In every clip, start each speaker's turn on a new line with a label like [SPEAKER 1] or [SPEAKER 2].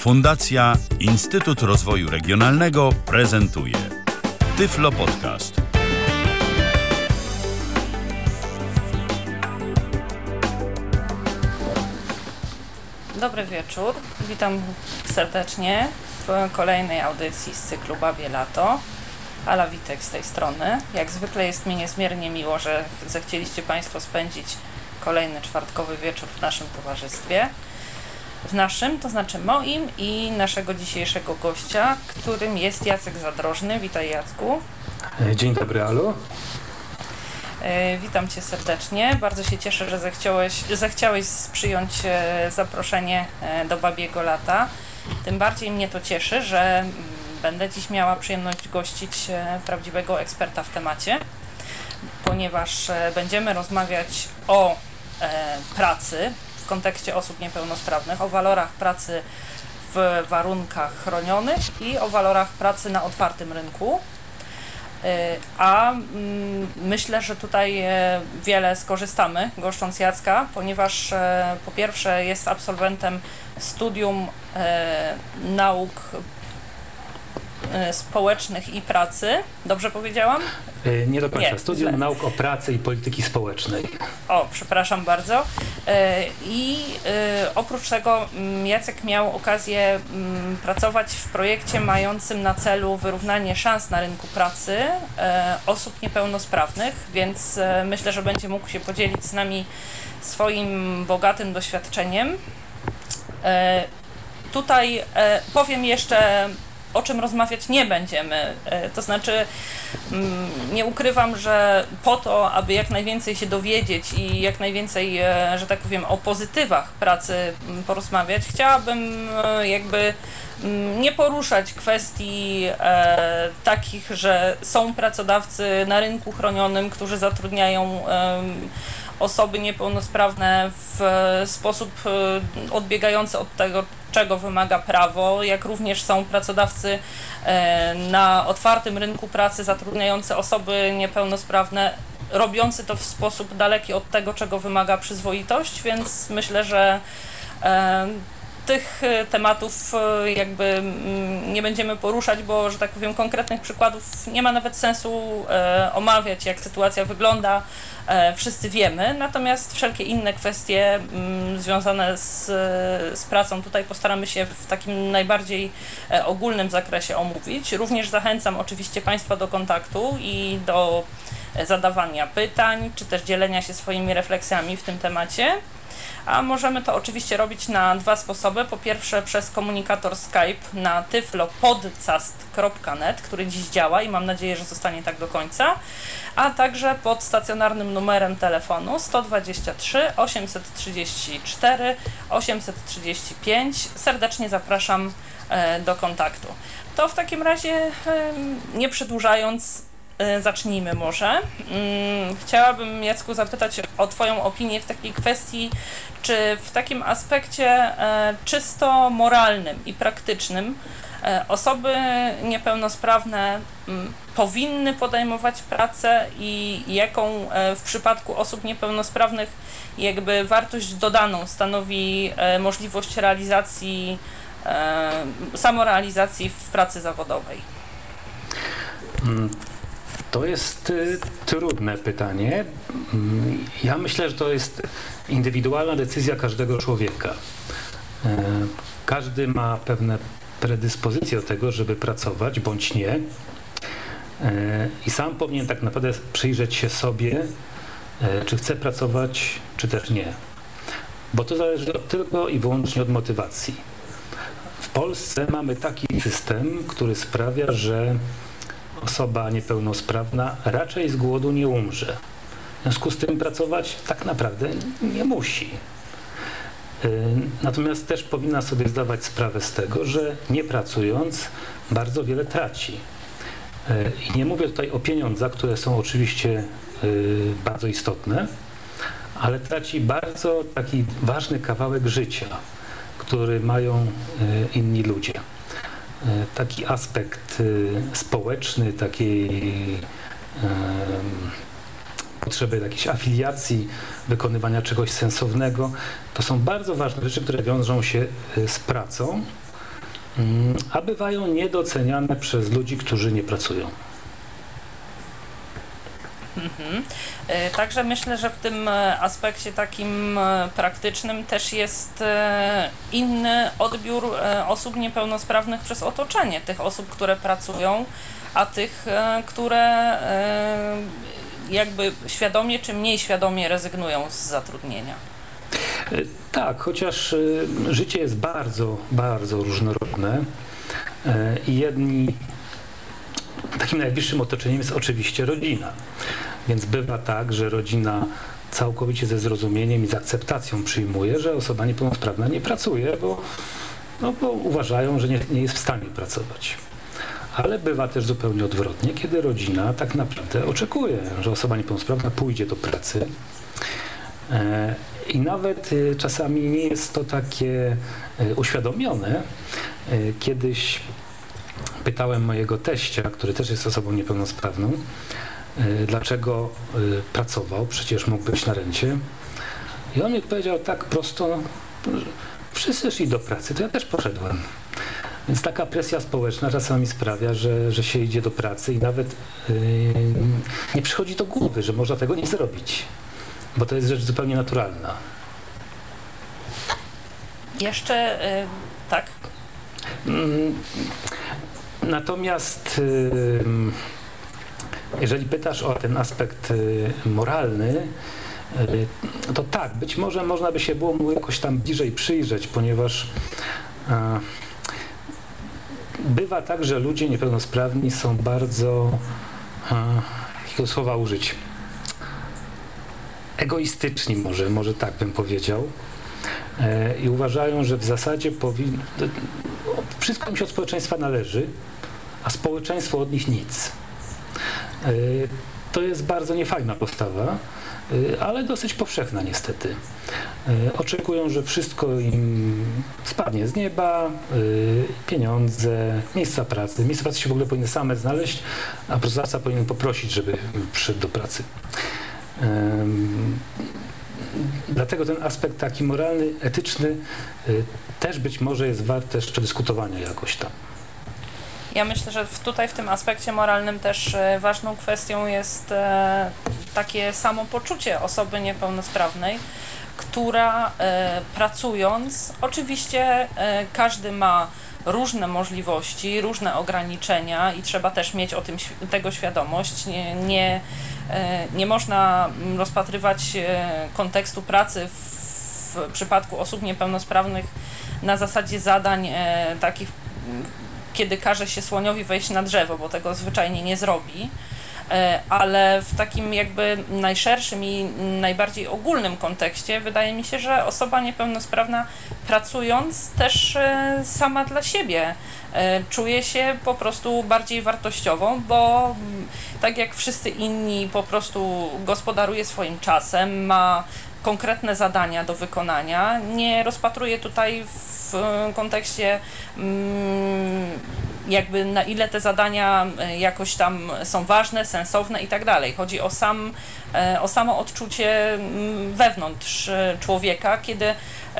[SPEAKER 1] Fundacja Instytut Rozwoju Regionalnego prezentuje Tyflo Podcast.
[SPEAKER 2] Dobry wieczór, witam serdecznie w kolejnej audycji z cyklu Babie Lato. Ala Witek z tej strony. Jak zwykle jest mi niezmiernie miło, że zechcieliście Państwo spędzić kolejny czwartkowy wieczór w naszym towarzystwie. W naszym, to znaczy moim i naszego dzisiejszego gościa, którym jest Jacek Zadrożny. Witaj, Jacku.
[SPEAKER 3] Dzień dobry, Alu.
[SPEAKER 2] Witam Cię serdecznie. Bardzo się cieszę, że zechciałeś przyjąć zaproszenie do Babiego Lata. Tym bardziej mnie to cieszy, że będę dziś miała przyjemność gościć prawdziwego eksperta w temacie, ponieważ będziemy rozmawiać o pracy w kontekście osób niepełnosprawnych, o walorach pracy w warunkach chronionych i o walorach pracy na otwartym rynku. A myślę, że tutaj wiele skorzystamy, goszcząc Jacka, ponieważ po pierwsze jest absolwentem studium nauk społecznych i pracy. Dobrze powiedziałam?
[SPEAKER 3] Nie do końca.
[SPEAKER 2] Nie,
[SPEAKER 3] Studium
[SPEAKER 2] źle.
[SPEAKER 3] Nauk o pracy i polityki społecznej.
[SPEAKER 2] O, przepraszam bardzo. I oprócz tego Jacek miał okazję pracować w projekcie mającym na celu wyrównanie szans na rynku pracy osób niepełnosprawnych, więc myślę, że będzie mógł się podzielić z nami swoim bogatym doświadczeniem. Tutaj powiem jeszcze, o czym rozmawiać nie będziemy, to znaczy nie ukrywam, że po to, aby jak najwięcej się dowiedzieć i jak najwięcej, że tak powiem, o pozytywach pracy porozmawiać, chciałabym jakby nie poruszać kwestii takich, że są pracodawcy na rynku chronionym, którzy zatrudniają osoby niepełnosprawne w sposób odbiegający od tego, czego wymaga prawo, jak również są pracodawcy na otwartym rynku pracy zatrudniający osoby niepełnosprawne, robiący to w sposób daleki od tego, czego wymaga przyzwoitość, więc myślę, że tych tematów jakby nie będziemy poruszać, bo, że tak powiem, konkretnych przykładów nie ma nawet sensu omawiać, jak sytuacja wygląda. Wszyscy wiemy, natomiast wszelkie inne kwestie związane z pracą tutaj postaramy się w takim najbardziej ogólnym zakresie omówić. Również zachęcam oczywiście Państwa do kontaktu i do zadawania pytań, czy też dzielenia się swoimi refleksjami w tym temacie. A możemy to oczywiście robić na dwa sposoby. Po pierwsze przez komunikator Skype na tyflopodcast.net, który dziś działa i mam nadzieję, że zostanie tak do końca, a także pod stacjonarnym numerem telefonu 123 834 835. Serdecznie zapraszam do kontaktu. To w takim razie, nie przedłużając, zacznijmy może. Chciałabym, Jacku, zapytać o Twoją opinię w takiej kwestii, czy w takim aspekcie czysto moralnym i praktycznym osoby niepełnosprawne powinny podejmować pracę i jaką w przypadku osób niepełnosprawnych jakby wartość dodaną stanowi możliwość realizacji, samorealizacji w pracy zawodowej?
[SPEAKER 3] To jest trudne pytanie. Ja myślę, że to jest indywidualna decyzja każdego człowieka. Każdy ma pewne predyspozycje do tego, żeby pracować, bądź nie. I sam powinien tak naprawdę przyjrzeć się sobie, czy chce pracować, czy też nie. Bo to zależy tylko i wyłącznie od motywacji. W Polsce mamy taki system, który sprawia, że osoba niepełnosprawna raczej z głodu nie umrze. W związku z tym pracować tak naprawdę nie musi. Natomiast też powinna sobie zdawać sprawę z tego, że nie pracując bardzo wiele traci. I nie mówię tutaj o pieniądzach, które są oczywiście bardzo istotne, ale traci bardzo taki ważny kawałek życia, który mają inni ludzie. Taki aspekt społeczny, takiej potrzeby jakiejś afiliacji, wykonywania czegoś sensownego. To są bardzo ważne rzeczy, które wiążą się z pracą a bywają niedoceniane przez ludzi, którzy nie pracują.
[SPEAKER 2] Także myślę, że w tym aspekcie takim praktycznym też jest inny odbiór osób niepełnosprawnych przez otoczenie, tych osób, które pracują, a tych, które jakby świadomie czy mniej świadomie rezygnują z zatrudnienia.
[SPEAKER 3] Tak, chociaż życie jest bardzo, bardzo różnorodne i jedni, takim najbliższym otoczeniem jest oczywiście rodzina. Więc bywa tak, że rodzina całkowicie ze zrozumieniem i z akceptacją przyjmuje, że osoba niepełnosprawna nie pracuje, bo uważają, że nie jest w stanie pracować. Ale bywa też zupełnie odwrotnie, kiedy rodzina tak naprawdę oczekuje, że osoba niepełnosprawna pójdzie do pracy. I nawet czasami nie jest to takie uświadomione. Kiedyś pytałem mojego teścia, który też jest osobą niepełnosprawną, dlaczego pracował, przecież mógł być na rencie. I on mi powiedział tak prosto, że wszyscy szli do pracy, to ja też poszedłem. Więc taka presja społeczna czasami sprawia, że się idzie do pracy i nawet nie przychodzi do głowy, że można tego nie zrobić, bo to jest rzecz zupełnie naturalna.
[SPEAKER 2] Jeszcze tak?
[SPEAKER 3] Natomiast jeżeli pytasz o ten aspekt moralny, to tak, być może można by się było mu jakoś tam bliżej przyjrzeć, ponieważ bywa tak, że ludzie niepełnosprawni są bardzo, jakiego słowa użyć, egoistyczni może tak bym powiedział, i uważają, że w zasadzie wszystko im się od społeczeństwa należy, a społeczeństwo od nich nic. To jest bardzo niefajna postawa, ale dosyć powszechna niestety. Oczekują, że wszystko im spadnie z nieba, pieniądze, miejsca pracy. Miejsca pracy się w ogóle powinny same znaleźć, a pracodawca powinien poprosić, żeby przyszedł do pracy. Dlatego ten aspekt taki moralny, etyczny też być może jest wart jeszcze dyskutowania jakoś tam.
[SPEAKER 2] Ja myślę, że tutaj w tym aspekcie moralnym też ważną kwestią jest takie samopoczucie osoby niepełnosprawnej, która pracując, oczywiście każdy ma różne możliwości, różne ograniczenia i trzeba też mieć tego świadomość. Nie można rozpatrywać kontekstu pracy w przypadku osób niepełnosprawnych na zasadzie zadań takich, kiedy każe się słoniowi wejść na drzewo, bo tego zwyczajnie nie zrobi, ale w takim jakby najszerszym i najbardziej ogólnym kontekście wydaje mi się, że osoba niepełnosprawna pracując też sama dla siebie czuje się po prostu bardziej wartościową, bo tak jak wszyscy inni po prostu gospodaruje swoim czasem, ma konkretne zadania do wykonania, nie rozpatruje tutaj w kontekście jakby na ile te zadania jakoś tam są ważne, sensowne i tak dalej. Chodzi o samo odczucie wewnątrz człowieka, kiedy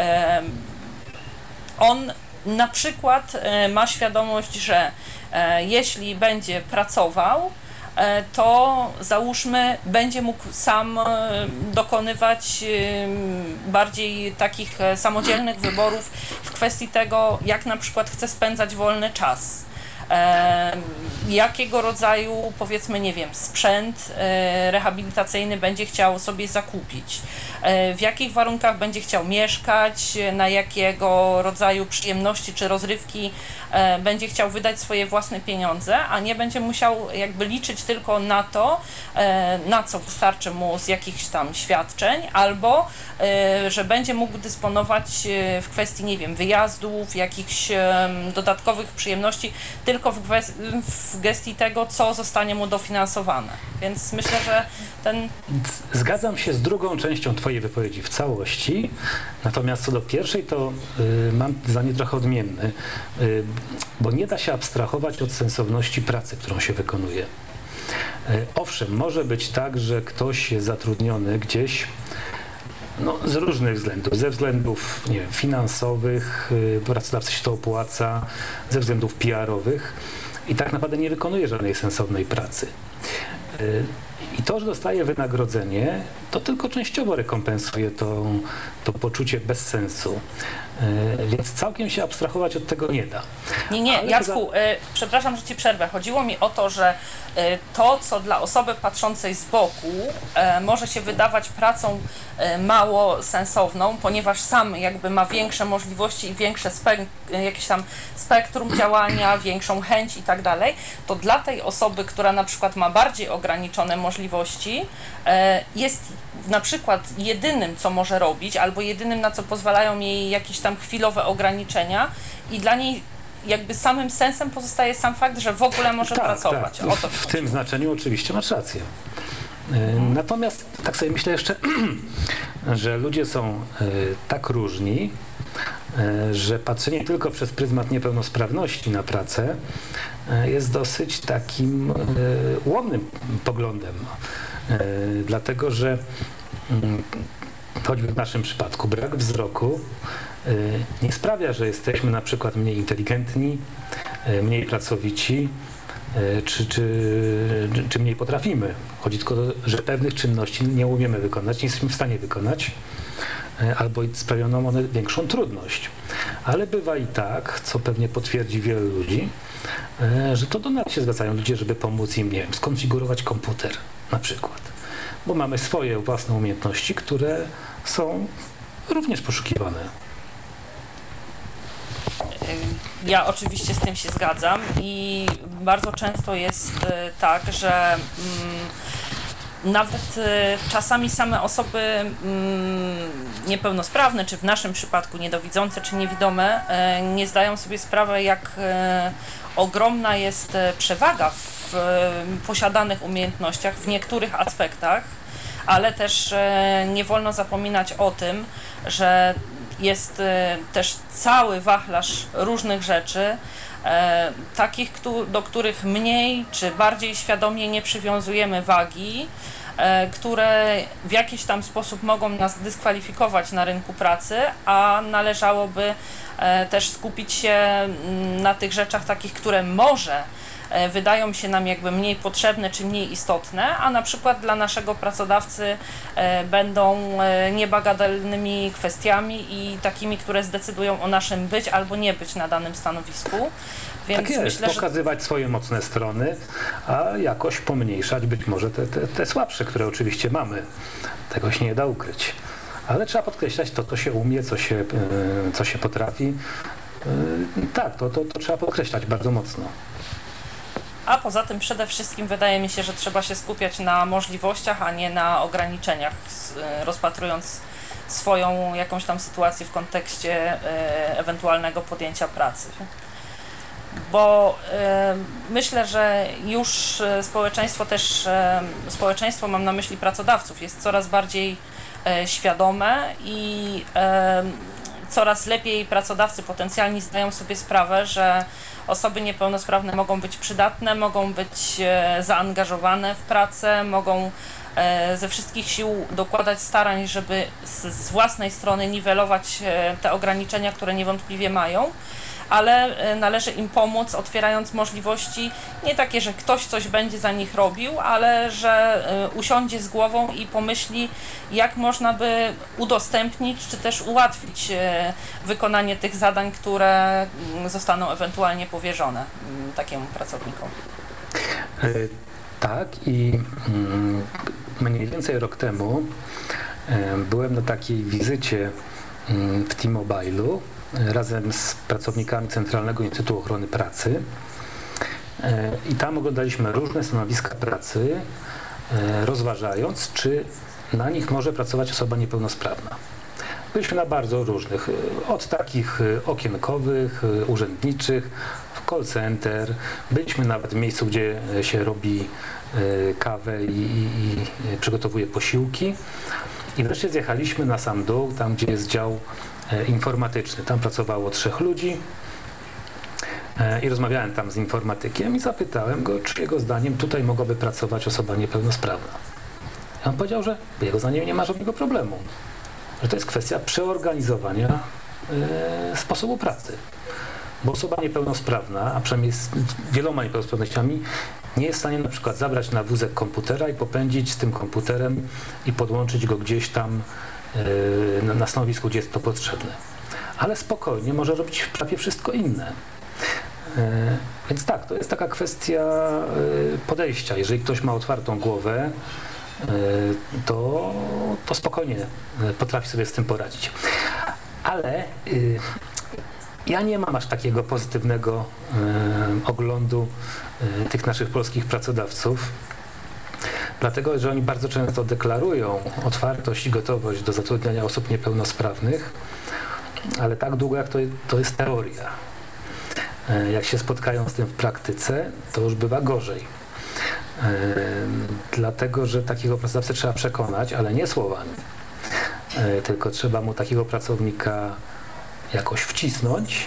[SPEAKER 2] on na przykład ma świadomość, że jeśli będzie pracował, to załóżmy będzie mógł sam dokonywać bardziej takich samodzielnych wyborów w kwestii tego, jak na przykład chce spędzać wolny czas. Jakiego rodzaju, powiedzmy, nie wiem, sprzęt rehabilitacyjny będzie chciał sobie zakupić, w jakich warunkach będzie chciał mieszkać, na jakiego rodzaju przyjemności czy rozrywki będzie chciał wydać swoje własne pieniądze, a nie będzie musiał jakby liczyć tylko na to, na co wystarczy mu z jakichś tam świadczeń, albo że będzie mógł dysponować w kwestii, nie wiem, wyjazdów, jakichś dodatkowych przyjemności, tylko w gestii tego, co zostanie mu dofinansowane. Więc myślę, że
[SPEAKER 3] Zgadzam się z drugą częścią Twojej wypowiedzi w całości, natomiast co do pierwszej, to mam zdanie trochę odmienne, bo nie da się abstrahować od sensowności pracy, którą się wykonuje. Owszem, może być tak, że ktoś jest zatrudniony gdzieś No, z różnych względów. Ze względów, nie wiem, finansowych, pracodawcy się to opłaca, ze względów PR-owych i tak naprawdę nie wykonuje żadnej sensownej pracy. I to, że dostaje wynagrodzenie, to tylko częściowo rekompensuje to poczucie bezsensu. Więc całkiem się abstrahować od tego nie da.
[SPEAKER 2] Nie,
[SPEAKER 3] Ale
[SPEAKER 2] Jacku, przepraszam, że Ci przerwę. Chodziło mi o to, że to, co dla osoby patrzącej z boku może się wydawać pracą mało sensowną, ponieważ sam jakby ma większe możliwości i większe jakieś tam spektrum działania, większą chęć i tak dalej, to dla tej osoby, która na przykład ma bardziej ograniczone możliwości, jest na przykład jedynym, co może robić, albo jedynym, na co pozwalają jej jakieś tam chwilowe ograniczenia i dla niej jakby samym sensem pozostaje sam fakt, że w ogóle może pracować.
[SPEAKER 3] Tak.
[SPEAKER 2] O to
[SPEAKER 3] w tym znaczeniu oczywiście masz rację. Natomiast tak sobie myślę jeszcze, że ludzie są tak różni, że patrzenie tylko przez pryzmat niepełnosprawności na pracę jest dosyć takim ułomnym poglądem. Dlatego, że choćby w naszym przypadku brak wzroku nie sprawia, że jesteśmy na przykład mniej inteligentni, mniej pracowici, czy mniej potrafimy. Chodzi tylko o to, że pewnych czynności nie umiemy wykonać, nie jesteśmy w stanie wykonać, albo sprawiają nam one większą trudność. Ale bywa i tak, co pewnie potwierdzi wielu ludzi, że to do nas się zwracają ludzie, żeby pomóc im, nie wiem, skonfigurować komputer na przykład. Bo mamy swoje własne umiejętności, które są również poszukiwane.
[SPEAKER 2] Ja oczywiście z tym się zgadzam i bardzo często jest tak, że nawet czasami same osoby niepełnosprawne, czy w naszym przypadku niedowidzące, czy niewidome, nie zdają sobie sprawy, jak ogromna jest przewaga w posiadanych umiejętnościach w niektórych aspektach, ale też nie wolno zapominać o tym, że jest też cały wachlarz różnych rzeczy, takich, do których mniej czy bardziej świadomie nie przywiązujemy wagi, które w jakiś tam sposób mogą nas dyskwalifikować na rynku pracy, a należałoby też skupić się na tych rzeczach takich, które może wydają się nam jakby mniej potrzebne czy mniej istotne, a na przykład dla naszego pracodawcy będą niebagatelnymi kwestiami i takimi, które zdecydują o naszym być albo nie być na danym stanowisku. Więc
[SPEAKER 3] tak jest,
[SPEAKER 2] myślę,
[SPEAKER 3] pokazywać swoje mocne strony, a jakoś pomniejszać być może te słabsze, które oczywiście mamy. Tego się nie da ukryć. Ale trzeba podkreślać to, co się umie, co się potrafi. Tak, to trzeba podkreślać bardzo mocno.
[SPEAKER 2] A poza tym przede wszystkim wydaje mi się, że trzeba się skupiać na możliwościach, a nie na ograniczeniach, rozpatrując swoją jakąś tam sytuację w kontekście ewentualnego podjęcia pracy. Bo myślę, że już społeczeństwo, mam na myśli pracodawców, jest coraz bardziej świadome i coraz lepiej pracodawcy potencjalni zdają sobie sprawę, że osoby niepełnosprawne mogą być przydatne, mogą być zaangażowane w pracę, mogą ze wszystkich sił dokładać starań, żeby z własnej strony niwelować te ograniczenia, które niewątpliwie mają, ale należy im pomóc, otwierając możliwości nie takie, że ktoś coś będzie za nich robił, ale że usiądzie z głową i pomyśli, jak można by udostępnić, czy też ułatwić wykonanie tych zadań, które zostaną ewentualnie powierzone takiemu pracownikom.
[SPEAKER 3] Tak i mniej więcej rok temu byłem na takiej wizycie w T-Mobile'u razem z pracownikami Centralnego Instytutu Ochrony Pracy i tam oglądaliśmy różne stanowiska pracy, rozważając, czy na nich może pracować osoba niepełnosprawna. Byliśmy na bardzo różnych, od takich okienkowych, urzędniczych, w call center, byliśmy nawet w miejscu, gdzie się robi kawę i przygotowuje posiłki i wreszcie zjechaliśmy na sam dół, tam gdzie jest dział informatyczny. Tam pracowało 3 ludzi i rozmawiałem tam z informatykiem i zapytałem go, czy jego zdaniem tutaj mogłaby pracować osoba niepełnosprawna. I on powiedział, że jego zdaniem nie ma żadnego problemu. że to jest kwestia przeorganizowania sposobu pracy. Bo osoba niepełnosprawna, a przynajmniej z wieloma niepełnosprawnościami, nie jest w stanie na przykład zabrać na wózek komputera i popędzić z tym komputerem i podłączyć go gdzieś tam na stanowisku, gdzie jest to potrzebne. Ale spokojnie może robić prawie wszystko inne. Więc tak, to jest taka kwestia podejścia. Jeżeli ktoś ma otwartą głowę, to spokojnie potrafi sobie z tym poradzić. Ale ja nie mam aż takiego pozytywnego oglądu tych naszych polskich pracodawców, dlatego że oni bardzo często deklarują otwartość i gotowość do zatrudniania osób niepełnosprawnych, ale tak długo jak to jest teoria. Jak się spotkają z tym w praktyce, to już bywa gorzej. Dlatego, że takiego pracodawcę trzeba przekonać, ale nie słowami, tylko trzeba mu takiego pracownika jakoś wcisnąć,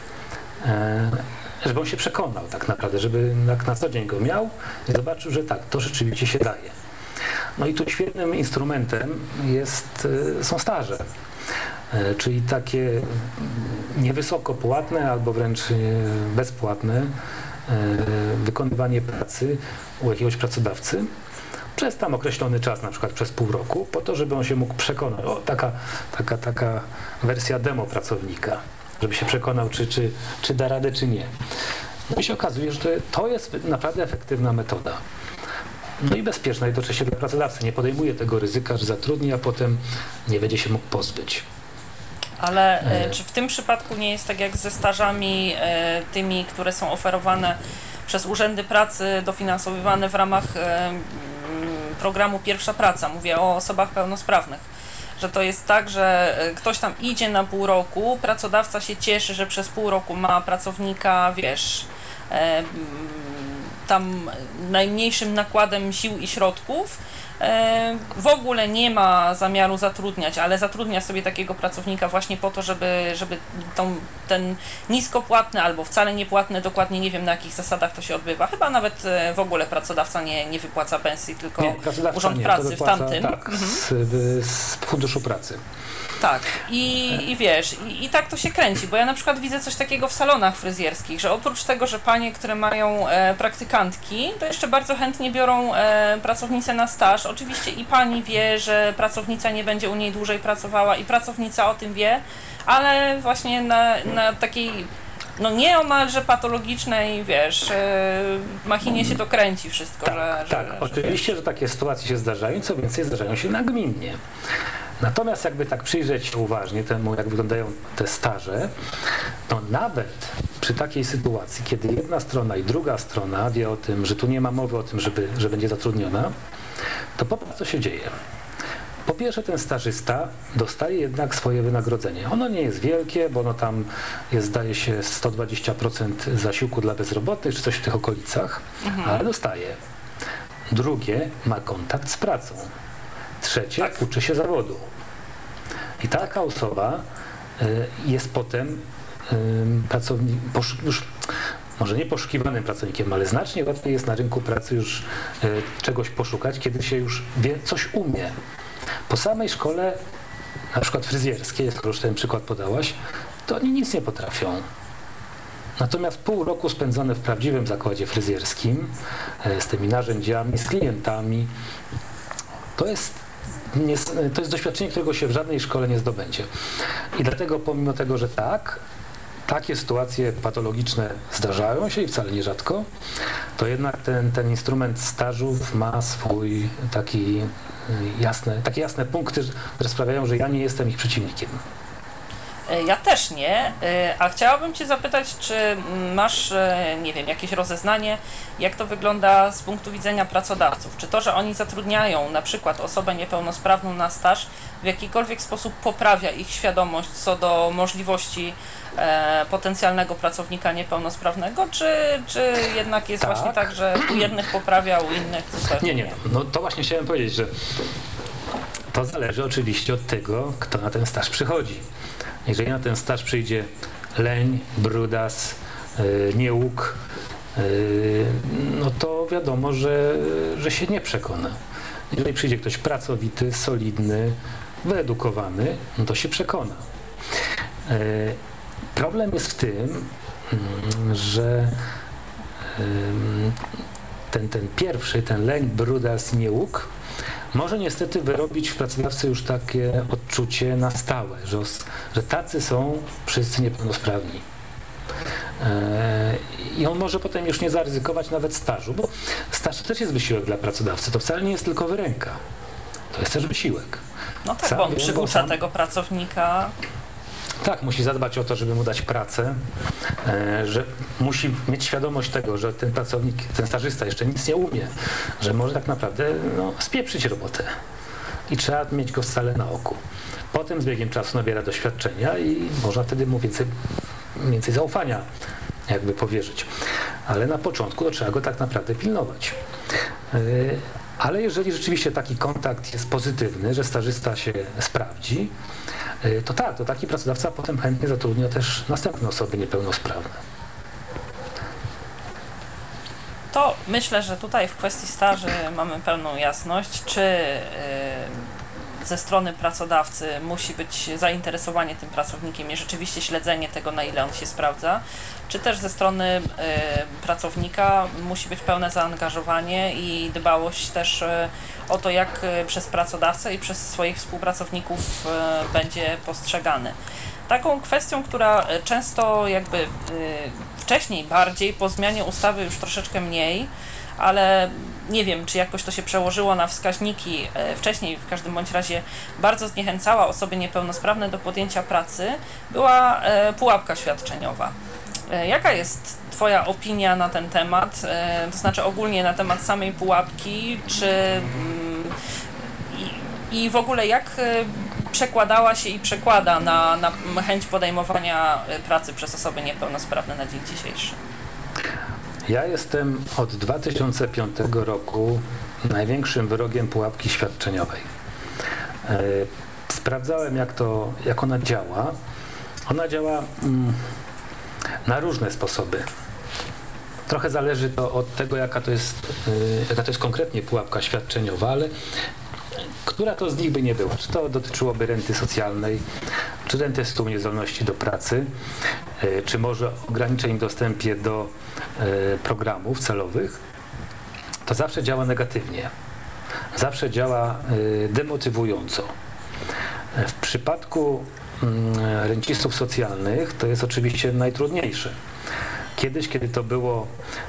[SPEAKER 3] żeby on się przekonał tak naprawdę, żeby jak na co dzień go miał i zobaczył, że tak, to rzeczywiście się daje. No i tu świetnym instrumentem są staże, czyli takie niewysoko płatne albo wręcz bezpłatne wykonywanie pracy u jakiegoś pracodawcy przez tam określony czas, na przykład przez pół roku, po to, żeby on się mógł przekonać. O, taka wersja demo pracownika, żeby się przekonał, czy da radę, czy nie. No i się okazuje, że to jest naprawdę efektywna metoda. No i bezpieczna jednocześnie dla pracodawcy. Nie podejmuje tego ryzyka, że zatrudni, a potem nie będzie się mógł pozbyć.
[SPEAKER 2] Ale czy w tym przypadku nie jest tak jak ze stażami tymi, które są oferowane przez urzędy pracy, dofinansowywane w ramach programu Pierwsza Praca? Mówię o osobach pełnosprawnych. Że to jest tak, że ktoś tam idzie na pół roku, pracodawca się cieszy, że przez pół roku ma pracownika, wiesz, tam najmniejszym nakładem sił i środków, w ogóle nie ma zamiaru zatrudniać, ale zatrudnia sobie takiego pracownika właśnie po to, żeby ten niskopłatny albo wcale niepłatny, dokładnie nie wiem na jakich zasadach to się odbywa. Chyba nawet w ogóle pracodawca nie wypłaca pensji, tylko Urząd Pracy w tamtym.
[SPEAKER 3] Tak, z Funduszu Pracy.
[SPEAKER 2] Tak, i wiesz, i tak to się kręci, bo ja na przykład widzę coś takiego w salonach fryzjerskich, że oprócz tego, że panie, które mają praktykantki, to jeszcze bardzo chętnie biorą pracownicę na staż. Oczywiście i pani wie, że pracownica nie będzie u niej dłużej pracowała i pracownica o tym wie, ale właśnie na takiej no nieomalże patologicznej, wiesz, machinie się to kręci wszystko.
[SPEAKER 3] Tak, oczywiście, że takie sytuacje się zdarzają, co więcej zdarzają się nagminnie. Natomiast jakby tak przyjrzeć się uważnie temu, jak wyglądają te staże, to nawet przy takiej sytuacji, kiedy jedna strona i druga strona wie o tym, że tu nie ma mowy o tym, że będzie zatrudniona, to po prostu co się dzieje? Po pierwsze, ten stażysta dostaje jednak swoje wynagrodzenie. Ono nie jest wielkie, bo ono tam jest, zdaje się, 120% zasiłku dla bezrobotnych, czy coś w tych okolicach, ale dostaje. Drugie, ma kontakt z pracą. Trzecie, uczy się zawodu. I taka osoba jest potem już może nie poszukiwanym pracownikiem, ale znacznie łatwiej jest na rynku pracy już czegoś poszukać, kiedy się już wie, coś umie. Po samej szkole, na przykład fryzjerskiej, skoro już ten przykład podałaś, to oni nic nie potrafią. Natomiast pół roku spędzone w prawdziwym zakładzie fryzjerskim, z tymi narzędziami, z klientami, to jest doświadczenie, którego się w żadnej szkole nie zdobędzie. I dlatego pomimo tego, że takie sytuacje patologiczne zdarzają się i wcale nierzadko, to jednak ten instrument stażów ma swój takie jasne punkty, które sprawiają, że ja nie jestem ich przeciwnikiem.
[SPEAKER 2] Ja też nie, a chciałabym Cię zapytać, czy masz, nie wiem, jakieś rozeznanie, jak to wygląda z punktu widzenia pracodawców? Czy to, że oni zatrudniają na przykład osobę niepełnosprawną na staż, w jakikolwiek sposób poprawia ich świadomość co do możliwości potencjalnego pracownika niepełnosprawnego, czy jednak jest właśnie tak, że u jednych poprawia, u innych zupełnie
[SPEAKER 3] nie? No to właśnie chciałem powiedzieć, że to zależy oczywiście od tego, kto na ten staż przychodzi. Jeżeli na ten staż przyjdzie leń, brudas, niełuk, no to wiadomo, że się nie przekona. Jeżeli przyjdzie ktoś pracowity, solidny, wyedukowany, no to się przekona. Problem jest w tym, że ten pierwszy, ten lęk, brudas, niełuk może niestety wyrobić w pracodawcy już takie odczucie na stałe, że tacy są wszyscy niepełnosprawni. I on może potem już nie zaryzykować nawet stażu, bo staż to też jest wysiłek dla pracodawcy, to wcale nie jest tylko wyręka, to jest też wysiłek.
[SPEAKER 2] No tak, bo on przyucza tego pracownika.
[SPEAKER 3] Tak, musi zadbać o to, żeby mu dać pracę, że musi mieć świadomość tego, że ten pracownik, ten stażysta jeszcze nic nie umie, że może tak naprawdę spieprzyć robotę i trzeba mieć go stale na oku. Potem z biegiem czasu nabiera doświadczenia i można wtedy mu więcej zaufania jakby powierzyć. Ale na początku to trzeba go tak naprawdę pilnować. Ale jeżeli rzeczywiście taki kontakt jest pozytywny, że stażysta się sprawdzi, to tak, to taki pracodawca potem chętnie zatrudnia też następne osoby niepełnosprawne.
[SPEAKER 2] To myślę, że tutaj w kwestii staży mamy pełną jasność, czy ze strony pracodawcy musi być zainteresowanie tym pracownikiem i rzeczywiście śledzenie tego, na ile on się sprawdza, czy też ze strony pracownika musi być pełne zaangażowanie i dbałość też o to, jak przez pracodawcę i przez swoich współpracowników będzie postrzegany. Taką kwestią, która często jakby wcześniej bardziej, po zmianie ustawy już troszeczkę mniej, ale nie wiem, czy jakoś to się przełożyło na wskaźniki. Wcześniej w każdym bądź razie bardzo zniechęcała osoby niepełnosprawne do podjęcia pracy, była pułapka świadczeniowa. Jaka jest Twoja opinia na ten temat, to znaczy ogólnie na temat samej pułapki, i w ogóle jak przekładała się i przekłada na chęć podejmowania pracy przez osoby niepełnosprawne na dzień dzisiejszy?
[SPEAKER 3] Ja jestem od 2005 roku największym wrogiem pułapki świadczeniowej. Sprawdzałem, jak ona działa. Ona działa na różne sposoby. Trochę zależy to od tego, jaka to jest konkretnie pułapka świadczeniowa, ale która to z nich by nie była. Czy to dotyczyłoby renty socjalnej, czy renty z tytułu niezdolności do pracy, czy może ograniczeń w dostępie do programów celowych, to zawsze działa negatywnie. Zawsze działa demotywująco. W przypadku rencistów socjalnych to jest oczywiście najtrudniejsze. Kiedyś, kiedy to było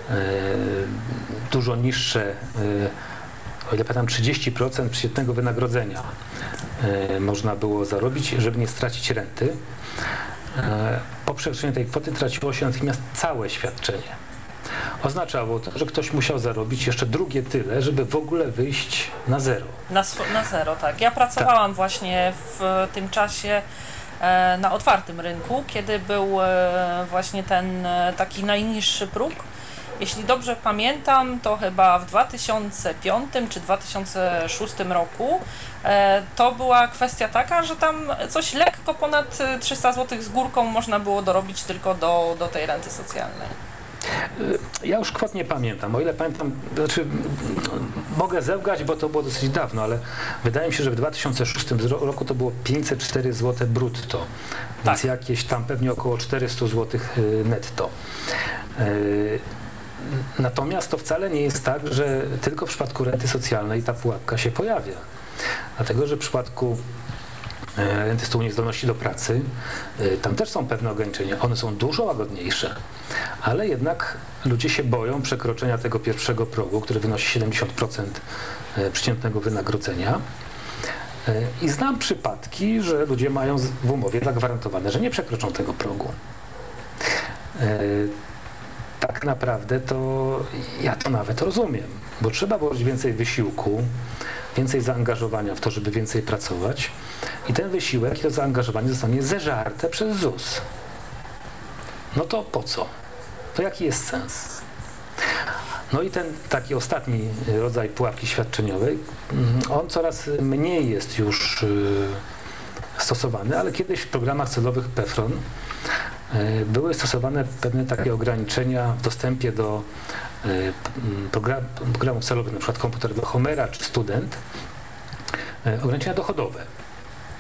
[SPEAKER 3] dużo niższe, o ile pamiętam, 30% przeciętnego wynagrodzenia można było zarobić, żeby nie stracić renty. Po przekroczeniu tej kwoty traciło się natychmiast całe świadczenie. Oznaczało to, że ktoś musiał zarobić jeszcze drugie tyle, żeby w ogóle wyjść na zero.
[SPEAKER 2] Na zero, tak. Ja pracowałam właśnie w tym czasie na otwartym rynku, kiedy był właśnie ten taki najniższy próg. Jeśli dobrze pamiętam, to chyba w 2005 czy 2006 roku to była kwestia taka, że tam coś lekko ponad 300 zł z górką można było dorobić tylko do tej renty socjalnej.
[SPEAKER 3] Ja już kwot nie pamiętam. O ile pamiętam, znaczy mogę zełgać, bo to było dosyć dawno, ale wydaje mi się, że w 2006 roku to było 504 zł brutto, więc tak, jakieś tam pewnie około 400 zł netto. Natomiast to wcale nie jest tak, że tylko w przypadku renty socjalnej ta pułapka się pojawia. Dlatego, że w przypadku renty z tytułu niezdolności do pracy, tam też są pewne ograniczenia. One są dużo łagodniejsze, ale jednak ludzie się boją przekroczenia tego pierwszego progu, który wynosi 70% przeciętnego wynagrodzenia. I znam przypadki, że ludzie mają w umowie zagwarantowane, że nie przekroczą tego progu. Tak naprawdę to ja to nawet rozumiem, bo trzeba włożyć więcej wysiłku, więcej zaangażowania w to, żeby więcej pracować i ten wysiłek i to zaangażowanie zostanie zeżarte przez ZUS. No to po co? To jaki jest sens? No i ten taki ostatni rodzaj pułapki świadczeniowej, on coraz mniej jest już stosowany, ale kiedyś w programach celowych PFRON były stosowane pewne takie ograniczenia w dostępie do programów celowych, na przykład komputerowego Homera czy Student, ograniczenia dochodowe.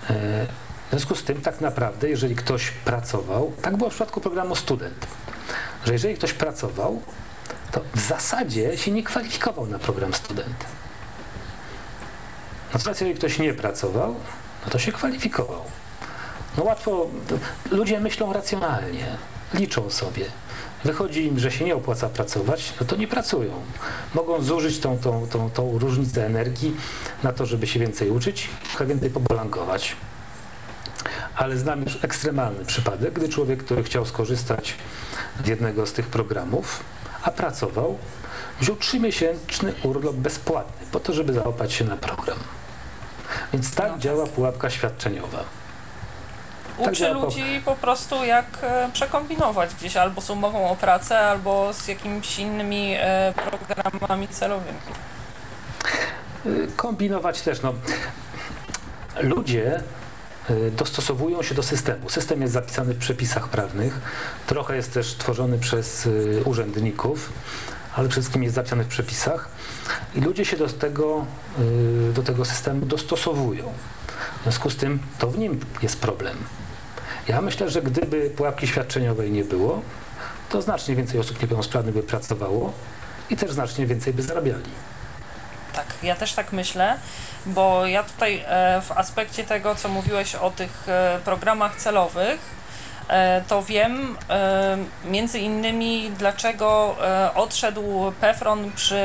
[SPEAKER 3] W związku z tym tak naprawdę, jeżeli ktoś pracował, tak było w przypadku programu Student, że jeżeli ktoś pracował, to w zasadzie się nie kwalifikował na program Student. Natomiast jeżeli ktoś nie pracował, no to się kwalifikował. No łatwo, ludzie myślą racjonalnie, liczą sobie. Wychodzi im, że się nie opłaca pracować, no to nie pracują. Mogą zużyć tą różnicę energii na to, żeby się więcej uczyć, trochę więcej pobalangować. Ale znam już ekstremalny przypadek, gdy człowiek, który chciał skorzystać z jednego z tych programów, a pracował, wziął 3-miesięczny urlop bezpłatny po to, żeby załapać się na program. Więc tak działa pułapka świadczeniowa.
[SPEAKER 2] Uczy ludzi po prostu jak przekombinować gdzieś albo z umową o pracę, albo z jakimiś innymi programami celowymi.
[SPEAKER 3] Kombinować też. No. Ludzie dostosowują się do systemu. System jest zapisany w przepisach prawnych, trochę jest też tworzony przez urzędników, ale przede wszystkim jest zapisany w przepisach i ludzie się do tego systemu dostosowują. W związku z tym to w nim jest problem. Ja myślę, że gdyby pułapki świadczeniowej nie było, to znacznie więcej osób niepełnosprawnych by pracowało i też znacznie więcej by zarabiali.
[SPEAKER 2] Tak, ja też tak myślę, bo ja tutaj w aspekcie tego, co mówiłeś o tych programach celowych, to wiem między innymi dlaczego odszedł PFRON przy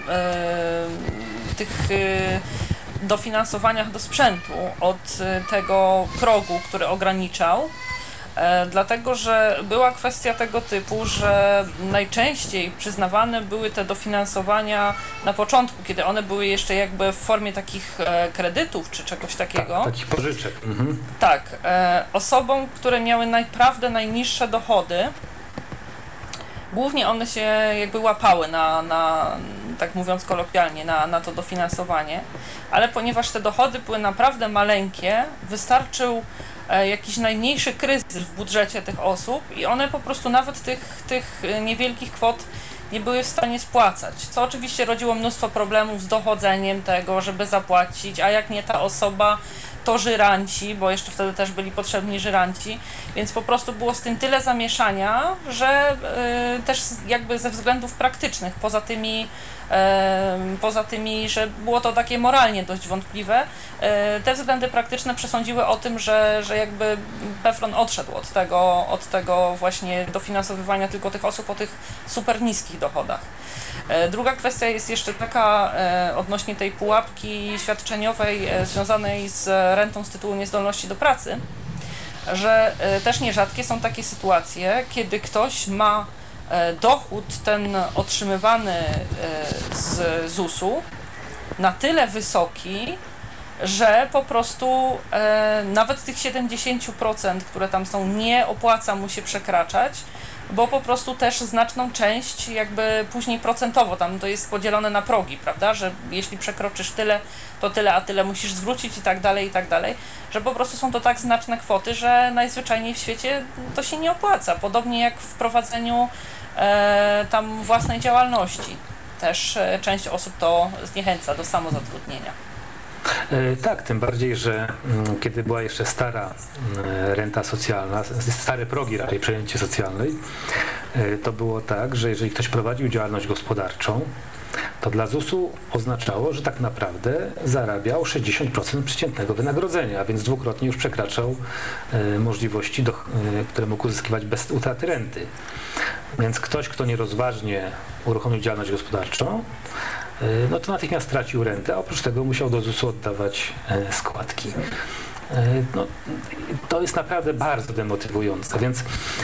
[SPEAKER 2] tych dofinansowaniach do sprzętu od tego progu, który ograniczał. Dlatego, że była kwestia tego typu, że najczęściej przyznawane były te dofinansowania na początku, kiedy one były jeszcze jakby w formie takich kredytów czy czegoś takiego.
[SPEAKER 3] Tak, takich pożyczek. Mhm.
[SPEAKER 2] Tak, osobom, które miały naprawdę najniższe dochody, głównie one się jakby łapały tak mówiąc kolokwialnie, na to dofinansowanie, ale ponieważ te dochody były naprawdę maleńkie, wystarczył jakiś najmniejszy kryzys w budżecie tych osób i one po prostu nawet tych niewielkich kwot nie były w stanie spłacać, co oczywiście rodziło mnóstwo problemów z dochodzeniem tego, żeby zapłacić, a jak nie ta osoba, to żyranci, bo jeszcze wtedy też byli potrzebni żyranci, więc po prostu było z tym tyle zamieszania, że też jakby ze względów praktycznych, poza tymi, że było to takie moralnie dość wątpliwe, te względy praktyczne przesądziły o tym, że jakby PFRON odszedł od tego właśnie dofinansowywania tylko tych osób o tych super niskich dochodach. Druga kwestia jest jeszcze taka odnośnie tej pułapki świadczeniowej związanej z rentą z tytułu niezdolności do pracy, że też nierzadkie są takie sytuacje, kiedy ktoś ma dochód ten otrzymywany z ZUS-u na tyle wysoki, że po prostu nawet tych 70%, które tam są, nie opłaca mu się przekraczać, bo po prostu też znaczną część jakby później procentowo, tam to jest podzielone na progi, prawda, że jeśli przekroczysz tyle, to tyle, a tyle musisz zwrócić i tak dalej, że po prostu są to tak znaczne kwoty, że najzwyczajniej w świecie to się nie opłaca, podobnie jak w prowadzeniu tam własnej działalności. Też część osób to zniechęca do samozatrudnienia.
[SPEAKER 3] Tak, tym bardziej, że kiedy była jeszcze stara renta socjalna, stare progi raczej przejęcie socjalnej, to było tak, że jeżeli ktoś prowadził działalność gospodarczą, to dla ZUS-u oznaczało, że tak naprawdę zarabiał 60% przeciętnego wynagrodzenia, a więc dwukrotnie już przekraczał możliwości, które mógł uzyskiwać bez utraty renty. Więc ktoś, kto nierozważnie uruchomił działalność gospodarczą, no to natychmiast stracił rentę, a oprócz tego musiał do ZUS-u oddawać składki. No, to jest naprawdę bardzo demotywujące, więc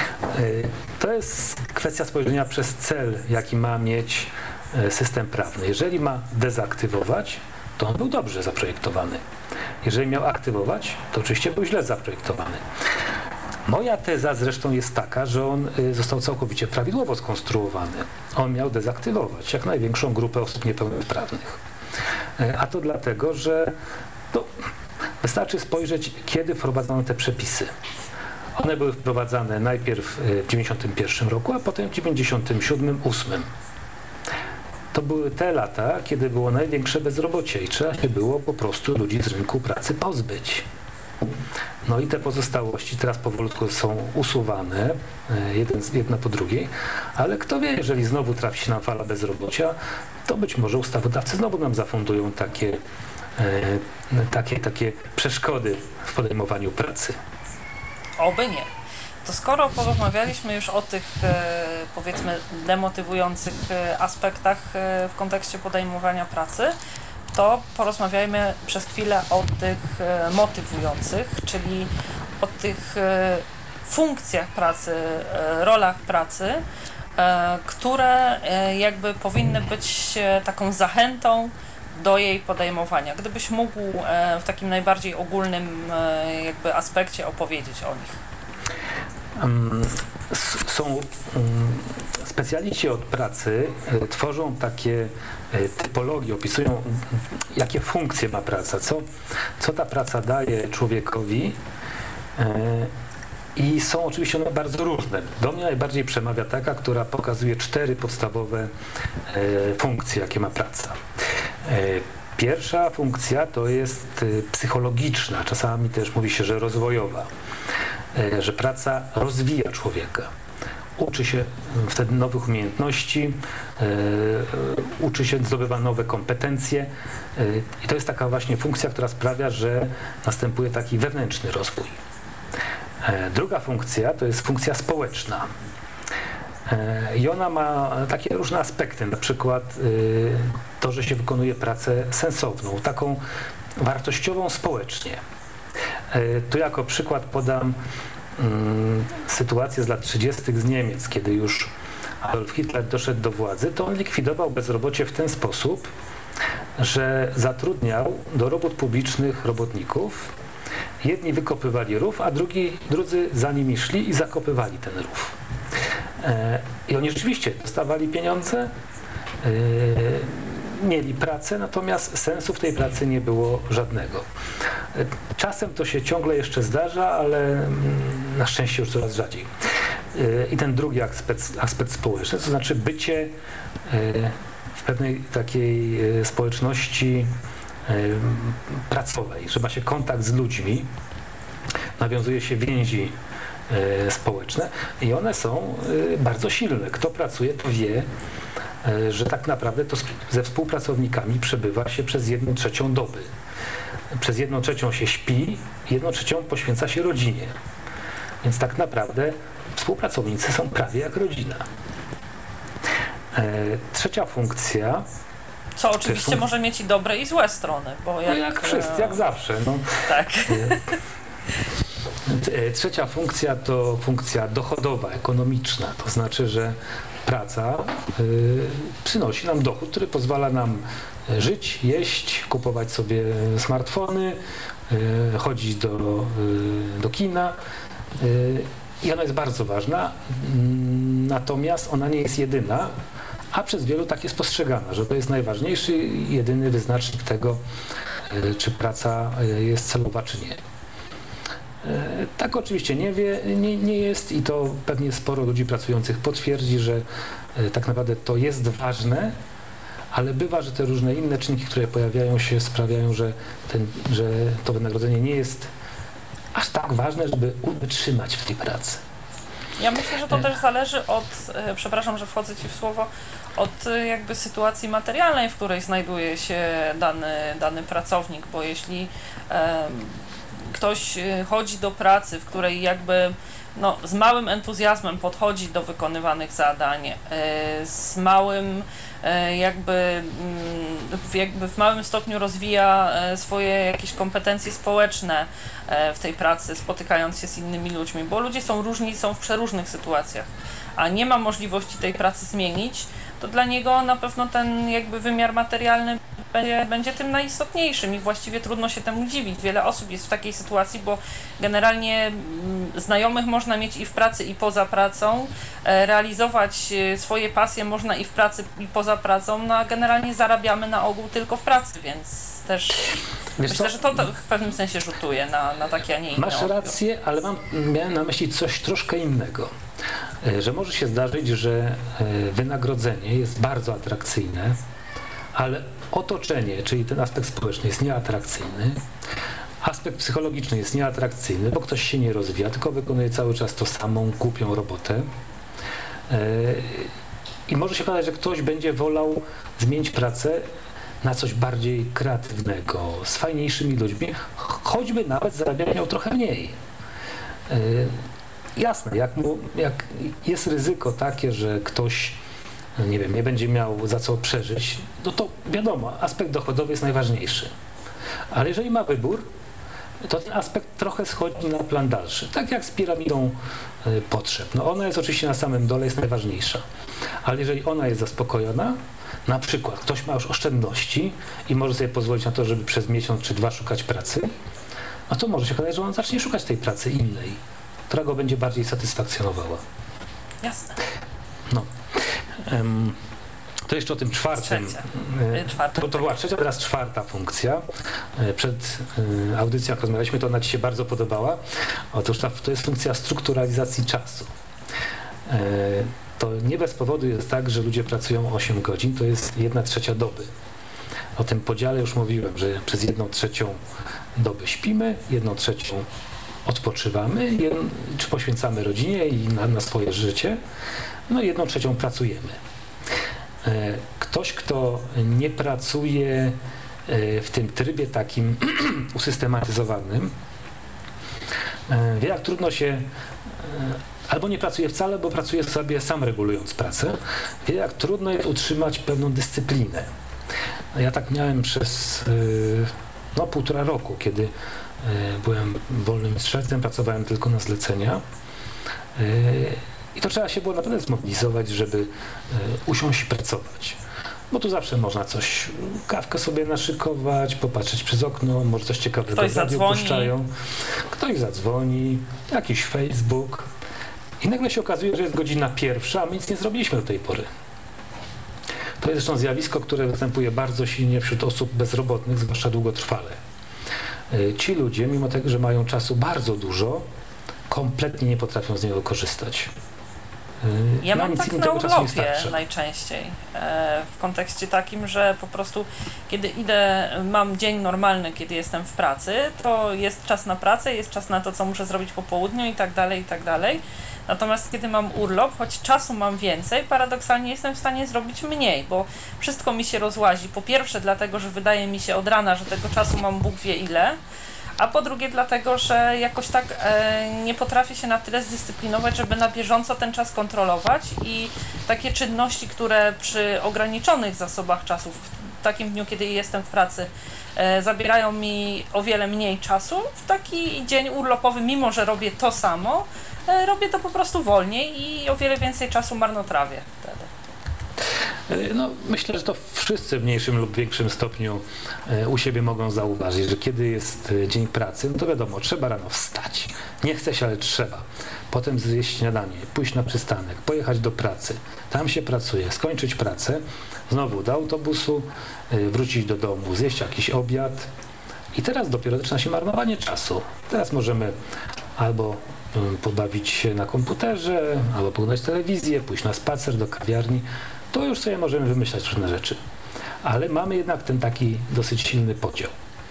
[SPEAKER 3] to jest kwestia spojrzenia przez cel, jaki ma mieć system prawny. Jeżeli ma dezaktywować, to on był dobrze zaprojektowany. Jeżeli miał aktywować, to oczywiście był źle zaprojektowany. Moja teza zresztą jest taka, że on został całkowicie prawidłowo skonstruowany. On miał dezaktywować jak największą grupę osób niepełnosprawnych. A to dlatego, że wystarczy spojrzeć, kiedy wprowadzono te przepisy. One były wprowadzane najpierw w 1991 roku, a potem w 1997-2008. To były te lata, kiedy było największe bezrobocie i trzeba się było po prostu ludzi z rynku pracy pozbyć. No i te pozostałości teraz powolutku są usuwane, jedna po drugiej, ale kto wie, jeżeli znowu trafi się nam fala bezrobocia, to być może ustawodawcy znowu nam zafundują takie przeszkody w podejmowaniu pracy.
[SPEAKER 2] Oby nie. To skoro porozmawialiśmy już o tych, powiedzmy, demotywujących aspektach w kontekście podejmowania pracy, to porozmawiajmy przez chwilę o tych motywujących, czyli o tych funkcjach pracy, rolach pracy, które jakby powinny być taką zachętą do jej podejmowania. Gdybyś mógł w takim najbardziej ogólnym jakby aspekcie opowiedzieć o nich.
[SPEAKER 3] Są specjaliści od pracy, tworzą takie typologie, opisują, jakie funkcje ma praca, co ta praca daje człowiekowi, i są oczywiście one bardzo różne. Do mnie najbardziej przemawia taka, która pokazuje 4 podstawowe funkcje, jakie ma praca. Pierwsza funkcja to jest psychologiczna, czasami też mówi się, że rozwojowa, że praca rozwija człowieka. Uczy się wtedy nowych umiejętności, uczy się, zdobywa nowe kompetencje i to jest taka właśnie funkcja, która sprawia, że następuje taki wewnętrzny rozwój. Druga funkcja to jest funkcja społeczna i ona ma takie różne aspekty, na przykład to, że się wykonuje pracę sensowną, taką wartościową społecznie. Tu jako przykład podam sytuację z lat 30. z Niemiec, kiedy już Adolf Hitler doszedł do władzy, to on likwidował bezrobocie w ten sposób, że zatrudniał do robót publicznych robotników. Jedni wykopywali rów, a drudzy za nimi szli i zakopywali ten rów. I oni rzeczywiście dostawali pieniądze, mieli pracę, natomiast sensu w tej pracy nie było żadnego. Czasem to się ciągle jeszcze zdarza, ale na szczęście już coraz rzadziej. I ten drugi aspekt społeczny, to znaczy bycie w pewnej takiej społeczności pracowej, że ma się kontakt z ludźmi, nawiązuje się więzi społeczne i one są bardzo silne. Kto pracuje, to wie, że tak naprawdę to ze współpracownikami przebywa się przez 1/3 doby. Przez 1/3 się śpi, 1/3 poświęca się rodzinie. Więc tak naprawdę współpracownicy są prawie jak rodzina. Trzecia funkcja.
[SPEAKER 2] Co oczywiście może mieć i dobre i złe strony, bo
[SPEAKER 3] jak wszyscy, jak zawsze. No.
[SPEAKER 2] Tak.
[SPEAKER 3] Trzecia funkcja to funkcja dochodowa, ekonomiczna. To znaczy, że praca przynosi nam dochód, który pozwala nam żyć, jeść, kupować sobie smartfony, chodzić do kina. I ona jest bardzo ważna, natomiast ona nie jest jedyna, a przez wielu tak jest postrzegana, że to jest najważniejszy i jedyny wyznacznik tego, czy praca jest celowa, czy nie. Tak oczywiście nie jest i to pewnie sporo ludzi pracujących potwierdzi, że tak naprawdę to jest ważne, ale bywa, że te różne inne czynniki, które pojawiają się, sprawiają, że to wynagrodzenie nie jest aż tak ważne, żeby wytrzymać w tej pracy.
[SPEAKER 2] Ja myślę, że to też zależy od, przepraszam, że wchodzę Ci w słowo, od jakby sytuacji materialnej, w której znajduje się dany pracownik, bo jeśli ktoś chodzi do pracy, w której jakby z małym entuzjazmem podchodzi do wykonywanych zadań, z małym jakby w małym stopniu rozwija swoje jakieś kompetencje społeczne w tej pracy, spotykając się z innymi ludźmi, bo ludzie są różni, są w przeróżnych sytuacjach, a nie ma możliwości tej pracy zmienić, to dla niego na pewno ten jakby wymiar materialny będzie tym najistotniejszym i właściwie trudno się temu dziwić. Wiele osób jest w takiej sytuacji, bo generalnie znajomych można mieć i w pracy, i poza pracą, realizować swoje pasje można i w pracy, i poza pracą, a generalnie zarabiamy na ogół tylko w pracy, więc też myślę, że to w pewnym sensie rzutuje na takie, a nie inne.
[SPEAKER 3] Masz rację, ale miałem na myśli coś troszkę innego. Że może się zdarzyć, że wynagrodzenie jest bardzo atrakcyjne, ale otoczenie, czyli ten aspekt społeczny jest nieatrakcyjny, Aspekt psychologiczny jest nieatrakcyjny, bo ktoś się nie rozwija, tylko wykonuje cały czas to samą, głupią robotę. I może się okazać, że ktoś będzie wolał zmienić pracę na coś bardziej kreatywnego, z fajniejszymi ludźmi, choćby nawet zarabiał miał trochę mniej. Jasne, jak jest ryzyko takie, że ktoś, nie wiem, nie będzie miał za co przeżyć, no to wiadomo, aspekt dochodowy jest najważniejszy. Ale jeżeli ma wybór, to ten aspekt trochę schodzi na plan dalszy. Tak jak z piramidą potrzeb. No ona jest oczywiście na samym dole, jest najważniejsza. Ale jeżeli ona jest zaspokojona, na przykład ktoś ma już oszczędności i może sobie pozwolić na to, żeby przez miesiąc czy 2 szukać pracy, no to może się okazać, że on zacznie szukać tej pracy innej, która go będzie bardziej satysfakcjonowała.
[SPEAKER 2] Jasne.
[SPEAKER 3] No. To jeszcze o tym czwartym. To była trzecia, teraz czwarta funkcja. Przed audycją, jak rozmawialiśmy, to ona Ci się bardzo podobała. Otóż to jest funkcja strukturalizacji czasu. To nie bez powodu jest tak, że ludzie pracują 8 godzin, to jest 1/3 doby. O tym podziale już mówiłem, że przez 1/3 doby śpimy, 1/3 odpoczywamy, czy poświęcamy rodzinie i na swoje życie, no 1/3 pracujemy. Ktoś, kto nie pracuje w tym trybie takim usystematyzowanym, wie, jak trudno się, albo nie pracuje wcale, bo pracuje sobie sam regulując pracę, wie, jak trudno jest utrzymać pewną dyscyplinę. Ja tak miałem przez 1,5 roku, kiedy byłem wolnym strzelcem, pracowałem tylko na zlecenia. I to trzeba się było naprawdę zmobilizować, żeby usiąść i pracować. Bo tu zawsze można coś, kawkę sobie naszykować, popatrzeć przez okno, może coś ciekawego w radiu puszczają. Ktoś zadzwoni, jakiś Facebook. I nagle się okazuje, że jest godzina 1, a my nic nie zrobiliśmy do tej pory. To jest zresztą zjawisko, które występuje bardzo silnie wśród osób bezrobotnych, zwłaszcza długotrwale. Ci ludzie, mimo tego, że mają czasu bardzo dużo, kompletnie nie potrafią z niego korzystać.
[SPEAKER 2] Ja mam tak na urlopie najczęściej, w kontekście takim, że po prostu kiedy mam dzień normalny, kiedy jestem w pracy, to jest czas na pracę, jest czas na to, co muszę zrobić po południu i tak dalej, i tak dalej. Natomiast kiedy mam urlop, choć czasu mam więcej, paradoksalnie jestem w stanie zrobić mniej, bo wszystko mi się rozłazi. Po pierwsze dlatego, że wydaje mi się od rana, że tego czasu mam Bóg wie ile, a po drugie dlatego, że jakoś tak nie potrafię się na tyle zdyscyplinować, żeby na bieżąco ten czas kontrolować i takie czynności, które przy ograniczonych zasobach czasu, w takim dniu, kiedy jestem w pracy, zabierają mi o wiele mniej czasu, w taki dzień urlopowy, mimo że robię to samo, robię to po prostu wolniej i o wiele więcej czasu marnotrawię wtedy.
[SPEAKER 3] No, myślę, że to wszyscy w mniejszym lub większym stopniu u siebie mogą zauważyć, że kiedy jest dzień pracy, no to wiadomo, trzeba rano wstać. Nie chce się, ale trzeba. Potem zjeść śniadanie, pójść na przystanek, pojechać do pracy. Tam się pracuje, skończyć pracę, znowu do autobusu, wrócić do domu, zjeść jakiś obiad. I teraz dopiero zaczyna się marnowanie czasu. Teraz możemy albo pobawić się na komputerze, albo oglądać telewizję, pójść na spacer do kawiarni. To już sobie możemy wymyślać różne rzeczy. Ale mamy jednak ten taki dosyć silny podział.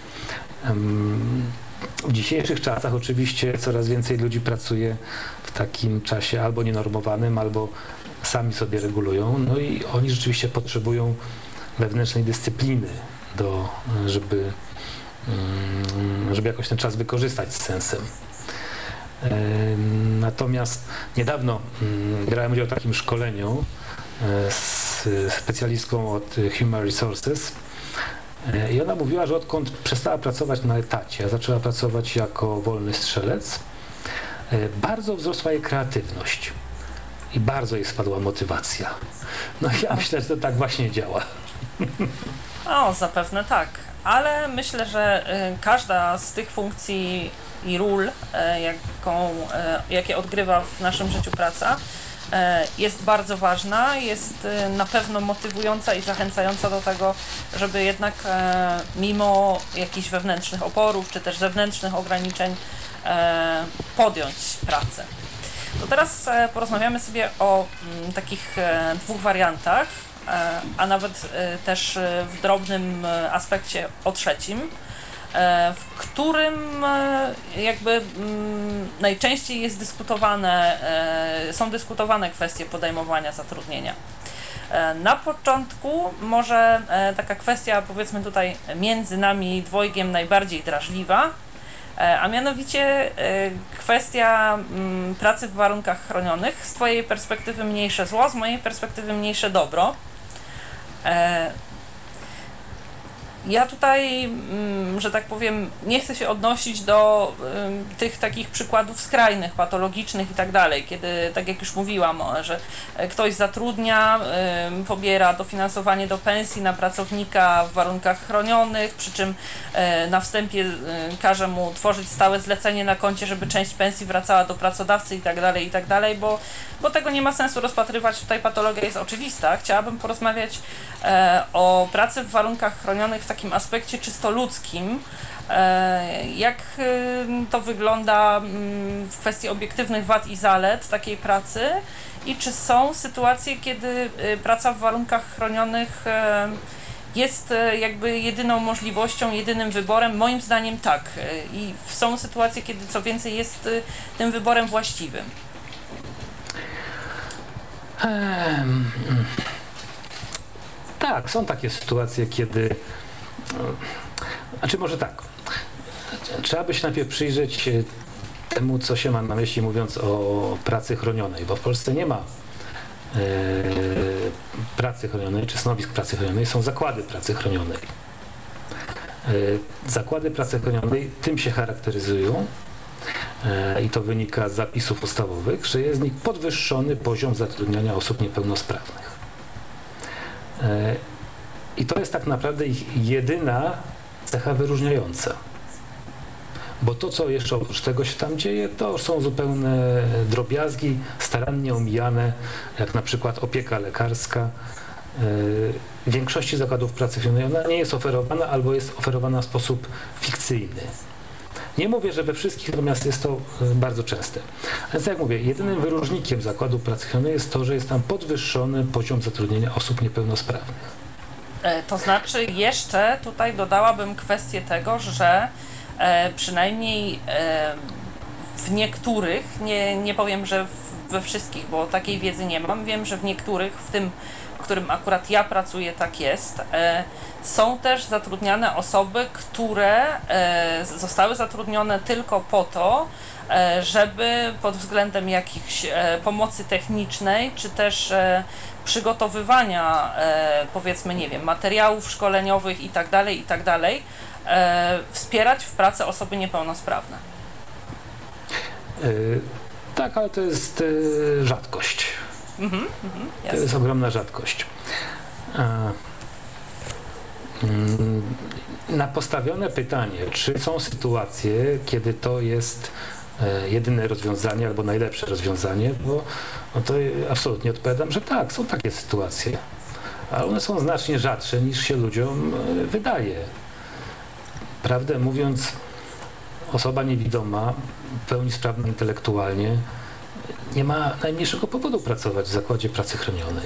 [SPEAKER 3] W dzisiejszych czasach oczywiście coraz więcej ludzi pracuje w takim czasie albo nienormowanym, albo sami sobie regulują. No i oni rzeczywiście potrzebują wewnętrznej dyscypliny, żeby jakoś ten czas wykorzystać z sensem. Natomiast niedawno brałem udział w takim szkoleniu z specjalistką od Human Resources i ona mówiła, że odkąd przestała pracować na etacie, a zaczęła pracować jako wolny strzelec, bardzo wzrosła jej kreatywność i bardzo jej spadła motywacja. No ja myślę, że to tak właśnie działa.
[SPEAKER 2] O, zapewne tak, ale myślę, że każda z tych funkcji i ról, jakie odgrywa w naszym życiu praca, jest bardzo ważna, jest na pewno motywująca i zachęcająca do tego, żeby jednak mimo jakichś wewnętrznych oporów czy też zewnętrznych ograniczeń podjąć pracę. To teraz porozmawiamy sobie o takich 2 wariantach, a nawet też w drobnym aspekcie o trzecim. w którym najczęściej są dyskutowane kwestie podejmowania zatrudnienia. Na początku może taka kwestia, powiedzmy tutaj między nami dwojgiem najbardziej drażliwa, a mianowicie kwestia pracy w warunkach chronionych, z Twojej perspektywy mniejsze zło, z mojej perspektywy mniejsze dobro. Ja tutaj, że tak powiem, nie chcę się odnosić do tych takich przykładów skrajnych, patologicznych i tak dalej, kiedy, tak jak już mówiłam, że ktoś zatrudnia, pobiera dofinansowanie do pensji na pracownika w warunkach chronionych, przy czym na wstępie każe mu tworzyć stałe zlecenie na koncie, żeby część pensji wracała do pracodawcy i tak dalej, bo tego nie ma sensu rozpatrywać. Tutaj patologia jest oczywista. Chciałabym porozmawiać o pracy w warunkach chronionych w takim aspekcie czysto ludzkim, jak to wygląda w kwestii obiektywnych wad i zalet takiej pracy i czy są sytuacje, kiedy praca w warunkach chronionych jest jakby jedyną możliwością, jedynym wyborem. Moim zdaniem tak. I są sytuacje, kiedy co więcej jest tym wyborem właściwym.
[SPEAKER 3] Tak, są takie sytuacje, kiedy... Znaczy może tak, trzeba by się najpierw przyjrzeć temu, co się ma na myśli, mówiąc o pracy chronionej, bo w Polsce nie ma pracy chronionej, czy stanowisk pracy chronionej, są zakłady pracy chronionej. Zakłady pracy chronionej tym się charakteryzują, i to wynika z zapisów ustawowych, że jest w nich podwyższony poziom zatrudniania osób niepełnosprawnych. I to jest tak naprawdę ich jedyna cecha wyróżniająca. Bo to, co jeszcze oprócz tego się tam dzieje, to są zupełne drobiazgi, starannie omijane, jak na przykład opieka lekarska. W większości zakładów pracy chronionej ona nie jest oferowana albo jest oferowana w sposób fikcyjny. Nie mówię, że we wszystkich, natomiast jest to bardzo częste. Więc jak mówię, jedynym wyróżnikiem zakładu pracy chronionej jest to, że jest tam podwyższony poziom zatrudnienia osób niepełnosprawnych.
[SPEAKER 2] To znaczy jeszcze tutaj dodałabym kwestię tego, że przynajmniej w niektórych, nie powiem, że we wszystkich, bo takiej wiedzy nie mam, wiem, że w niektórych, w tym, w którym akurat ja pracuję, tak jest, są też zatrudniane osoby, które zostały zatrudnione tylko po to, żeby pod względem jakichś pomocy technicznej, czy też przygotowywania, powiedzmy, nie wiem, materiałów szkoleniowych i tak dalej, wspierać w pracy osoby niepełnosprawne.
[SPEAKER 3] Tak, ale to jest rzadkość. To jest ogromna rzadkość. Na postawione pytanie, czy są sytuacje, kiedy to jest jedyne rozwiązanie albo najlepsze rozwiązanie, bo to absolutnie odpowiadam, że tak, są takie sytuacje, ale one są znacznie rzadsze niż się ludziom wydaje. Prawdę mówiąc, osoba niewidoma, w pełni sprawna intelektualnie, nie ma najmniejszego powodu pracować w zakładzie pracy chronionej.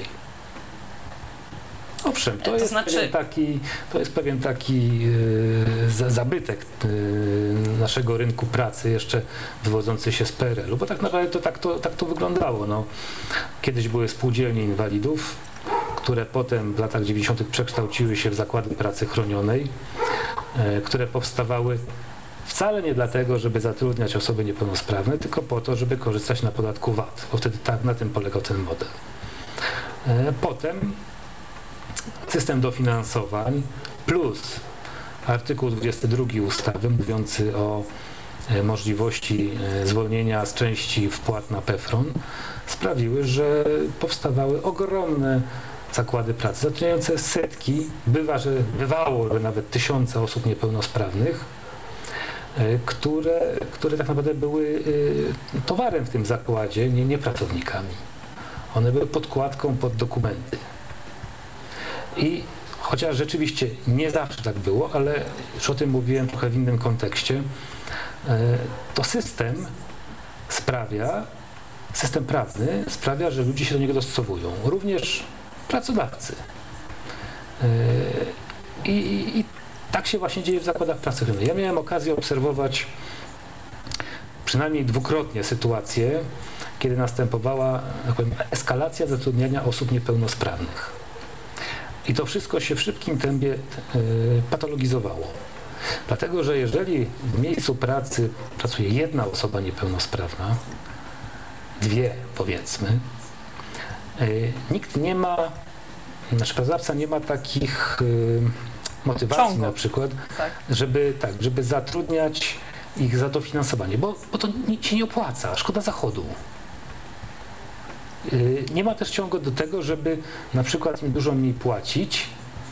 [SPEAKER 3] Owszem, to jest pewien taki zabytek naszego rynku pracy, jeszcze wywodzący się z PRL-u, bo tak naprawdę tak to wyglądało. No, kiedyś były spółdzielnie inwalidów, które potem w latach 90. przekształciły się w zakłady pracy chronionej, które powstawały wcale nie dlatego, żeby zatrudniać osoby niepełnosprawne, tylko po to, żeby korzystać na podatku VAT, bo wtedy tak na tym polegał ten model. Potem system dofinansowań plus artykuł 22 ustawy mówiący o możliwości zwolnienia z części wpłat na PFRON sprawiły, że powstawały ogromne zakłady pracy zatrudniające setki, bywało, że nawet tysiące osób niepełnosprawnych, które tak naprawdę były towarem w tym zakładzie, nie pracownikami. One były podkładką pod dokumenty. I chociaż rzeczywiście nie zawsze tak było, ale już o tym mówiłem trochę w innym kontekście, to system prawny sprawia, że ludzie się do niego dostosowują, również pracodawcy. I tak się właśnie dzieje w zakładach pracy chronionej. Ja miałem okazję obserwować przynajmniej dwukrotnie sytuację, kiedy następowała, tak powiem, eskalacja zatrudniania osób niepełnosprawnych. I to wszystko się w szybkim tempie patologizowało. Dlatego, że jeżeli w miejscu pracy pracuje jedna osoba niepełnosprawna, dwie powiedzmy, nikt nie ma, pracodawca nie ma takich motywacji na przykład, żeby zatrudniać ich za dofinansowanie, bo to się nie opłaca, szkoda zachodu. Nie ma też ciągu do tego, żeby na przykład im dużo mniej płacić,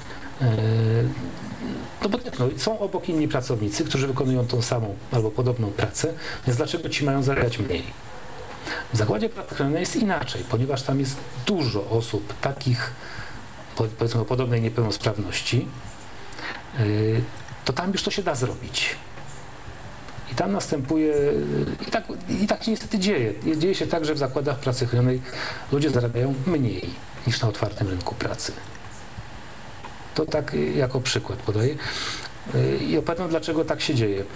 [SPEAKER 3] no bo są obok inni pracownicy, którzy wykonują tą samą albo podobną pracę, więc dlaczego ci mają zarabiać mniej? W zakładzie pracy chronionej jest inaczej, ponieważ tam jest dużo osób takich, powiedzmy o podobnej niepełnosprawności, to tam już to się da zrobić. I tam następuje, i tak się niestety dzieje. Dzieje się tak, że w zakładach pracy chronionej ludzie zarabiają mniej niż na otwartym rynku pracy. To tak jako przykład podaję. I opowiadam, dlaczego tak się dzieje.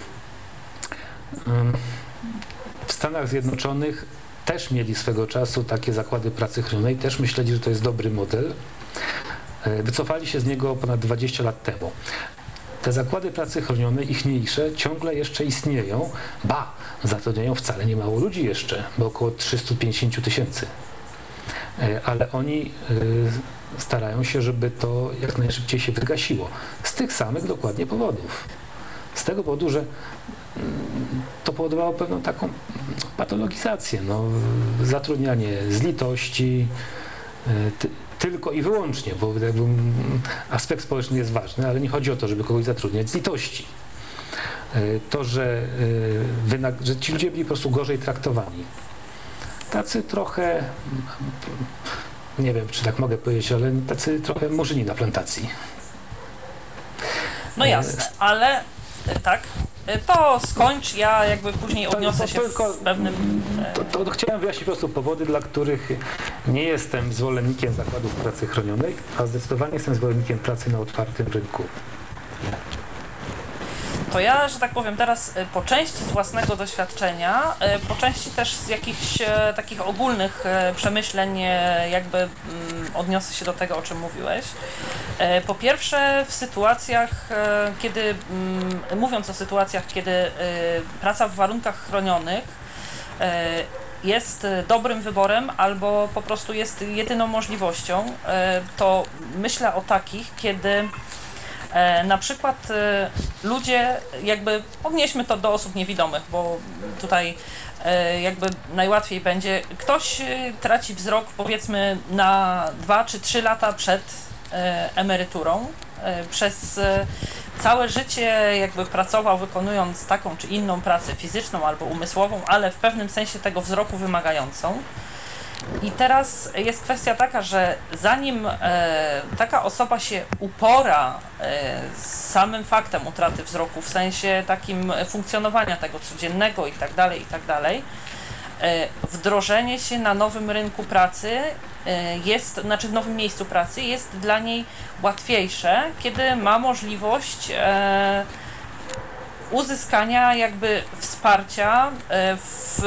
[SPEAKER 3] W Stanach Zjednoczonych też mieli swego czasu takie zakłady pracy chronionej, też myśleli, że to jest dobry model. Wycofali się z niego ponad 20 lat temu. Te zakłady pracy chronionej, ich mniejsze, ciągle jeszcze istnieją, zatrudniają wcale nie mało ludzi jeszcze, bo około 350 000. Ale oni starają się, żeby to jak najszybciej się wygasiło. Z tych samych dokładnie powodów. Z tego powodu, że to powodowało pewną taką patologizację. Zatrudnianie z litości, tylko i wyłącznie, bo aspekt społeczny jest ważny, ale nie chodzi o to, żeby kogoś zatrudniać z litości. To, że ci ludzie byli po prostu gorzej traktowani. Tacy trochę, nie wiem, czy tak mogę powiedzieć, ale tacy trochę murzyni na plantacji.
[SPEAKER 2] No jasne, ale tak, to skończ, ja jakby później odniosę się w pewnym...
[SPEAKER 3] To chciałem wyjaśnić po prostu powody, dla których nie jestem zwolennikiem zakładów pracy chronionej, a zdecydowanie jestem zwolennikiem pracy na otwartym rynku.
[SPEAKER 2] To ja, że tak powiem, teraz po części z własnego doświadczenia, po części też z jakichś takich ogólnych przemyśleń jakby odniosę się do tego, o czym mówiłeś. Po pierwsze w sytuacjach, kiedy, mówiąc o sytuacjach, kiedy praca w warunkach chronionych jest dobrym wyborem albo po prostu jest jedyną możliwością, to myślę o takich, kiedy na przykład ludzie, jakby odnieśmy to do osób niewidomych, bo tutaj jakby najłatwiej będzie, ktoś traci wzrok powiedzmy na 2 czy 3 lata przed emeryturą, przez całe życie jakby pracował wykonując taką czy inną pracę fizyczną albo umysłową, ale w pewnym sensie tego wzroku wymagającą. I teraz jest kwestia taka, że zanim taka osoba się upora z samym faktem utraty wzroku, w sensie takim funkcjonowania tego codziennego i tak dalej, wdrożenie się na nowym rynku pracy w nowym miejscu pracy jest dla niej łatwiejsze, kiedy ma możliwość uzyskania jakby wsparcia w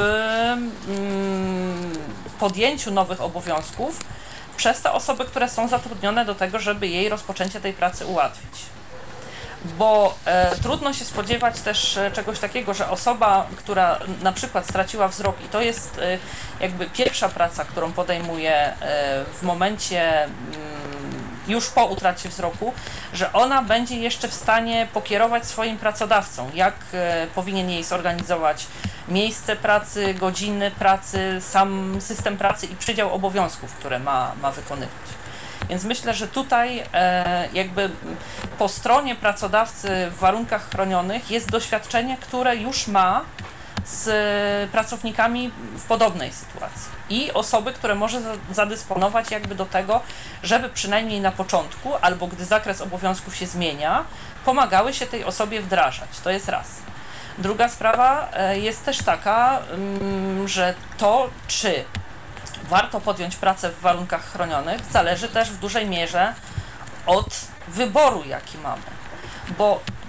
[SPEAKER 2] podjęciu nowych obowiązków przez te osoby, które są zatrudnione do tego, żeby jej rozpoczęcie tej pracy ułatwić. Bo trudno się spodziewać też czegoś takiego, że osoba, która na przykład straciła wzrok i to jest jakby pierwsza praca, którą podejmuje w momencie już po utracie wzroku, że ona będzie jeszcze w stanie pokierować swoim pracodawcą, jak powinien jej zorganizować miejsce pracy, godziny pracy, sam system pracy i przydział obowiązków, które ma wykonywać. Więc myślę, że tutaj jakby po stronie pracodawcy w warunkach chronionych jest doświadczenie, które już ma z pracownikami w podobnej sytuacji i osoby, które może zadysponować jakby do tego, żeby przynajmniej na początku albo gdy zakres obowiązków się zmienia, pomagały się tej osobie wdrażać. To jest raz. Druga sprawa jest też taka, że to, czy warto podjąć pracę w warunkach chronionych, zależy też w dużej mierze od wyboru, jaki mamy. Bo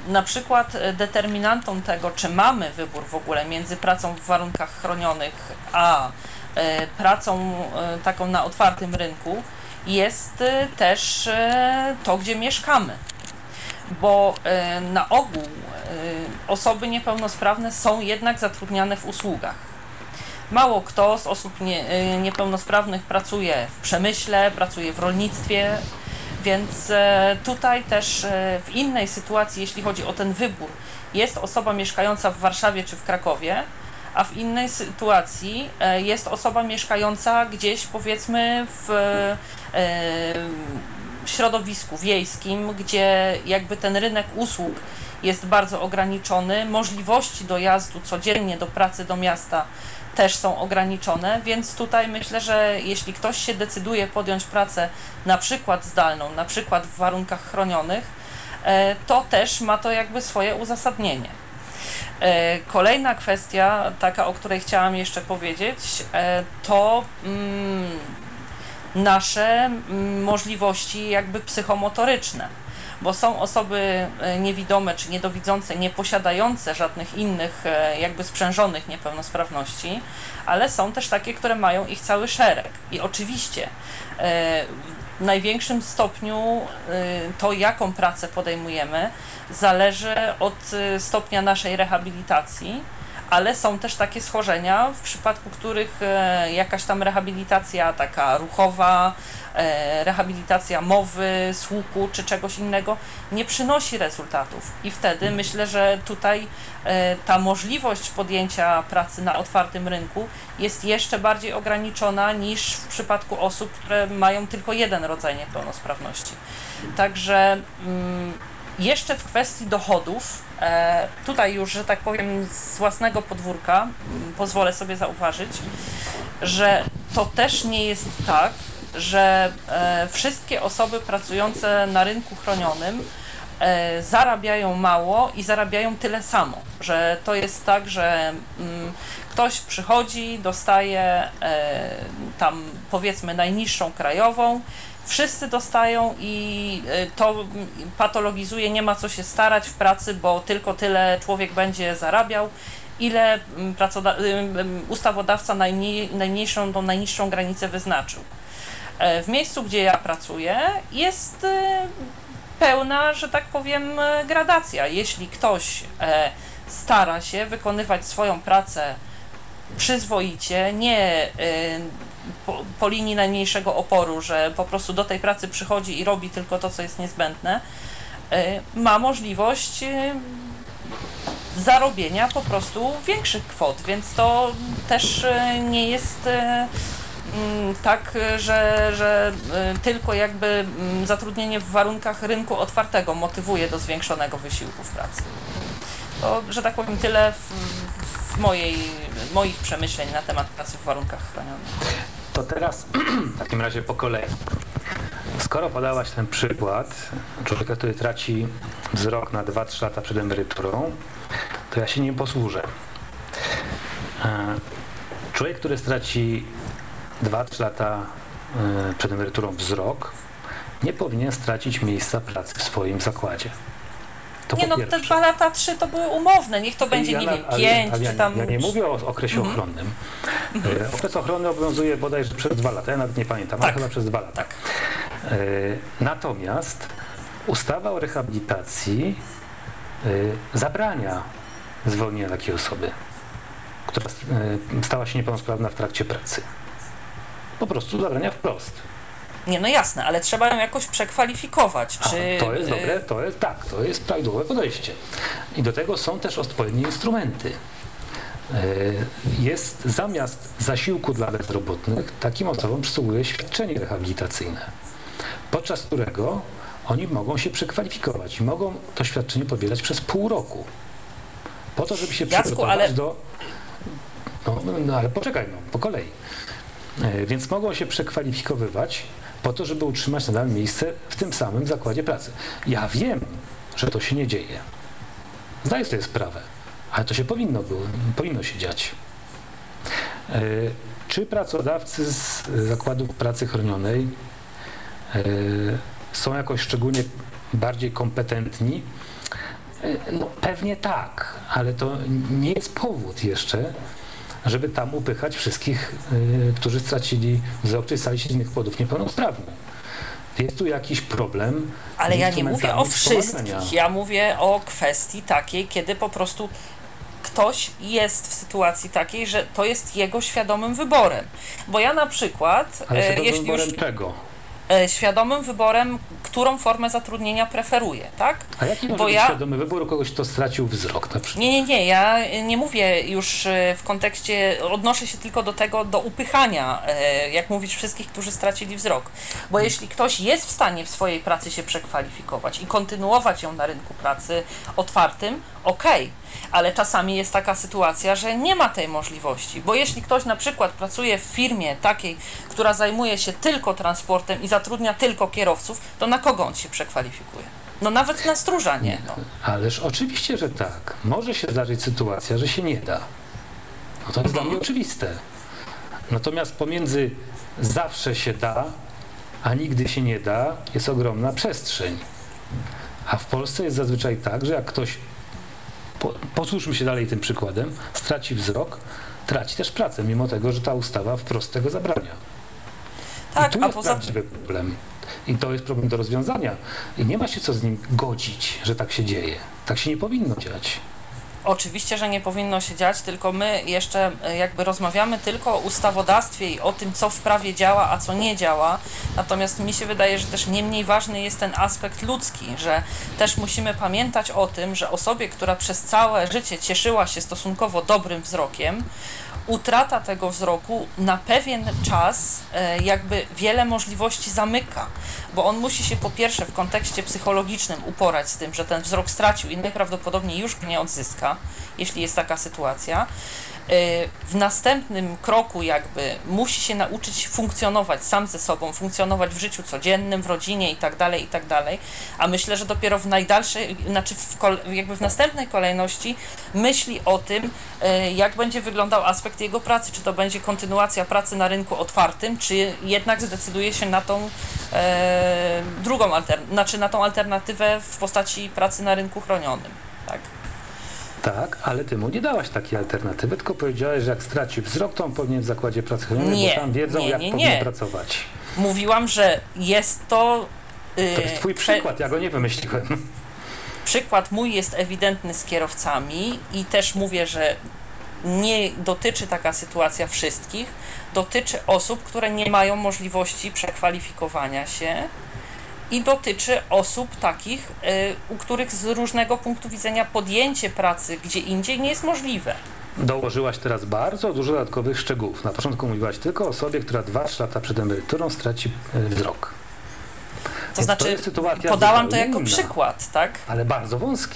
[SPEAKER 2] Na przykład determinantą tego, czy mamy wybór w ogóle między pracą w warunkach chronionych, a pracą taką na otwartym rynku, jest też to, gdzie mieszkamy. Bo na ogół osoby niepełnosprawne są jednak zatrudniane w usługach. Mało kto z osób niepełnosprawnych pracuje w przemyśle, pracuje w rolnictwie, więc tutaj też w innej sytuacji, jeśli chodzi o ten wybór, jest osoba mieszkająca w Warszawie czy w Krakowie, a w innej sytuacji jest osoba mieszkająca gdzieś, powiedzmy, w środowisku wiejskim, gdzie jakby ten rynek usług jest bardzo ograniczony, możliwości dojazdu codziennie do pracy, do miasta też są ograniczone, więc tutaj myślę, że jeśli ktoś się decyduje podjąć pracę na przykład zdalną, na przykład w warunkach chronionych, to też ma to jakby swoje uzasadnienie. Kolejna kwestia, taka, o której chciałam jeszcze powiedzieć, to nasze możliwości jakby psychomotoryczne, bo są osoby niewidome czy niedowidzące, nie posiadające żadnych innych jakby sprzężonych niepełnosprawności, ale są też takie, które mają ich cały szereg. I oczywiście w największym stopniu to, jaką pracę podejmujemy, zależy od stopnia naszej rehabilitacji, ale są też takie schorzenia, w przypadku których jakaś tam rehabilitacja taka ruchowa, rehabilitacja mowy, słuchu czy czegoś innego nie przynosi rezultatów. I wtedy myślę, że tutaj ta możliwość podjęcia pracy na otwartym rynku jest jeszcze bardziej ograniczona niż w przypadku osób, które mają tylko jeden rodzaj niepełnosprawności. Także jeszcze w kwestii dochodów, tutaj już, że tak powiem, z własnego podwórka pozwolę sobie zauważyć, że to też nie jest tak, że wszystkie osoby pracujące na rynku chronionym zarabiają mało i zarabiają tyle samo, że to jest tak, że ktoś przychodzi, dostaje tam powiedzmy najniższą krajową, wszyscy dostają i to patologizuje, nie ma co się starać w pracy, bo tylko tyle człowiek będzie zarabiał, ile ustawodawca najmniejszą, tą najniższą granicę wyznaczył. W miejscu, gdzie ja pracuję, jest pełna, że tak powiem, gradacja. Jeśli ktoś stara się wykonywać swoją pracę przyzwoicie, nie po linii najmniejszego oporu, że po prostu do tej pracy przychodzi i robi tylko to, co jest niezbędne, ma możliwość zarobienia po prostu większych kwot, więc to też nie jest tak, że tylko jakby zatrudnienie w warunkach rynku otwartego motywuje do zwiększonego wysiłku w pracy. To, że tak powiem, tyle w moich przemyśleń na temat pracy w warunkach chronionych.
[SPEAKER 3] To teraz w takim razie po kolei. Skoro podałaś ten przykład człowieka, który traci wzrok na 2-3 lata przed emeryturą, to ja się nim posłużę. Człowiek, który straci 2-3 lata przed emeryturą wzrok, nie powinien stracić miejsca pracy w swoim zakładzie. To
[SPEAKER 2] nie, no te 2 lata, 3 to były umowne, niech to będzie, nie wiem, 5 czy tam...
[SPEAKER 3] Ja nie mówię o okresie ochronnym. Okres ochronny obowiązuje bodajże przez 2 lata, ja nawet nie pamiętam, ale chyba przez 2 lata.
[SPEAKER 2] Tak.
[SPEAKER 3] Natomiast ustawa o rehabilitacji zabrania zwolnienia takiej osoby, która stała się niepełnosprawna w trakcie pracy. Po prostu zabrania wprost.
[SPEAKER 2] Nie, no jasne, ale trzeba ją jakoś przekwalifikować. Czy...
[SPEAKER 3] To jest dobre, to jest prawidłowe podejście. I do tego są też odpowiednie instrumenty. Jest zamiast zasiłku dla bezrobotnych, takim osobom przysługuje świadczenie rehabilitacyjne, podczas którego oni mogą się przekwalifikować i mogą to świadczenie pobierać przez pół roku. Po to, żeby się przygotować do... No ale poczekaj, po kolei. Więc mogą się przekwalifikowywać po to, żeby utrzymać nadal miejsce w tym samym zakładzie pracy. Ja wiem, że to się nie dzieje. Zdaję sobie sprawę, ale to się powinno się dziać. Czy pracodawcy z zakładów pracy chronionej są jakoś szczególnie bardziej kompetentni? No pewnie tak, ale to nie jest powód jeszcze, żeby tam upychać wszystkich, którzy stracili wzrok, czy stali się z innych powodów niepełnosprawni. Jest tu jakiś problem.
[SPEAKER 2] Ale ja nie mówię o wszystkich, ja mówię o kwestii takiej, kiedy po prostu ktoś jest w sytuacji takiej, że to jest jego świadomym wyborem. Bo ja na przykład...
[SPEAKER 3] Ale świadomym wyborem czego?
[SPEAKER 2] Świadomym wyborem, którą formę zatrudnienia preferuję, tak?
[SPEAKER 3] A jaki może być świadomy wybór kogoś, kto stracił wzrok na przykład?
[SPEAKER 2] Nie, ja nie mówię już w kontekście, odnoszę się tylko do tego, do upychania, jak mówisz, wszystkich, którzy stracili wzrok. Bo jeśli ktoś jest w stanie w swojej pracy się przekwalifikować i kontynuować ją na rynku pracy otwartym, okej. Ale czasami jest taka sytuacja, że nie ma tej możliwości, bo jeśli ktoś na przykład pracuje w firmie takiej, która zajmuje się tylko transportem i zatrudnia tylko kierowców, to na kogo on się przekwalifikuje? No nawet na stróża nie. No.
[SPEAKER 3] Ależ oczywiście, że tak. Może się zdarzyć sytuacja, że się nie da. No to jest dla mnie oczywiste. Natomiast pomiędzy zawsze się da, a nigdy się nie da, jest ogromna przestrzeń. A w Polsce jest zazwyczaj tak, że jak ktoś, posłuchajmy się dalej tym przykładem, straci wzrok, traci też pracę, mimo tego, że ta ustawa wprost tego zabrania.
[SPEAKER 2] Tak,
[SPEAKER 3] I tu jest prawdziwy problem. I to jest problem do rozwiązania. I nie ma się co z nim godzić, że tak się dzieje. Tak się nie powinno dziać.
[SPEAKER 2] Oczywiście, że nie powinno się dziać, tylko my jeszcze jakby rozmawiamy tylko o ustawodawstwie i o tym, co w prawie działa, a co nie działa. Natomiast mi się wydaje, że też nie mniej ważny jest ten aspekt ludzki, że też musimy pamiętać o tym, że osobie, która przez całe życie cieszyła się stosunkowo dobrym wzrokiem, utrata tego wzroku na pewien czas jakby wiele możliwości zamyka, bo on musi się po pierwsze w kontekście psychologicznym uporać z tym, że ten wzrok stracił i najprawdopodobniej już go nie odzyska, jeśli jest taka sytuacja. W następnym kroku jakby musi się nauczyć funkcjonować sam ze sobą, funkcjonować w życiu codziennym, w rodzinie i tak dalej, a myślę, że dopiero w najdalszej, znaczy jakby w następnej kolejności myśli o tym, jak będzie wyglądał aspekt jego pracy, czy to będzie kontynuacja pracy na rynku otwartym, czy jednak zdecyduje się na tą na tą alternatywę w postaci pracy na rynku chronionym, tak?
[SPEAKER 3] Tak, ale ty mu nie dałaś takiej alternatywy, tylko powiedziałeś, że jak straci wzrok, to on powinien w zakładzie pracy chronionej, bo tam wiedzą, jak powinien pracować.
[SPEAKER 2] Mówiłam, że jest to...
[SPEAKER 3] To jest twój przykład, ja go nie wymyśliłem.
[SPEAKER 2] Przykład mój jest ewidentny z kierowcami i też mówię, że nie dotyczy taka sytuacja wszystkich, dotyczy osób, które nie mają możliwości przekwalifikowania się i dotyczy osób takich, u których z różnego punktu widzenia podjęcie pracy gdzie indziej nie jest możliwe.
[SPEAKER 3] Dołożyłaś teraz bardzo dużo dodatkowych szczegółów. Na początku mówiłaś tylko o osobie, która 2-3 lata przed emeryturą straci wzrok.
[SPEAKER 2] To znaczy, podałam to jako przykład, tak?
[SPEAKER 3] Ale bardzo wąski.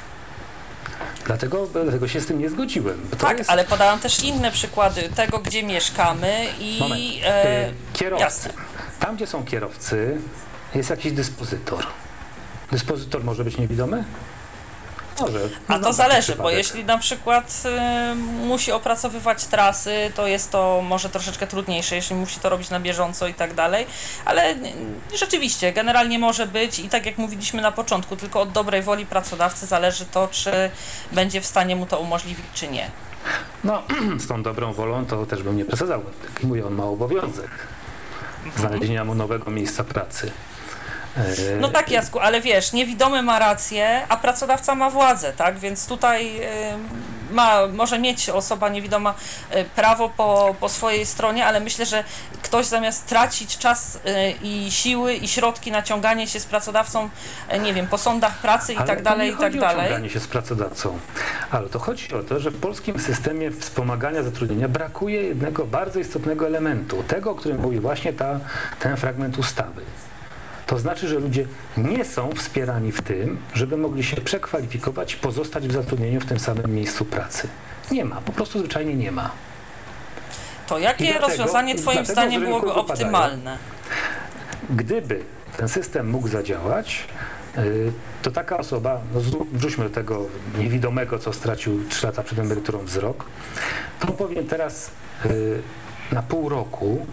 [SPEAKER 3] Dlatego się z tym nie zgodziłem.
[SPEAKER 2] Tak, ale podałam też inne przykłady tego, gdzie mieszkamy i...
[SPEAKER 3] Kierowcy.
[SPEAKER 2] Jasne.
[SPEAKER 3] Tam, gdzie są kierowcy, jest jakiś dyspozytor. Dyspozytor może być niewidomy? Może.
[SPEAKER 2] A to zależy, bo jeśli na przykład musi opracowywać trasy, to jest to może troszeczkę trudniejsze, jeśli musi to robić na bieżąco i tak dalej, ale rzeczywiście, generalnie może być i tak jak mówiliśmy na początku, tylko od dobrej woli pracodawcy zależy to, czy będzie w stanie mu to umożliwić, czy nie.
[SPEAKER 3] No, z tą dobrą wolą to też bym nie przesadzał. Mówię, on ma obowiązek znalezienia mu nowego miejsca pracy.
[SPEAKER 2] No tak, Jacku, ale wiesz, niewidomy ma rację, a pracodawca ma władzę, tak? Więc tutaj może mieć osoba niewidoma prawo po swojej stronie, ale myślę, że ktoś zamiast tracić czas i siły i środki na ciąganie się z pracodawcą, nie wiem, po sądach pracy i tak dalej, i tak dalej.
[SPEAKER 3] Ciąganie się z pracodawcą, ale to chodzi o to, że w polskim systemie wspomagania zatrudnienia brakuje jednego bardzo istotnego elementu, tego, o którym mówi właśnie ten fragment ustawy. To znaczy, że ludzie nie są wspierani w tym, żeby mogli się przekwalifikować i pozostać w zatrudnieniu w tym samym miejscu pracy. Nie ma, po prostu zwyczajnie nie ma.
[SPEAKER 2] To jakie rozwiązanie Twoim zdaniem byłoby optymalne?
[SPEAKER 3] Gdyby ten system mógł zadziałać, to taka osoba, wrzućmy do tego niewidomego, co stracił 3 lata przed emeryturą wzrok, to powinien teraz na pół roku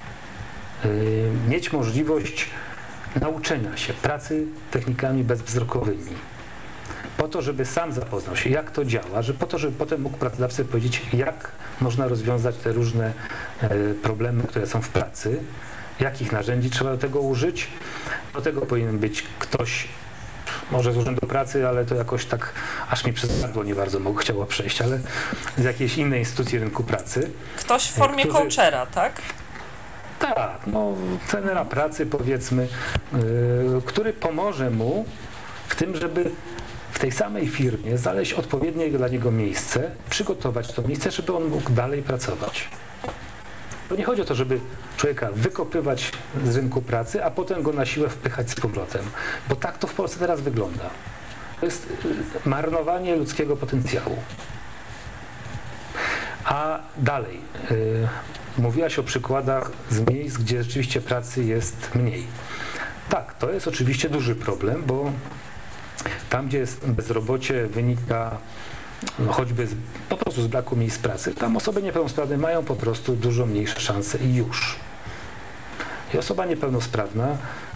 [SPEAKER 3] mieć możliwość nauczenia się pracy technikami bezwzrokowymi. po to, żeby sam zapoznał się, jak to działa, że po to, żeby potem mógł pracodawcy powiedzieć, jak można rozwiązać te różne problemy, które są w pracy, jakich narzędzi trzeba do tego użyć. Do tego powinien być ktoś, może z Urzędu Pracy, ale to jakoś tak, aż mi przez gardło nie bardzo chciało przejść, ale z jakiejś innej instytucji rynku pracy.
[SPEAKER 2] Ktoś w formie coachera, tak?
[SPEAKER 3] Tak, no trenera pracy powiedzmy, który pomoże mu w tym, żeby w tej samej firmie znaleźć odpowiednie dla niego miejsce, przygotować to miejsce, żeby on mógł dalej pracować. Bo nie chodzi o to, żeby człowieka wykopywać z rynku pracy, a potem go na siłę wpychać z powrotem. Bo tak to w Polsce teraz wygląda. To jest marnowanie ludzkiego potencjału. A dalej, mówiłaś o przykładach z miejsc, gdzie rzeczywiście pracy jest mniej. Tak, to jest oczywiście duży problem, bo tam, gdzie jest bezrobocie wynika choćby po prostu z braku miejsc pracy, tam osoby niepełnosprawne mają po prostu dużo mniejsze szanse i już. I osoba niepełnosprawna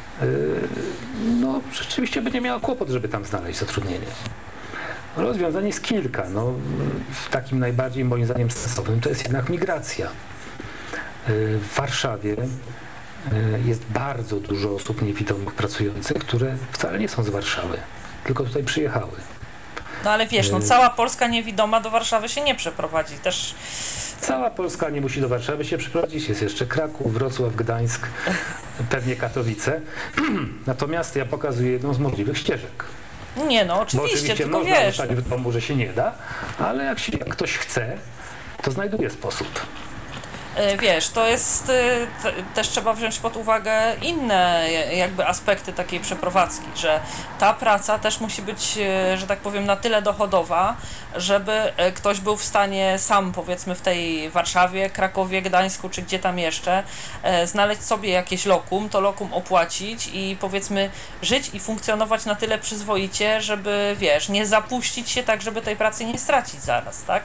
[SPEAKER 3] no, rzeczywiście będzie miała kłopot, żeby tam znaleźć zatrudnienie. Rozwiązań jest kilka. No, takim najbardziej moim zdaniem sensownym to jest jednak migracja. W Warszawie jest bardzo dużo osób niewidomych pracujących, które wcale nie są z Warszawy, tylko tutaj przyjechały.
[SPEAKER 2] No ale wiesz, no cała Polska niewidoma do Warszawy się nie przeprowadzi. Też...
[SPEAKER 3] Cała Polska nie musi do Warszawy się przeprowadzić. Jest jeszcze Kraków, Wrocław, Gdańsk, pewnie Katowice. Natomiast ja pokazuję jedną z możliwych ścieżek.
[SPEAKER 2] Nie, no
[SPEAKER 3] Bo
[SPEAKER 2] oczywiście,
[SPEAKER 3] oczywiście
[SPEAKER 2] tylko
[SPEAKER 3] można
[SPEAKER 2] wiesz...
[SPEAKER 3] zostać w domu, że się nie da, ale jak ktoś chce, to znajduje sposób.
[SPEAKER 2] Wiesz, to jest, też trzeba wziąć pod uwagę inne jakby aspekty takiej przeprowadzki, że ta praca też musi być, że tak powiem, na tyle dochodowa, żeby ktoś był w stanie sam, powiedzmy w tej Warszawie, Krakowie, Gdańsku czy gdzie tam jeszcze, znaleźć sobie jakieś lokum, to lokum opłacić i powiedzmy żyć i funkcjonować na tyle przyzwoicie, żeby, wiesz, nie zapuścić się tak, żeby tej pracy nie stracić zaraz, tak?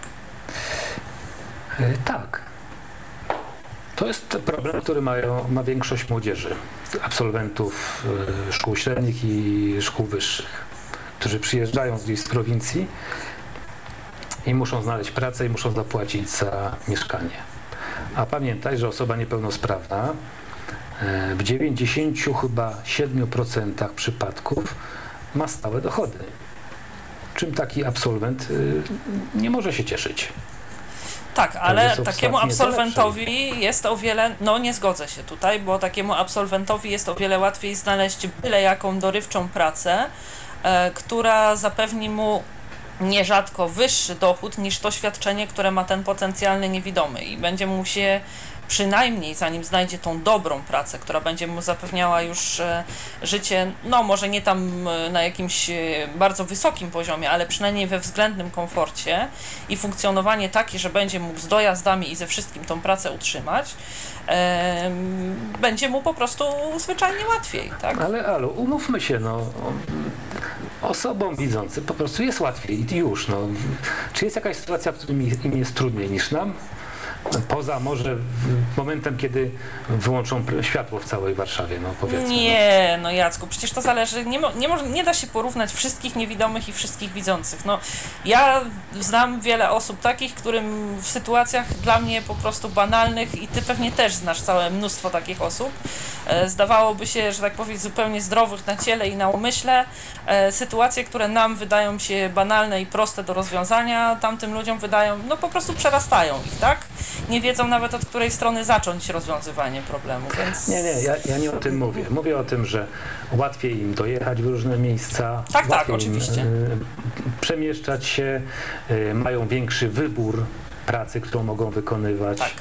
[SPEAKER 3] Tak. To jest problem, który ma większość młodzieży, absolwentów szkół średnich i szkół wyższych, którzy przyjeżdżają gdzieś z prowincji i muszą znaleźć pracę i muszą zapłacić za mieszkanie. A pamiętaj, że osoba niepełnosprawna w 97% przypadków ma stałe dochody, czym taki absolwent nie może się cieszyć.
[SPEAKER 2] Tak, ale takiemu absolwentowi jest o wiele, no nie zgodzę się tutaj, bo takiemu absolwentowi jest o wiele łatwiej znaleźć byle jaką dorywczą pracę, która zapewni mu nierzadko wyższy dochód niż to świadczenie, które ma ten potencjalny niewidomy i będzie mu się przynajmniej, zanim znajdzie tą dobrą pracę, która będzie mu zapewniała już życie, no może nie tam na jakimś bardzo wysokim poziomie, ale przynajmniej we względnym komforcie i funkcjonowanie takie, że będzie mógł z dojazdami i ze wszystkim tą pracę utrzymać, będzie mu po prostu zwyczajnie łatwiej, tak?
[SPEAKER 3] Ale umówmy się, no, osobom widzącym po prostu jest łatwiej i już, no. Czy jest jakaś sytuacja, w której im jest trudniej niż nam? Poza może momentem, kiedy wyłączą światło w całej Warszawie, no powiedzmy.
[SPEAKER 2] Nie, no Jacku, przecież to zależy, nie da się porównać wszystkich niewidomych i wszystkich widzących. No, ja znam wiele osób takich, którym w sytuacjach dla mnie po prostu banalnych i ty pewnie też znasz całe mnóstwo takich osób, zdawałoby się, że tak powiem, zupełnie zdrowych na ciele i na umyśle, sytuacje, które nam wydają się banalne i proste do rozwiązania, tamtym ludziom wydają, no po prostu przerastają ich, tak? Nie wiedzą nawet od której strony zacząć rozwiązywanie problemu, więc...
[SPEAKER 3] Nie, ja nie o tym mówię. Mówię o tym, że łatwiej im dojechać w różne miejsca.
[SPEAKER 2] Tak, oczywiście.
[SPEAKER 3] Przemieszczać się, mają większy wybór pracy, którą mogą wykonywać.
[SPEAKER 2] Tak.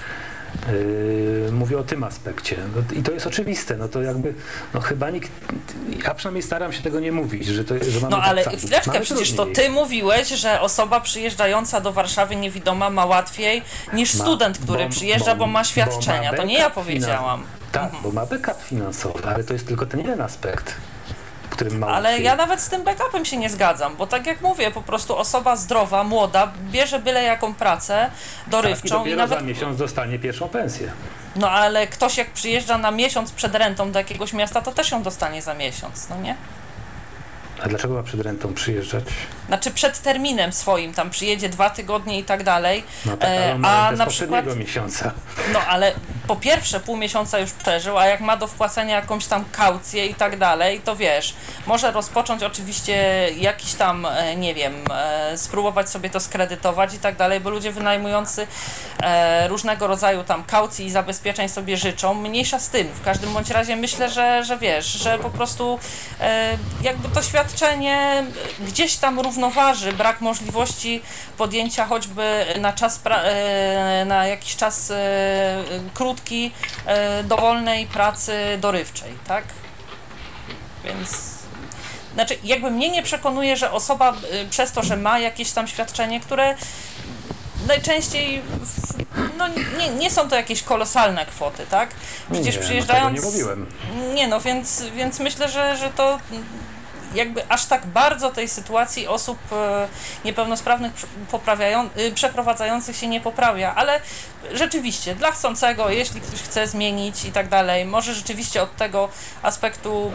[SPEAKER 3] Mówię o tym aspekcie. No, i to jest oczywiste. No to jakby, no chyba nikt, ja przynajmniej staram się tego nie mówić, że mamy.
[SPEAKER 2] No ale
[SPEAKER 3] tak
[SPEAKER 2] chwileczkę, przecież to ty mówiłeś, że osoba przyjeżdżająca do Warszawy niewidoma ma łatwiej niż student, który przyjeżdża, bo ma świadczenia. To nie ja powiedziałam.
[SPEAKER 3] Tak, bo ma backup finansowy, ale to jest tylko ten jeden aspekt.
[SPEAKER 2] Ale ja nawet z tym backupem się nie zgadzam, bo tak jak mówię, po prostu osoba zdrowa, młoda, bierze byle jaką pracę dorywczą
[SPEAKER 3] tak, i nawet za miesiąc dostanie pierwszą pensję.
[SPEAKER 2] No ale ktoś jak przyjeżdża na miesiąc przed rentą do jakiegoś miasta, to też ją dostanie za miesiąc, no nie?
[SPEAKER 3] A dlaczego ma przed rentą przyjeżdżać?
[SPEAKER 2] Znaczy przed terminem swoim, tam przyjedzie 2 tygodnie i tak dalej.
[SPEAKER 3] No tak, ale on ma rentę
[SPEAKER 2] na
[SPEAKER 3] z poprzedniego
[SPEAKER 2] przykład
[SPEAKER 3] miesiąca.
[SPEAKER 2] No ale po pierwsze pół miesiąca już przeżył, a jak ma do wpłacenia jakąś tam kaucję i tak dalej, to wiesz, może rozpocząć oczywiście jakiś tam, nie wiem, spróbować sobie to skredytować i tak dalej, bo ludzie wynajmujący różnego rodzaju tam kaucji i zabezpieczeń sobie życzą, mniejsza z tym. W każdym bądź razie myślę, że wiesz, że po prostu jakby to świadczenie gdzieś tam równoważy brak możliwości podjęcia choćby na czas, na jakiś czas krótki, dowolnej pracy dorywczej, tak? Więc znaczy jakby mnie nie przekonuje, że osoba przez to, że ma jakieś tam świadczenie, które najczęściej no nie są to jakieś kolosalne kwoty, tak? Przecież przyjeżdżając...
[SPEAKER 3] tego nie mówiłem.
[SPEAKER 2] Nie no, więc myślę, że to jakby aż tak bardzo tej sytuacji osób niepełnosprawnych przeprowadzających się nie poprawia, ale rzeczywiście dla chcącego, jeśli ktoś chce zmienić i tak dalej, może rzeczywiście od tego aspektu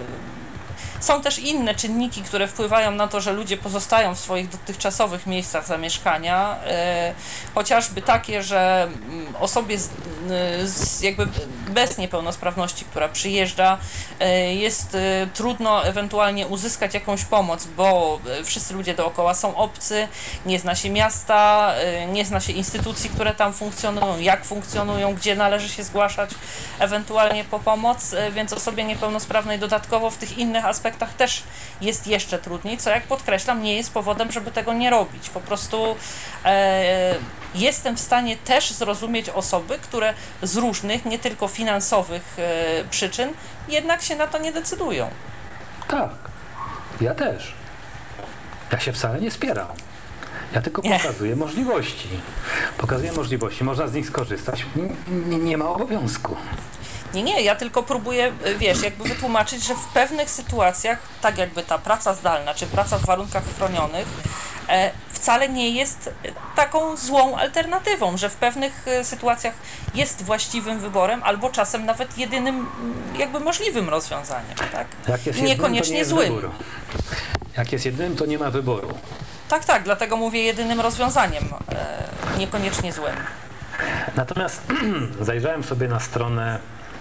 [SPEAKER 2] są też inne czynniki, które wpływają na to, że ludzie pozostają w swoich dotychczasowych miejscach zamieszkania, chociażby takie, że osobie jakby bez niepełnosprawności, która przyjeżdża, jest trudno ewentualnie uzyskać jakąś pomoc, bo wszyscy ludzie dookoła są obcy, nie zna się miasta, nie zna się instytucji, które tam funkcjonują, jak funkcjonują, gdzie należy się zgłaszać ewentualnie po pomoc, więc osobie niepełnosprawnej dodatkowo w tych innych aspektach też jest jeszcze trudniej, co jak podkreślam nie jest powodem, żeby tego nie robić. Po prostu jestem w stanie też zrozumieć osoby, które z różnych, nie tylko finansowych przyczyn jednak się na to nie decydują.
[SPEAKER 3] Tak, ja też. Ja się wcale nie spieram. Ja tylko pokazuję możliwości. Pokazuję możliwości, można z nich skorzystać. Nie ma obowiązku.
[SPEAKER 2] Nie, ja tylko próbuję, wiesz, jakby wytłumaczyć, że w pewnych sytuacjach, tak jakby ta praca zdalna, czy praca w warunkach chronionych, wcale nie jest taką złą alternatywą, że w pewnych sytuacjach jest właściwym wyborem, albo czasem nawet jedynym jakby możliwym rozwiązaniem, tak?
[SPEAKER 3] Jak jest
[SPEAKER 2] niekoniecznie
[SPEAKER 3] jedynym, to nie jest
[SPEAKER 2] złym.
[SPEAKER 3] wyboru. Jak jest jedynym, to nie ma wyboru.
[SPEAKER 2] Tak, dlatego mówię jedynym rozwiązaniem, niekoniecznie złym. Natomiast
[SPEAKER 3] zajrzałem sobie na stronę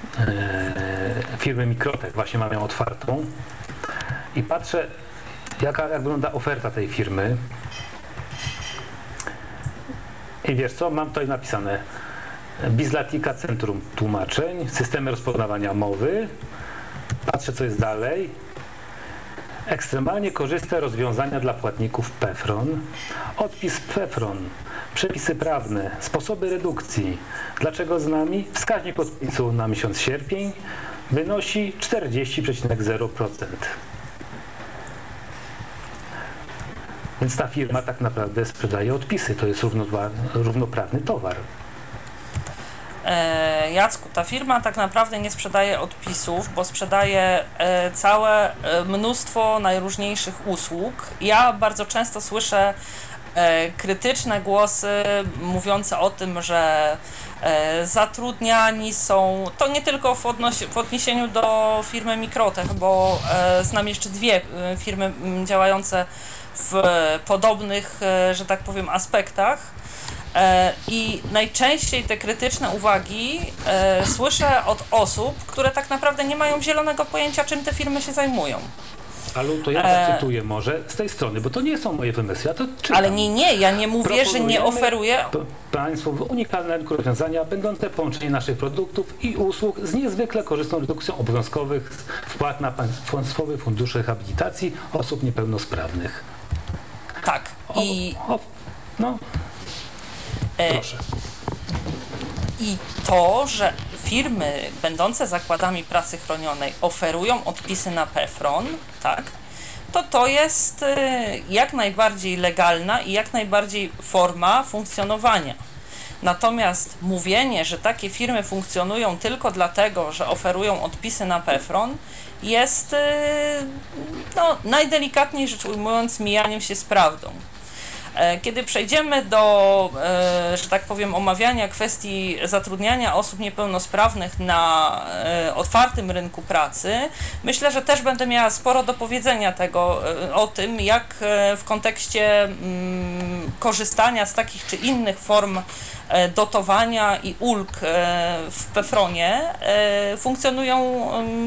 [SPEAKER 3] firmy Microtech, właśnie mam ją otwartą i patrzę, jak wygląda oferta tej firmy. I wiesz co, mam tutaj napisane Bizlatika, Centrum Tłumaczeń, systemy rozpoznawania mowy. Patrzę, co jest dalej. Ekstremalnie korzystne rozwiązania dla płatników PFRON. Odpis PFRON. Przepisy prawne. Sposoby redukcji. Dlaczego z nami? Wskaźnik odpisu na miesiąc sierpień wynosi 40,0%. Więc ta firma tak naprawdę sprzedaje odpisy. To jest równoprawny towar.
[SPEAKER 2] Jacku, ta firma tak naprawdę nie sprzedaje odpisów, bo sprzedaje całe mnóstwo najróżniejszych usług. Ja bardzo często słyszę krytyczne głosy mówiące o tym, że zatrudniani są, to nie tylko w odniesieniu do firmy Microtech, bo znam jeszcze 2 firmy działające w podobnych, że tak powiem, aspektach. I najczęściej te krytyczne uwagi słyszę od osób, które tak naprawdę nie mają zielonego pojęcia, czym te firmy się zajmują.
[SPEAKER 3] Ale to ja zacytuję może z tej strony, bo to nie są moje wymysły, ja to czytam.
[SPEAKER 2] Ale nie, ja nie mówię, że nie oferuję.
[SPEAKER 3] Państwu unikalne rozwiązania będące połączeniem naszych produktów i usług z niezwykle korzystną redukcją obowiązkowych wpłat na Państwowy Fundusz Rehabilitacji Osób Niepełnosprawnych.
[SPEAKER 2] Tak.
[SPEAKER 3] Proszę.
[SPEAKER 2] I to, że firmy będące zakładami pracy chronionej oferują odpisy na PFRON, tak, to jest jak najbardziej legalna i jak najbardziej forma funkcjonowania. Natomiast mówienie, że takie firmy funkcjonują tylko dlatego, że oferują odpisy na PFRON, jest najdelikatniej rzecz ujmując mijaniem się z prawdą. Kiedy przejdziemy do, że tak powiem, omawiania kwestii zatrudniania osób niepełnosprawnych na otwartym rynku pracy, myślę, że też będę miała sporo do powiedzenia o tym, jak w kontekście korzystania z takich czy innych form dotowania i ulg w PFRON-ie funkcjonują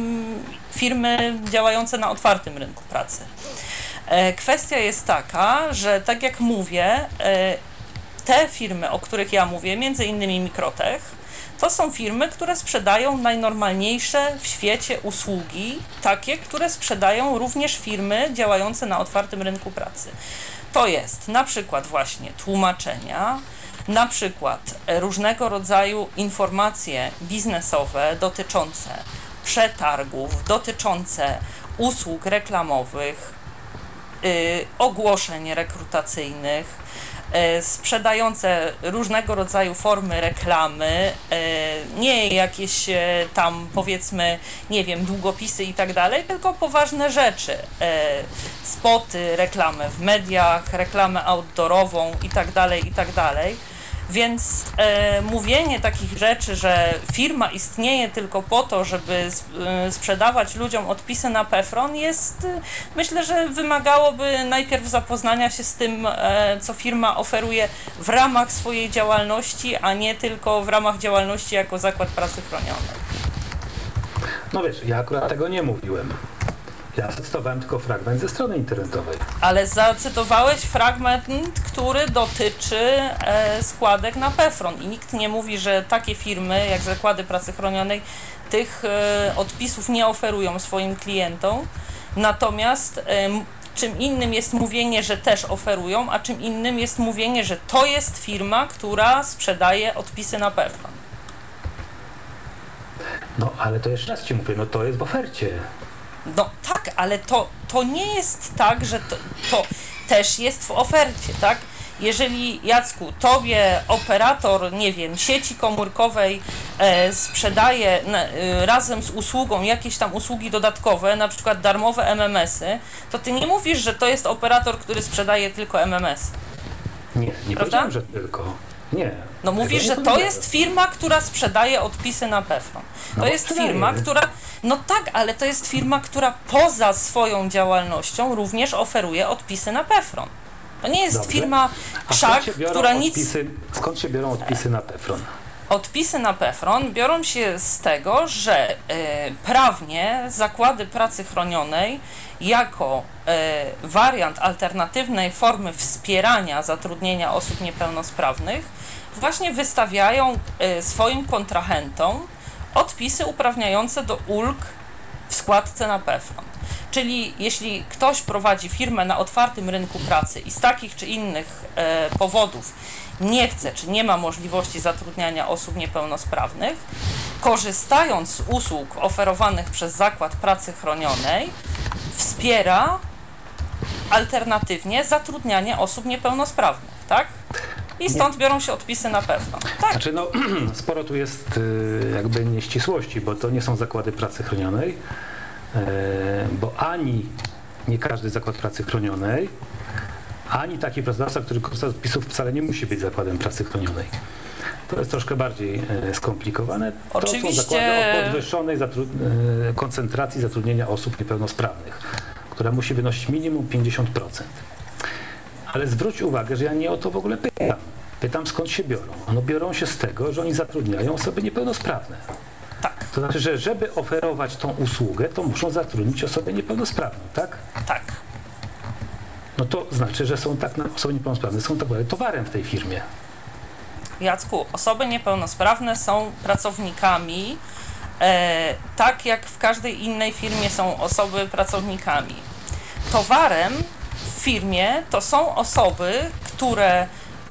[SPEAKER 2] firmy działające na otwartym rynku pracy. Kwestia jest taka, że tak jak mówię, te firmy, o których ja mówię, między innymi Mikrotech, to są firmy, które sprzedają najnormalniejsze w świecie usługi, takie, które sprzedają również firmy działające na otwartym rynku pracy. To jest na przykład właśnie tłumaczenia, na przykład różnego rodzaju informacje biznesowe dotyczące przetargów, dotyczące usług reklamowych, ogłoszeń rekrutacyjnych, sprzedające różnego rodzaju formy reklamy, nie jakieś tam powiedzmy, nie wiem, długopisy i tak dalej, tylko poważne rzeczy, spoty, reklamę w mediach, reklamę outdoorową i tak dalej. Więc mówienie takich rzeczy, że firma istnieje tylko po to, żeby sprzedawać ludziom odpisy na PFRON jest, myślę, że wymagałoby najpierw zapoznania się z tym, co firma oferuje w ramach swojej działalności, a nie tylko w ramach działalności jako zakład pracy chronionej.
[SPEAKER 3] No wiesz, ja akurat tego nie mówiłem. Ja zacytowałem tylko fragment ze strony internetowej.
[SPEAKER 2] Ale zacytowałeś fragment, który dotyczy składek na PFRON i nikt nie mówi, że takie firmy jak zakłady pracy chronionej tych odpisów nie oferują swoim klientom, natomiast czym innym jest mówienie, że też oferują, a czym innym jest mówienie, że to jest firma, która sprzedaje odpisy na PFRON.
[SPEAKER 3] No ale to jeszcze raz Ci mówię, no to jest w ofercie.
[SPEAKER 2] No tak, ale to nie jest tak, że to też jest w ofercie, tak? Jeżeli, Jacku, tobie operator, nie wiem, sieci komórkowej sprzedaje razem z usługą jakieś tam usługi dodatkowe, na przykład darmowe MMS-y, to ty nie mówisz, że to jest operator, który sprzedaje tylko MMS.
[SPEAKER 3] Nie powiedziałem, że tylko. Nie.
[SPEAKER 2] No mówisz, że to jest firma, która sprzedaje odpisy na PFRON. To jest firma, która... No tak, ale to jest firma, która poza swoją działalnością również oferuje odpisy na PFRON. To nie jest firma krzak, która nic...
[SPEAKER 3] Skąd się biorą odpisy na PFRON?
[SPEAKER 2] Odpisy na PFRON biorą się z tego, że prawnie zakłady pracy chronionej jako wariant alternatywnej formy wspierania zatrudnienia osób niepełnosprawnych właśnie wystawiają swoim kontrahentom odpisy uprawniające do ulg w składce na PFRON. Czyli jeśli ktoś prowadzi firmę na otwartym rynku pracy i z takich czy innych powodów nie chce, czy nie ma możliwości zatrudniania osób niepełnosprawnych, korzystając z usług oferowanych przez Zakład Pracy Chronionej, wspiera alternatywnie zatrudnianie osób niepełnosprawnych, tak? I stąd biorą się odpisy na PFRON. Tak.
[SPEAKER 3] Znaczy, no, sporo tu jest jakby nieścisłości, bo to nie są zakłady pracy chronionej, bo ani nie każdy zakład pracy chronionej, ani taki pracodawca, który korzysta z odpisów, wcale nie musi być zakładem pracy chronionej. To jest troszkę bardziej skomplikowane. To
[SPEAKER 2] Oczywiście...
[SPEAKER 3] są zakłady o podwyższonej koncentracji zatrudnienia osób niepełnosprawnych, która musi wynosić minimum 50%. Ale zwróć uwagę, że ja nie o to w ogóle pytam. Pytam, skąd się biorą. No biorą się z tego, że oni zatrudniają osoby niepełnosprawne.
[SPEAKER 2] Tak.
[SPEAKER 3] To znaczy, że żeby oferować tą usługę, to muszą zatrudnić osobę niepełnosprawną, tak?
[SPEAKER 2] Tak.
[SPEAKER 3] No to znaczy, że są tak, osoby niepełnosprawne są tak naprawdę towarem w tej firmie.
[SPEAKER 2] Jacku, osoby niepełnosprawne są pracownikami, tak jak w każdej innej firmie są osoby pracownikami. Towarem w firmie to są osoby, które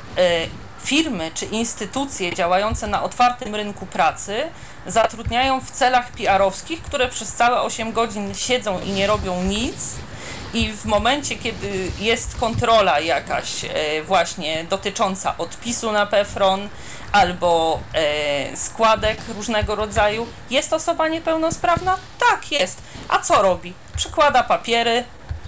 [SPEAKER 2] firmy czy instytucje działające na otwartym rynku pracy zatrudniają w celach PR-owskich, które przez całe 8 godzin siedzą i nie robią nic. I w momencie, kiedy jest kontrola jakaś właśnie dotycząca odpisu na PFRON albo składek różnego rodzaju, jest osoba niepełnosprawna? Tak, jest. A co robi? Przykłada papiery,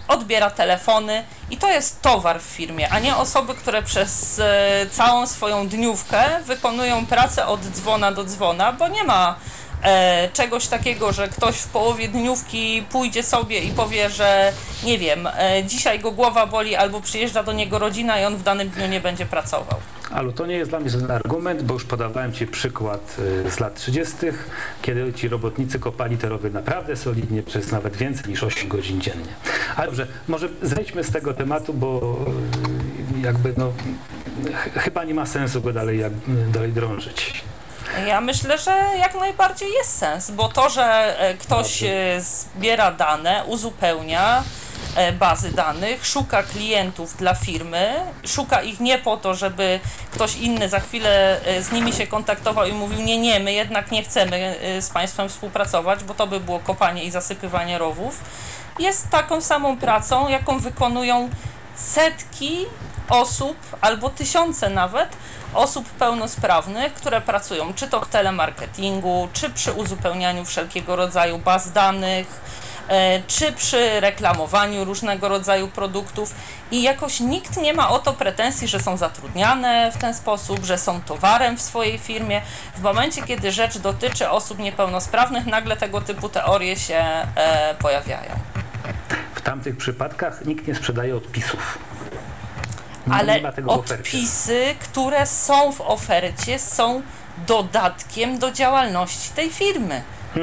[SPEAKER 2] odbiera telefony i to jest towar w firmie, a nie osoby, które przez całą swoją dniówkę wykonują pracę od dzwona do dzwona, bo nie ma czegoś takiego, że ktoś w połowie dniówki pójdzie sobie i powie, że nie wiem, dzisiaj go głowa boli albo przyjeżdża do niego rodzina i on w danym dniu nie będzie pracował.
[SPEAKER 3] Ale to nie jest dla mnie żaden argument, bo już podawałem Ci przykład z lat 30., kiedy ci robotnicy kopali te rowy naprawdę solidnie przez nawet więcej niż 8 godzin dziennie. Ale dobrze, może zejdźmy z tego tematu, bo jakby chyba nie ma sensu go dalej drążyć.
[SPEAKER 2] Ja myślę, że jak najbardziej jest sens, bo to, że ktoś zbiera dane, uzupełnia bazy danych, szuka klientów dla firmy, szuka ich nie po to, żeby ktoś inny za chwilę z nimi się kontaktował i mówił nie, my jednak nie chcemy z Państwem współpracować, bo to by było kopanie i zasypywanie rowów, jest taką samą pracą, jaką wykonują setki osób, albo tysiące nawet, osób pełnosprawnych, które pracują czy to w telemarketingu, czy przy uzupełnianiu wszelkiego rodzaju baz danych, czy przy reklamowaniu różnego rodzaju produktów i jakoś nikt nie ma o to pretensji, że są zatrudniane w ten sposób, że są towarem w swojej firmie. W momencie, kiedy rzecz dotyczy osób niepełnosprawnych, nagle tego typu teorie się pojawiają.
[SPEAKER 3] W tamtych przypadkach nikt nie sprzedaje odpisów.
[SPEAKER 2] Ale odpisy, które są w ofercie, są dodatkiem do działalności tej firmy.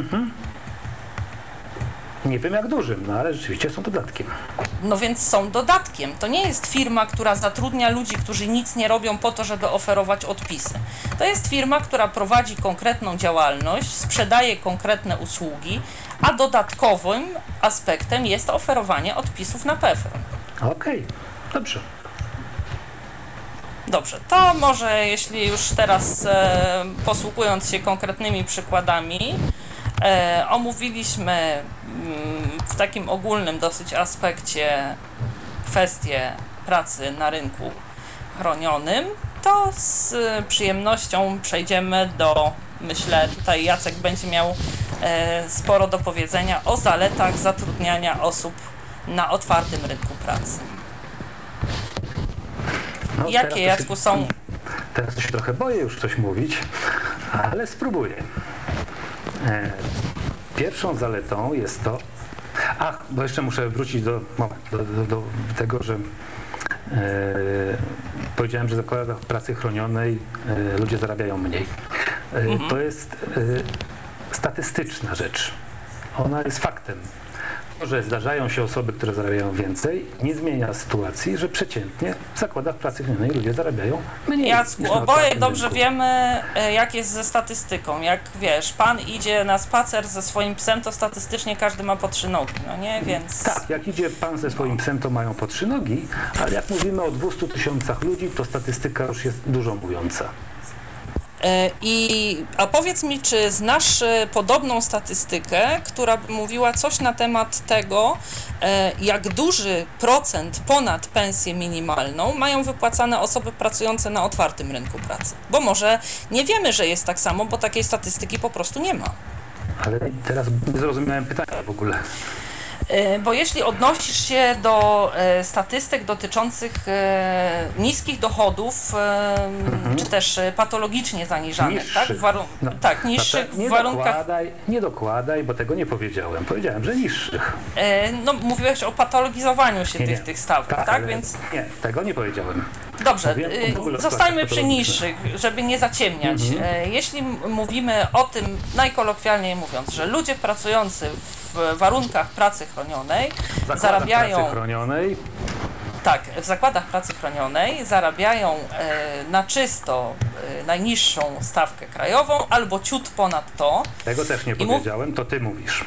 [SPEAKER 3] Nie wiem jak dużym, ale rzeczywiście są dodatkiem.
[SPEAKER 2] No więc są dodatkiem. To nie jest firma, która zatrudnia ludzi, którzy nic nie robią po to, żeby oferować odpisy. To jest firma, która prowadzi konkretną działalność, sprzedaje konkretne usługi, a dodatkowym aspektem jest oferowanie odpisów na PFRON.
[SPEAKER 3] Okej, dobrze.
[SPEAKER 2] Dobrze, to może jeśli już teraz posługując się konkretnymi przykładami, omówiliśmy w takim ogólnym dosyć aspekcie kwestię pracy na rynku chronionym, to z przyjemnością przejdziemy myślę, tutaj Jacek będzie miał sporo do powiedzenia o zaletach zatrudniania osób na otwartym rynku pracy.
[SPEAKER 3] No,
[SPEAKER 2] jakie, Jacku, są...
[SPEAKER 3] Teraz to się trochę boję już coś mówić, ale spróbuję. Pierwszą zaletą jest to... bo jeszcze muszę wrócić do tego, że powiedziałem, że w zakładach pracy chronionej ludzie zarabiają mniej. To jest statystyczna rzecz. Ona jest faktem. To, że zdarzają się osoby, które zarabiają więcej, nie zmienia sytuacji, że przeciętnie w zakładach pracy chronionej ludzie zarabiają mniej.
[SPEAKER 2] Jacku, oboje dobrze wiemy, jak jest ze statystyką. Jak wiesz, pan idzie na spacer ze swoim psem, to statystycznie każdy ma po 3 nogi, no nie? Więc...
[SPEAKER 3] Tak, jak idzie pan ze swoim psem, to mają po 3 nogi, ale jak mówimy o 200 000 ludzi, to statystyka już jest dużo mówiąca.
[SPEAKER 2] A powiedz mi, czy znasz podobną statystykę, która by mówiła coś na temat tego, jak duży procent ponad pensję minimalną mają wypłacane osoby pracujące na otwartym rynku pracy? Bo może nie wiemy, że jest tak samo, bo takiej statystyki po prostu nie ma.
[SPEAKER 3] Ale teraz nie zrozumiałem pytania w ogóle.
[SPEAKER 2] Bo jeśli odnosisz się do statystyk dotyczących niskich dochodów, czy też patologicznie zaniżanych, tak? Niższych w warunkach...
[SPEAKER 3] Nie dokładaj, bo tego nie powiedziałem. Powiedziałem, że niższych.
[SPEAKER 2] No, mówiłeś o patologizowaniu się tych stawek, tak?
[SPEAKER 3] Więc... Nie, tego nie powiedziałem.
[SPEAKER 2] Dobrze, zostajmy przy niższych, żeby nie zaciemniać. Jeśli mówimy o tym, najkolokwialniej mówiąc, że ludzie pracujący w warunkach pracy chronionej zarabiają... Tak, w zakładach pracy chronionej zarabiają na czysto najniższą stawkę krajową albo ciut ponad to.
[SPEAKER 3] Tego też nie powiedziałem, to ty mówisz.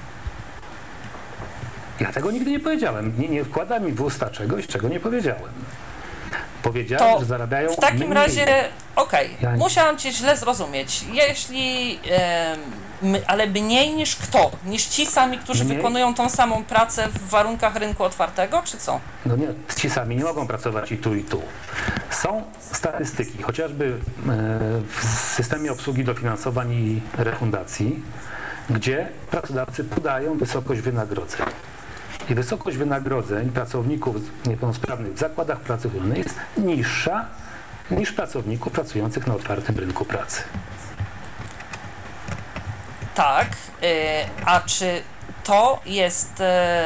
[SPEAKER 3] Ja tego nigdy nie powiedziałem. Nie wkładaj mi w usta czegoś, czego nie powiedziałem. Powiedziałem, że zarabiają
[SPEAKER 2] w takim
[SPEAKER 3] mniej.
[SPEAKER 2] razie, musiałam cię źle zrozumieć. Jeśli... ale mniej niż kto? Niż ci sami, którzy wykonują tą samą pracę w warunkach rynku otwartego, czy co?
[SPEAKER 3] No nie, ci sami nie mogą pracować i tu, i tu. Są statystyki, chociażby w systemie obsługi dofinansowań i refundacji, gdzie pracodawcy podają wysokość wynagrodzeń. i wysokość wynagrodzeń pracowników niepełnosprawnych w zakładach pracy chronionej jest niższa niż pracowników pracujących na otwartym rynku pracy.
[SPEAKER 2] Tak, a czy to jest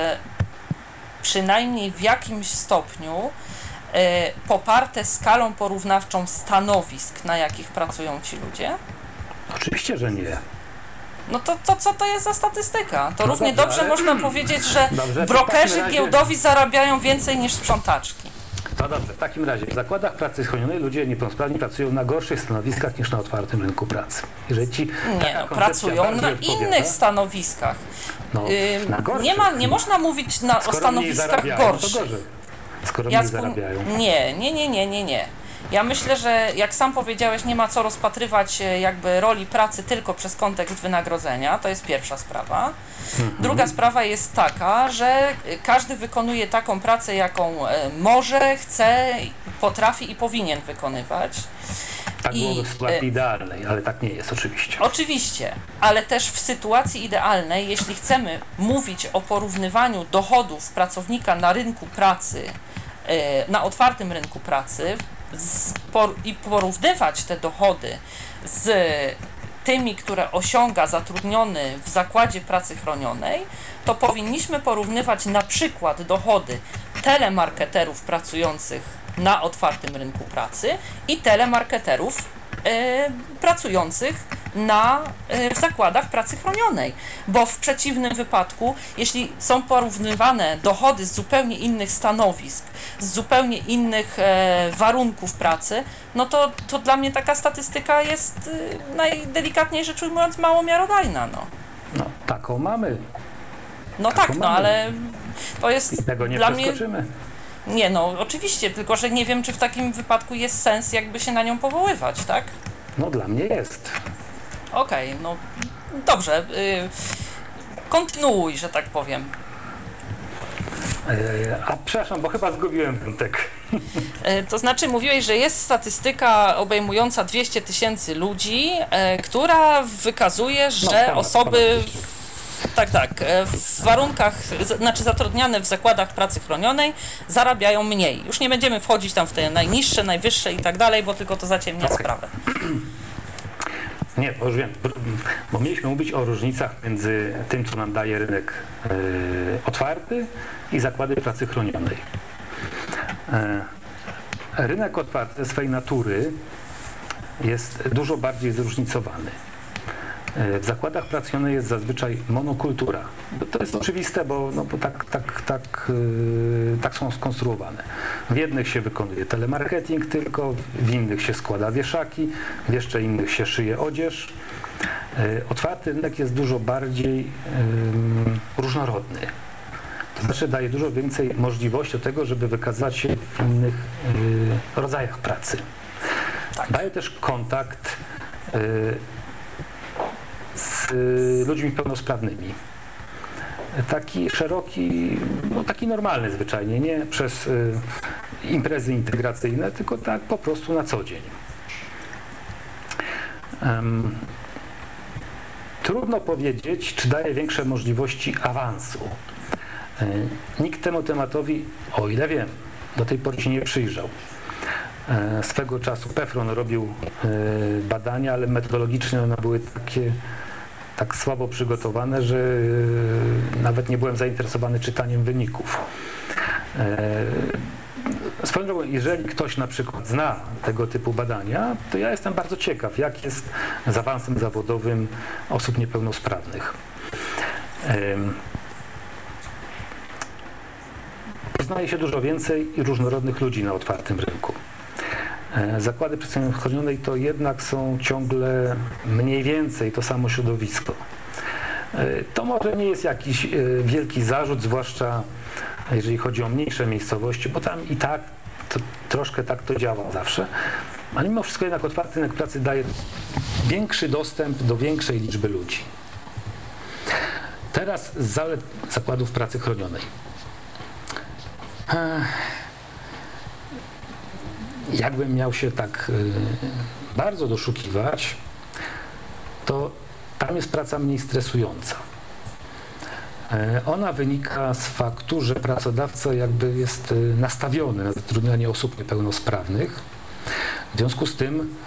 [SPEAKER 2] przynajmniej w jakimś stopniu poparte skalą porównawczą stanowisk, na jakich pracują ci ludzie?
[SPEAKER 3] Oczywiście, że nie.
[SPEAKER 2] No to co to jest za statystyka? To
[SPEAKER 3] No
[SPEAKER 2] równie
[SPEAKER 3] dobrze,
[SPEAKER 2] dobrze można powiedzieć, że
[SPEAKER 3] dobrze,
[SPEAKER 2] brokerzy
[SPEAKER 3] w takim
[SPEAKER 2] giełdowi zarabiają więcej niż sprzątaczki.
[SPEAKER 3] No dobrze, w takim razie w zakładach pracy chronionej ludzie niepełnosprawni pracują na gorszych stanowiskach niż na otwartym rynku pracy. Jeżeli ci
[SPEAKER 2] pracują na innych stanowiskach.
[SPEAKER 3] No, na gorszych.
[SPEAKER 2] Nie można mówić o stanowiskach gorszych.
[SPEAKER 3] To gorzej. Skoro mniej zarabiają.
[SPEAKER 2] Nie. Ja myślę, że jak sam powiedziałeś, nie ma co rozpatrywać jakby roli pracy tylko przez kontekst wynagrodzenia. To jest pierwsza sprawa. Druga sprawa jest taka, że każdy wykonuje taką pracę, jaką może, chce, potrafi i powinien wykonywać.
[SPEAKER 3] Tak byłoby w sytuacji idealnej, ale tak nie jest oczywiście.
[SPEAKER 2] Oczywiście, ale też w sytuacji idealnej, jeśli chcemy mówić o porównywaniu dochodów pracownika na rynku pracy, na otwartym rynku pracy i porównywać te dochody z tymi, które osiąga zatrudniony w zakładzie pracy chronionej, to powinniśmy porównywać na przykład dochody telemarketerów pracujących na otwartym rynku pracy i telemarketerów pracujących w zakładach pracy chronionej, bo w przeciwnym wypadku, jeśli są porównywane dochody z zupełnie innych stanowisk, z zupełnie innych warunków pracy, no to dla mnie taka statystyka jest najdelikatniej rzecz ujmując mało miarodajna.
[SPEAKER 3] No, taką mamy.
[SPEAKER 2] No taką tak, mamy. Ale to jest
[SPEAKER 3] i tego nie
[SPEAKER 2] dla
[SPEAKER 3] przeskoczymy.
[SPEAKER 2] Mnie... Nie, no oczywiście, tylko że nie wiem, czy w takim wypadku jest sens jakby się na nią powoływać, tak?
[SPEAKER 3] No dla mnie jest.
[SPEAKER 2] Okej, no dobrze. Kontynuuj, że tak powiem.
[SPEAKER 3] Przepraszam, bo chyba zgubiłem wątek.
[SPEAKER 2] To znaczy mówiłeś, że jest statystyka obejmująca 200 000 ludzi, która wykazuje, że osoby... Tak, w warunkach, znaczy zatrudniane w zakładach pracy chronionej zarabiają mniej. Już nie będziemy wchodzić tam w te najniższe, najwyższe i tak dalej, bo tylko to zaciemnia sprawę.
[SPEAKER 3] Nie, bo już wiem, bo mieliśmy mówić o różnicach między tym, co nam daje rynek otwarty i zakłady pracy chronionej. Rynek otwarty ze swej natury jest dużo bardziej zróżnicowany. W zakładach pracy chronionej jest zazwyczaj monokultura. To jest oczywiste, bo tak są skonstruowane. W jednych się wykonuje telemarketing tylko, w innych się składa wieszaki, w jeszcze innych się szyje odzież. Otwarty rynek jest dużo bardziej różnorodny. To znaczy daje dużo więcej możliwości do tego, żeby wykazać się w innych rodzajach pracy. Tak. Daje też kontakt z ludźmi pełnosprawnymi. Taki szeroki, no taki normalny zwyczajnie, nie przez imprezy integracyjne, tylko tak po prostu na co dzień. Trudno powiedzieć, czy daje większe możliwości awansu. Nikt temu tematowi, o ile wiem, do tej pory się nie przyjrzał. Swego czasu PEFRON robił badania, ale metodologicznie one były tak słabo przygotowane, że nawet nie byłem zainteresowany czytaniem wyników. Swoją drogą, jeżeli ktoś na przykład zna tego typu badania, to ja jestem bardzo ciekaw, jak jest z awansem zawodowym osób niepełnosprawnych. Poznaje się dużo więcej i różnorodnych ludzi na otwartym rynku. Zakłady pracy chronionej to jednak są ciągle mniej więcej to samo środowisko. To może nie jest jakiś wielki zarzut, zwłaszcza jeżeli chodzi o mniejsze miejscowości, bo tam i tak troszkę tak to działa zawsze, ale mimo wszystko jednak otwarty rynek pracy daje większy dostęp do większej liczby ludzi. Teraz z zalet zakładów pracy chronionej. Jakbym miał się tak bardzo doszukiwać, to tam jest praca mniej stresująca. Ona wynika z faktu, że pracodawca jakby jest nastawiony na zatrudnianie osób niepełnosprawnych. W związku z tym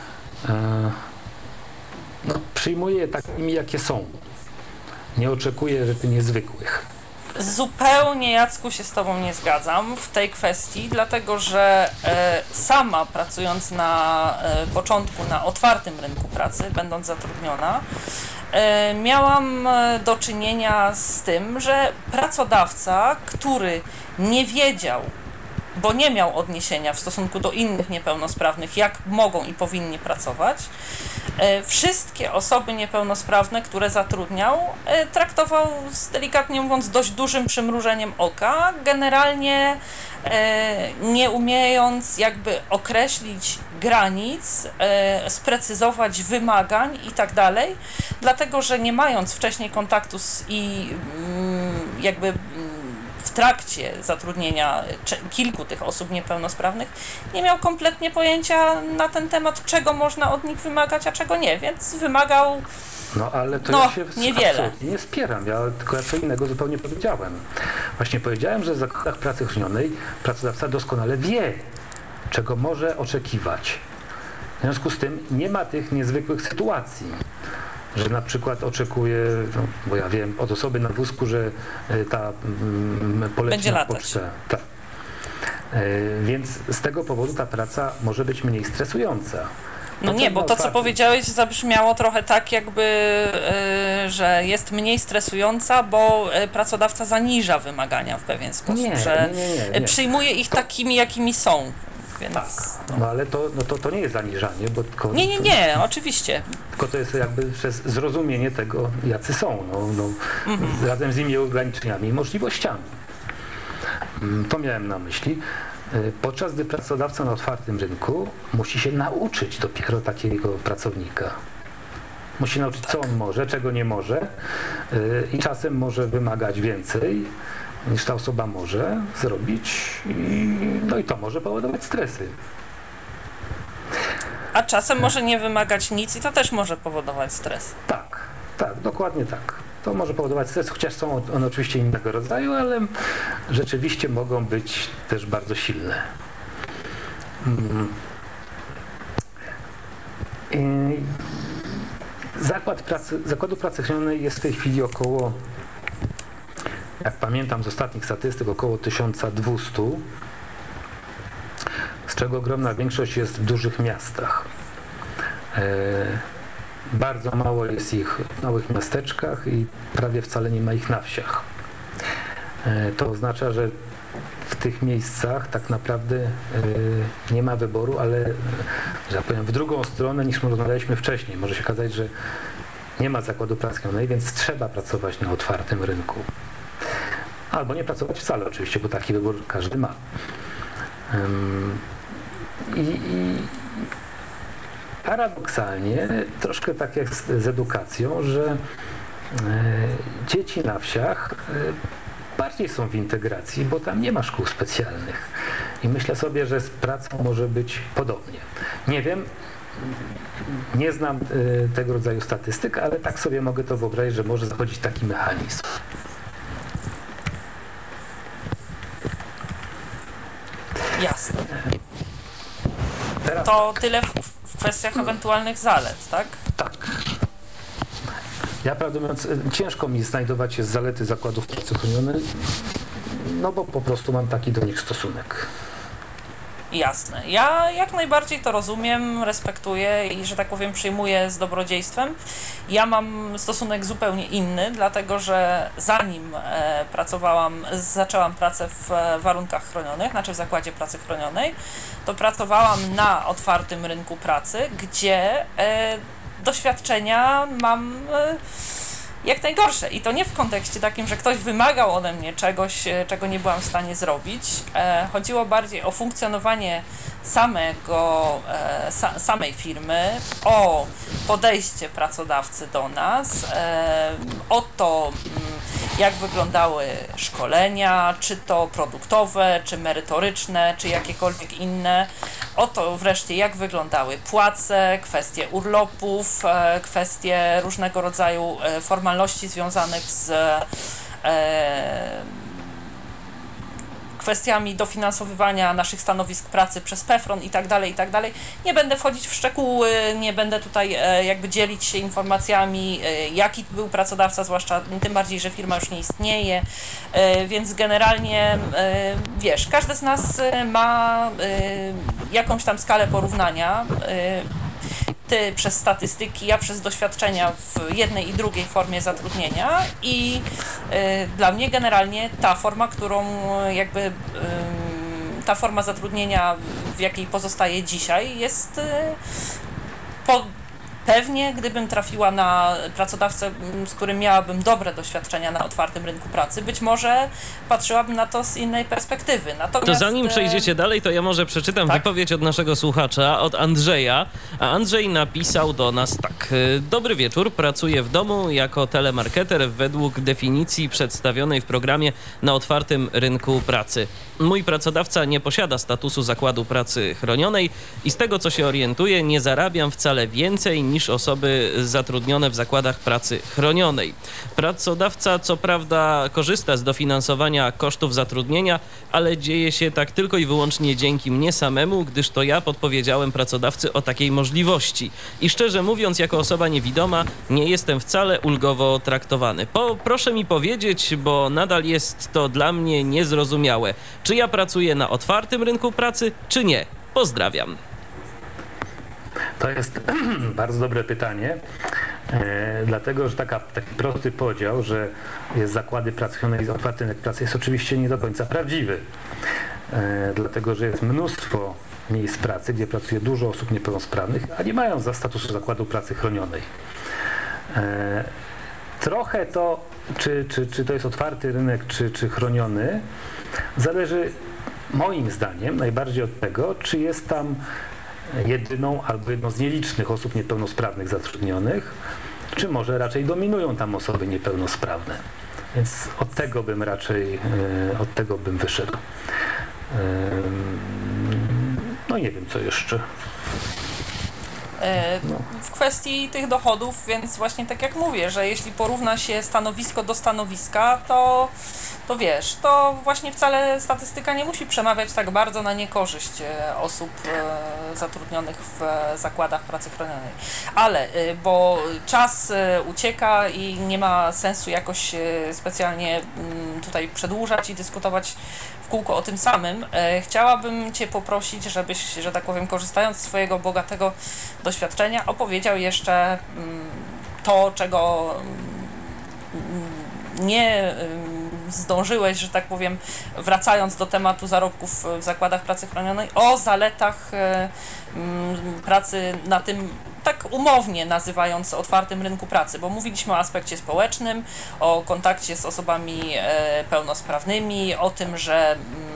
[SPEAKER 3] przyjmuje je takimi, jakie są. Nie oczekuje rzeczy niezwykłych.
[SPEAKER 2] Zupełnie, Jacku, się z Tobą nie zgadzam w tej kwestii, dlatego że sama pracując na początku na otwartym rynku pracy, będąc zatrudniona, miałam do czynienia z tym, że pracodawca, który nie wiedział, bo nie miał odniesienia w stosunku do innych niepełnosprawnych, jak mogą i powinni pracować, wszystkie osoby niepełnosprawne, które zatrudniał, traktował, delikatnie mówiąc, dość dużym przymrużeniem oka, generalnie nie umiejąc jakby określić granic, sprecyzować wymagań i tak dalej, dlatego że nie mając wcześniej kontaktu jakby w trakcie zatrudnienia kilku tych osób niepełnosprawnych nie miał kompletnie pojęcia na ten temat, czego można od nich wymagać, a czego nie, więc wymagał
[SPEAKER 3] ale to ja się
[SPEAKER 2] niewiele.
[SPEAKER 3] Nie spieram, tylko ja co innego zupełnie powiedziałem. Właśnie powiedziałem, że w zakładach pracy chronionej pracodawca doskonale wie, czego może oczekiwać. W związku z tym nie ma tych niezwykłych sytuacji, że na przykład oczekuje, bo ja wiem, od osoby na wózku, że ta poleci na pocztę. Tak. Więc z tego powodu ta praca może być mniej stresująca.
[SPEAKER 2] No nie, bo to, co powiedziałeś, zabrzmiało trochę tak, jakby, że jest mniej stresująca, bo pracodawca zaniża wymagania w pewien sposób, że
[SPEAKER 3] nie.
[SPEAKER 2] przyjmuje ich takimi, jakimi są. Więc
[SPEAKER 3] tak, ale to nie jest zaniżanie, bo tylko...
[SPEAKER 2] Nie, oczywiście.
[SPEAKER 3] Tylko to jest jakby przez zrozumienie tego, jacy są, razem z innymi ograniczeniami i możliwościami. To miałem na myśli. Podczas gdy pracodawca na otwartym rynku musi się nauczyć dopiero takiego pracownika. Musi nauczyć, co on może, czego nie może i czasem może wymagać więcej, niż ta osoba może zrobić i to może powodować stresy.
[SPEAKER 2] A czasem może nie wymagać nic i to też może powodować stres.
[SPEAKER 3] Tak, dokładnie tak. To może powodować stres, chociaż są one oczywiście innego rodzaju, ale rzeczywiście mogą być też bardzo silne. Zakładu pracy chronionej jest w tej chwili około, jak pamiętam z ostatnich statystyk, około 1200, z czego ogromna większość jest w dużych miastach. Bardzo mało jest ich w małych miasteczkach i prawie wcale nie ma ich na wsiach. To oznacza, że w tych miejscach tak naprawdę nie ma wyboru, ale, że tak powiem, w drugą stronę niż rozmawialiśmy wcześniej. Może się okazać, że nie ma zakładu pracy chronionej, więc trzeba pracować na otwartym rynku. Albo nie pracować wcale oczywiście, bo taki wybór każdy ma. Paradoksalnie, troszkę tak jak z edukacją, że dzieci na wsiach bardziej są w integracji, bo tam nie ma szkół specjalnych. I myślę sobie, że z pracą może być podobnie. Nie wiem, nie znam tego rodzaju statystyk, ale tak sobie mogę to wyobrazić, że może zachodzić taki mechanizm. Jasne.
[SPEAKER 2] To tyle w kwestiach ewentualnych zalet, tak?
[SPEAKER 3] Tak. Ja prawdę mówiąc, ciężko mi znajdować zalety zakładów pracy chronionej, bo po prostu mam taki do nich stosunek.
[SPEAKER 2] Jasne. Ja jak najbardziej to rozumiem, respektuję i, że tak powiem, przyjmuję z dobrodziejstwem. Ja mam stosunek zupełnie inny, dlatego że zanim zaczęłam pracę w warunkach chronionych, znaczy w zakładzie pracy chronionej, to pracowałam na otwartym rynku pracy, gdzie doświadczenia mam jak najgorsze. I to nie w kontekście takim, że ktoś wymagał ode mnie czegoś, czego nie byłam w stanie zrobić. Chodziło bardziej o funkcjonowanie samej firmy, o podejście pracodawcy do nas, o to, jak wyglądały szkolenia, czy to produktowe, czy merytoryczne, czy jakiekolwiek inne, o to wreszcie, jak wyglądały płace, kwestie urlopów, kwestie różnego rodzaju formalności związanych z kwestiami dofinansowywania naszych stanowisk pracy przez PFRON i tak dalej, i tak dalej. Nie będę wchodzić w szczegóły, nie będę tutaj jakby dzielić się informacjami, jaki był pracodawca, zwłaszcza tym bardziej, że firma już nie istnieje, więc generalnie wiesz, każdy z nas ma jakąś tam skalę porównania. Ty przez statystyki, ja przez doświadczenia w jednej i drugiej formie zatrudnienia i dla mnie generalnie ta forma, którą jakby ta forma zatrudnienia, w jakiej pozostaje dzisiaj, jest pewnie, gdybym trafiła na pracodawcę, z którym miałabym dobre doświadczenia na otwartym rynku pracy, być może patrzyłabym na to z innej perspektywy. Natomiast,
[SPEAKER 4] to zanim przejdziecie dalej, to ja może przeczytam wypowiedź od naszego słuchacza, od Andrzeja. A Andrzej napisał do nas tak. Dobry wieczór, pracuję w domu jako telemarketer według definicji przedstawionej w programie na otwartym rynku pracy. Mój pracodawca nie posiada statusu zakładu pracy chronionej i z tego, co się orientuję, nie zarabiam wcale więcej niż osoby zatrudnione w zakładach pracy chronionej. Pracodawca co prawda korzysta z dofinansowania kosztów zatrudnienia, ale dzieje się tak tylko i wyłącznie dzięki mnie samemu, gdyż to ja podpowiedziałem pracodawcy o takiej możliwości. I szczerze mówiąc, jako osoba niewidoma, nie jestem wcale ulgowo traktowany. Proszę mi powiedzieć, bo nadal jest to dla mnie niezrozumiałe. Czy ja pracuję na otwartym rynku pracy, czy nie? Pozdrawiam.
[SPEAKER 3] To jest bardzo dobre pytanie, dlatego że taki prosty podział, że jest zakłady pracy chronionej i otwarty rynek pracy, jest oczywiście nie do końca prawdziwy, dlatego że jest mnóstwo miejsc pracy, gdzie pracuje dużo osób niepełnosprawnych, a nie mają statusu zakładu pracy chronionej. Trochę to, czy to jest otwarty rynek, czy chroniony, zależy moim zdaniem najbardziej od tego, czy jest tam jedyną albo jedną z nielicznych osób niepełnosprawnych zatrudnionych, czy może raczej dominują tam osoby niepełnosprawne. Więc od tego bym wyszedł. No nie wiem, co jeszcze.
[SPEAKER 2] W kwestii tych dochodów, więc właśnie tak jak mówię, że jeśli porówna się stanowisko do stanowiska, to wiesz, to właśnie wcale statystyka nie musi przemawiać tak bardzo na niekorzyść osób zatrudnionych w zakładach pracy chronionej. Ale, bo czas ucieka i nie ma sensu jakoś specjalnie tutaj przedłużać i dyskutować w kółko o tym samym, chciałabym Cię poprosić, żebyś, że tak powiem, korzystając z swojego bogatego doświadczenia, opowiedział jeszcze to, czego nie zdążyłeś, że tak powiem, wracając do tematu zarobków w zakładach pracy chronionej, o zaletach pracy na tym, tak umownie nazywając, otwartym rynku pracy, bo mówiliśmy o aspekcie społecznym, o kontakcie z osobami pełnosprawnymi, o tym, że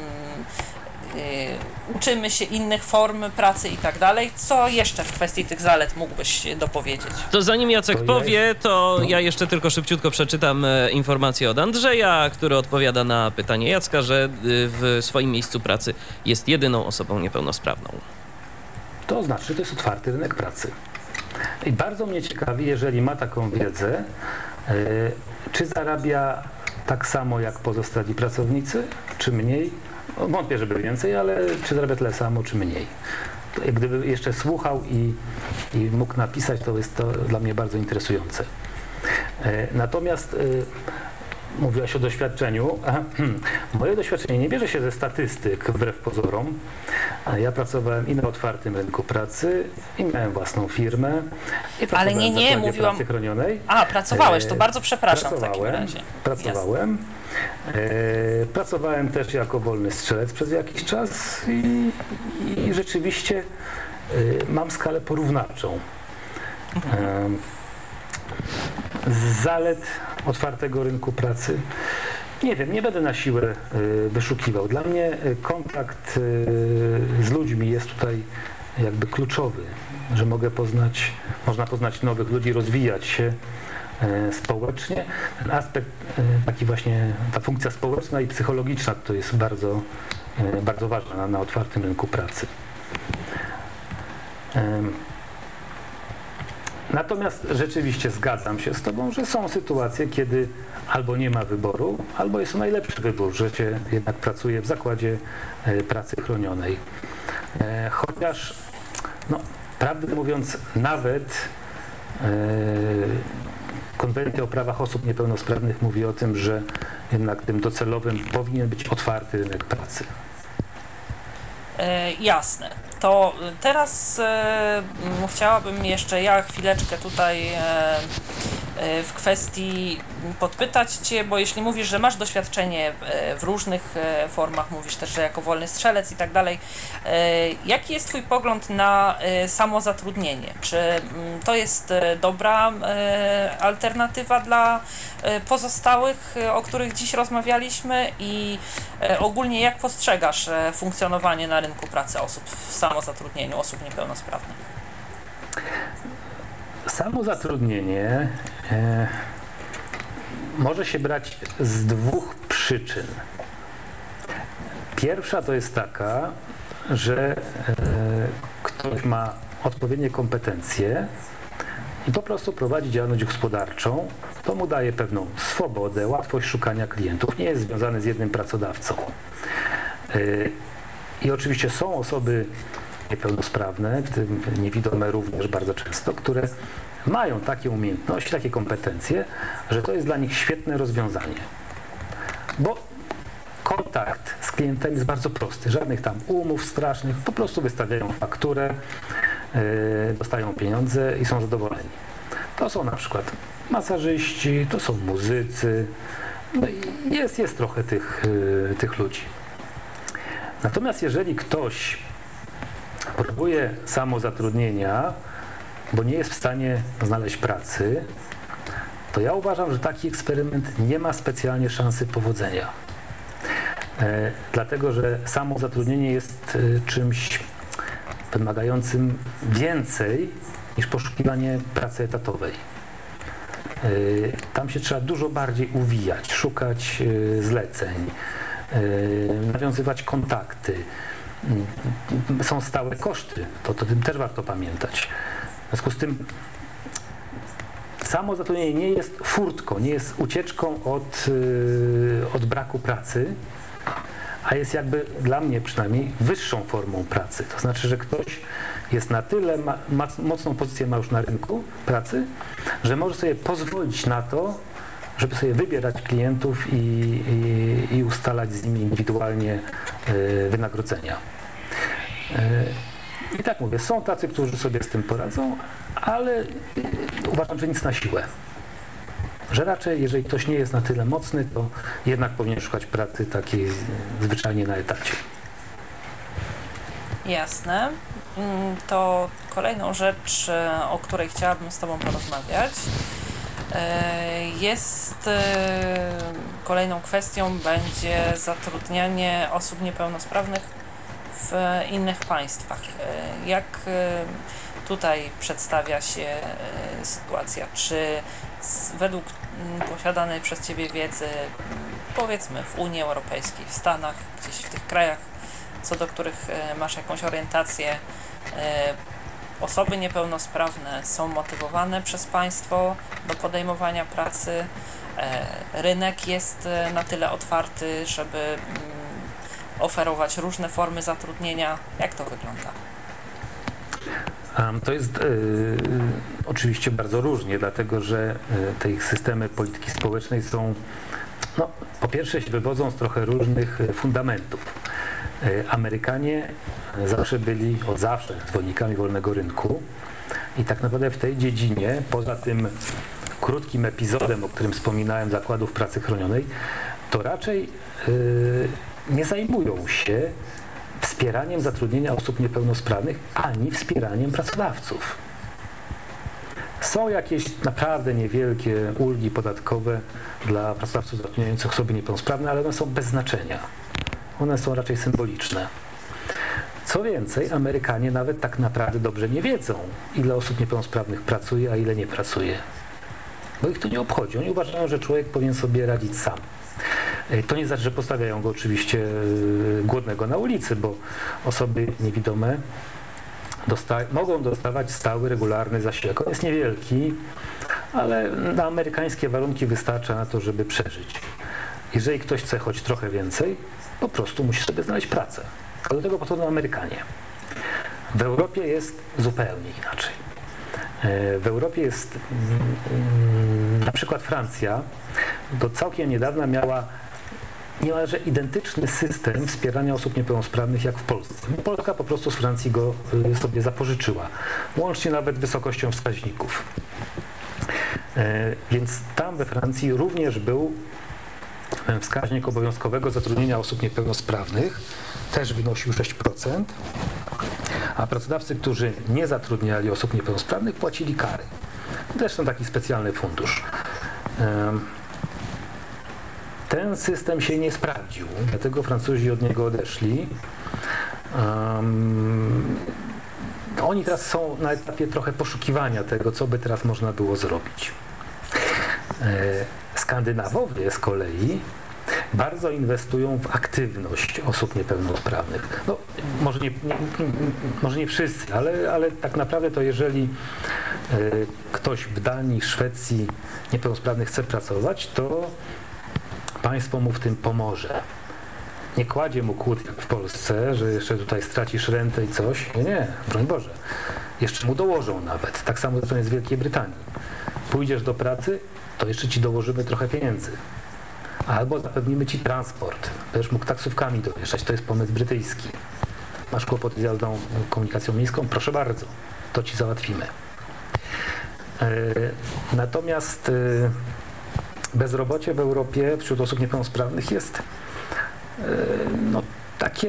[SPEAKER 2] uczymy się innych form pracy i tak dalej. Co jeszcze w kwestii tych zalet mógłbyś dopowiedzieć?
[SPEAKER 4] To zanim Jacek powie, to ja jeszcze tylko szybciutko przeczytam informację od Andrzeja, który odpowiada na pytanie Jacka, że w swoim miejscu pracy jest jedyną osobą niepełnosprawną.
[SPEAKER 3] To znaczy, że to jest otwarty rynek pracy. I bardzo mnie ciekawi, jeżeli ma taką wiedzę, czy zarabia tak samo jak pozostali pracownicy, czy mniej? Wątpię, żeby więcej, ale czy zarabia tyle samo, czy mniej? Gdyby jeszcze słuchał i mógł napisać, to jest to dla mnie bardzo interesujące. Natomiast mówiłaś o doświadczeniu. Moje doświadczenie nie bierze się ze statystyk, wbrew pozorom. Ja pracowałem i na otwartym rynku pracy, i miałem własną firmę. I
[SPEAKER 2] ale nie, mówiłam...
[SPEAKER 3] pracy chronionej.
[SPEAKER 2] A, pracowałeś, to bardzo przepraszam w takim razie.
[SPEAKER 3] Pracowałem. Pracowałem też jako wolny strzelec przez jakiś czas i rzeczywiście mam skalę porównawczą. Z zalet otwartego rynku pracy nie wiem, nie będę na siłę wyszukiwał. Dla mnie kontakt z ludźmi jest tutaj jakby kluczowy, że można poznać nowych ludzi, rozwijać się społecznie. Ten aspekt, taki właśnie ta funkcja społeczna i psychologiczna to jest bardzo, bardzo ważna na otwartym rynku pracy. Natomiast rzeczywiście zgadzam się z Tobą, że są sytuacje, kiedy albo nie ma wyboru, albo jest to najlepszy wybór, że się jednak pracuje w zakładzie pracy chronionej. Chociaż, no, prawdę mówiąc, nawet Konwencja o prawach osób niepełnosprawnych mówi o tym, że jednak tym docelowym powinien być otwarty rynek pracy.
[SPEAKER 2] Jasne. To teraz chciałabym jeszcze chwileczkę tutaj w kwestii podpytać Cię, bo jeśli mówisz, że masz doświadczenie w różnych formach, mówisz też, że jako wolny strzelec i tak dalej, jaki jest Twój pogląd na samozatrudnienie? Czy to jest dobra alternatywa dla pozostałych, o których dziś rozmawialiśmy i ogólnie jak postrzegasz funkcjonowanie na rynku pracy osób w samozatrudnieniu, osób niepełnosprawnych?
[SPEAKER 3] Samozatrudnienie może się brać z dwóch przyczyn. Pierwsza to jest taka, że ktoś ma odpowiednie kompetencje i po prostu prowadzi działalność gospodarczą. To mu daje pewną swobodę, łatwość szukania klientów, nie jest związany z jednym pracodawcą. I oczywiście są osoby niepełnosprawne, w tym niewidome również bardzo często, które mają takie umiejętności, takie kompetencje, że to jest dla nich świetne rozwiązanie. Bo kontakt z klientem jest bardzo prosty, żadnych tam umów strasznych, po prostu wystawiają fakturę, dostają pieniądze i są zadowoleni. To są na przykład masażyści, to są muzycy, no i jest trochę tych ludzi. Natomiast jeżeli ktoś próbuje samozatrudnienia, bo nie jest w stanie znaleźć pracy, to ja uważam, że taki eksperyment nie ma specjalnie szansy powodzenia. Dlatego, że samozatrudnienie jest czymś wymagającym więcej niż poszukiwanie pracy etatowej. Tam się trzeba dużo bardziej uwijać, szukać zleceń, nawiązywać kontakty. Są stałe koszty, to tym też warto pamiętać. W związku z tym samozatrudnienie nie jest furtką, nie jest ucieczką od braku pracy, a jest jakby dla mnie przynajmniej wyższą formą pracy. To znaczy, że ktoś jest na tyle, mocną pozycję ma już na rynku pracy, że może sobie pozwolić na to, żeby sobie wybierać klientów i ustalać z nimi indywidualnie wynagrodzenia. I tak mówię, są tacy, którzy sobie z tym poradzą, ale uważam, że nic na siłę. Że raczej, jeżeli ktoś nie jest na tyle mocny, to jednak powinien szukać pracy takiej zwyczajnie na etacie.
[SPEAKER 2] Jasne. To kolejną rzecz, o której chciałabym z Tobą porozmawiać, jest kolejną kwestią będzie zatrudnianie osób niepełnosprawnych w innych państwach. Jak tutaj przedstawia się sytuacja? Czy według posiadanej przez Ciebie wiedzy, powiedzmy w Unii Europejskiej, w Stanach, gdzieś w tych krajach, co do których masz jakąś orientację, osoby niepełnosprawne są motywowane przez państwo do podejmowania pracy? Rynek jest na tyle otwarty, żeby oferować różne formy zatrudnienia? Jak to wygląda?
[SPEAKER 3] To jest oczywiście bardzo różnie, dlatego że te ich systemy polityki społecznej są, no, po pierwsze się wywodzą z trochę różnych fundamentów. Amerykanie zawsze byli od zawsze zwolennikami wolnego rynku i tak naprawdę w tej dziedzinie, poza tym krótkim epizodem, o którym wspominałem, zakładów pracy chronionej, to raczej nie zajmują się wspieraniem zatrudnienia osób niepełnosprawnych ani wspieraniem pracodawców. Są jakieś naprawdę niewielkie ulgi podatkowe dla pracodawców zatrudniających osoby niepełnosprawne, ale one są bez znaczenia. One są raczej symboliczne. Co więcej, Amerykanie nawet tak naprawdę dobrze nie wiedzą, ile osób niepełnosprawnych pracuje, a ile nie pracuje. Bo ich to nie obchodzi. Oni uważają, że człowiek powinien sobie radzić sam. To nie znaczy, że postawiają go oczywiście głodnego na ulicy, bo osoby niewidome mogą dostawać stały, regularny zasiłek. On jest niewielki, ale na amerykańskie warunki wystarcza na to, żeby przeżyć. Jeżeli ktoś chce choć trochę więcej, po prostu musi sobie znaleźć pracę. A do tego podchodzą Amerykanie. W Europie jest zupełnie inaczej. W Europie jest na przykład Francja do całkiem niedawna miała niemalże identyczny system wspierania osób niepełnosprawnych jak w Polsce. Polska po prostu z Francji go sobie zapożyczyła, łącznie nawet wysokością wskaźników. Więc tam we Francji również był wskaźnik obowiązkowego zatrudnienia osób niepełnosprawnych, też wynosił 6%, a pracodawcy, którzy nie zatrudniali osób niepełnosprawnych, płacili kary. Zresztą taki specjalny fundusz. Ten system się nie sprawdził, dlatego Francuzi od niego odeszli. Oni teraz są na etapie trochę poszukiwania tego, co by teraz można było zrobić. Skandynawowie z kolei bardzo inwestują w aktywność osób niepełnosprawnych. No, może nie wszyscy, ale tak naprawdę to jeżeli ktoś w Danii, Szwecji niepełnosprawny chce pracować, to państwo mu w tym pomoże. Nie kładzie mu kłód jak w Polsce, że jeszcze tutaj stracisz rentę i coś. Nie, broń Boże. Jeszcze mu dołożą nawet. Tak samo to jest w Wielkiej Brytanii. Pójdziesz do pracy, to jeszcze ci dołożymy trochę pieniędzy. Albo zapewnimy ci transport. Będziesz mógł taksówkami dojeżdżać. To jest pomysł brytyjski. Masz kłopot z jazdą komunikacją miejską? Proszę bardzo, to ci załatwimy. Natomiast bezrobocie w Europie wśród osób niepełnosprawnych jest takie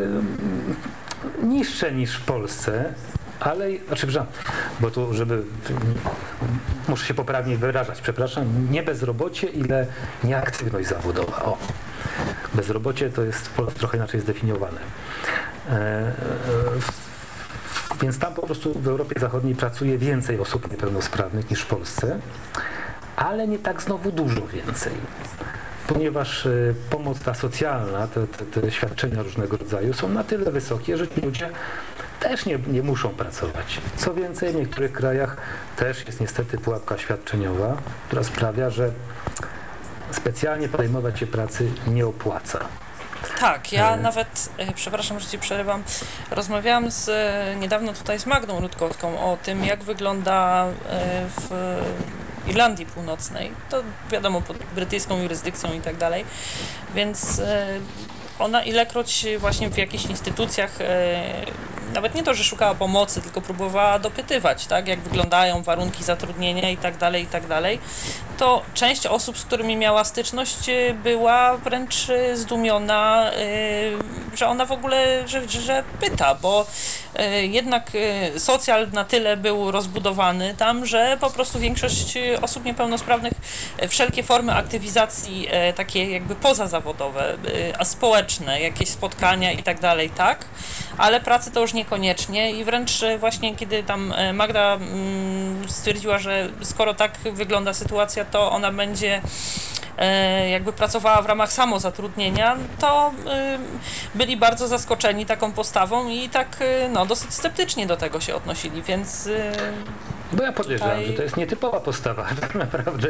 [SPEAKER 3] niższe niż w Polsce, ale, bo tu, muszę się poprawnie wyrażać, przepraszam, nie bezrobocie, ile nieaktywność zawodowa. O, bezrobocie to jest w Polsce trochę inaczej zdefiniowane. Więc tam po prostu w Europie Zachodniej pracuje więcej osób niepełnosprawnych niż w Polsce, ale nie tak znowu dużo więcej. Ponieważ pomoc ta socjalna, te świadczenia różnego rodzaju są na tyle wysokie, że ci ludzie też nie muszą pracować. Co więcej, w niektórych krajach też jest niestety pułapka świadczeniowa, która sprawia, że specjalnie podejmować się pracy nie opłaca.
[SPEAKER 2] Tak, ja nawet, przepraszam, że ci przerywam, rozmawiałam niedawno tutaj z Magdą Rutkowską o tym, jak wygląda w Irlandii Północnej. To wiadomo, pod brytyjską jurysdykcją i tak dalej, więc ona ilekroć właśnie w jakichś instytucjach, nawet nie to, że szukała pomocy, tylko próbowała dopytywać, tak, jak wyglądają warunki zatrudnienia i tak dalej, to część osób, z którymi miała styczność, była wręcz zdumiona, że ona w ogóle, że pyta, bo jednak socjal na tyle był rozbudowany tam, że po prostu większość osób niepełnosprawnych wszelkie formy aktywizacji takie jakby pozazawodowe, a społeczne, jakieś spotkania i tak dalej, tak, ale pracy to już niekoniecznie i wręcz właśnie kiedy tam Magda stwierdziła, że skoro tak wygląda sytuacja, to ona będzie jakby pracowała w ramach samozatrudnienia, to byli bardzo zaskoczeni taką postawą i tak dosyć sceptycznie do tego się odnosili, więc...
[SPEAKER 3] Bo ja podejrzewam, że to jest nietypowa postawa, tak naprawdę.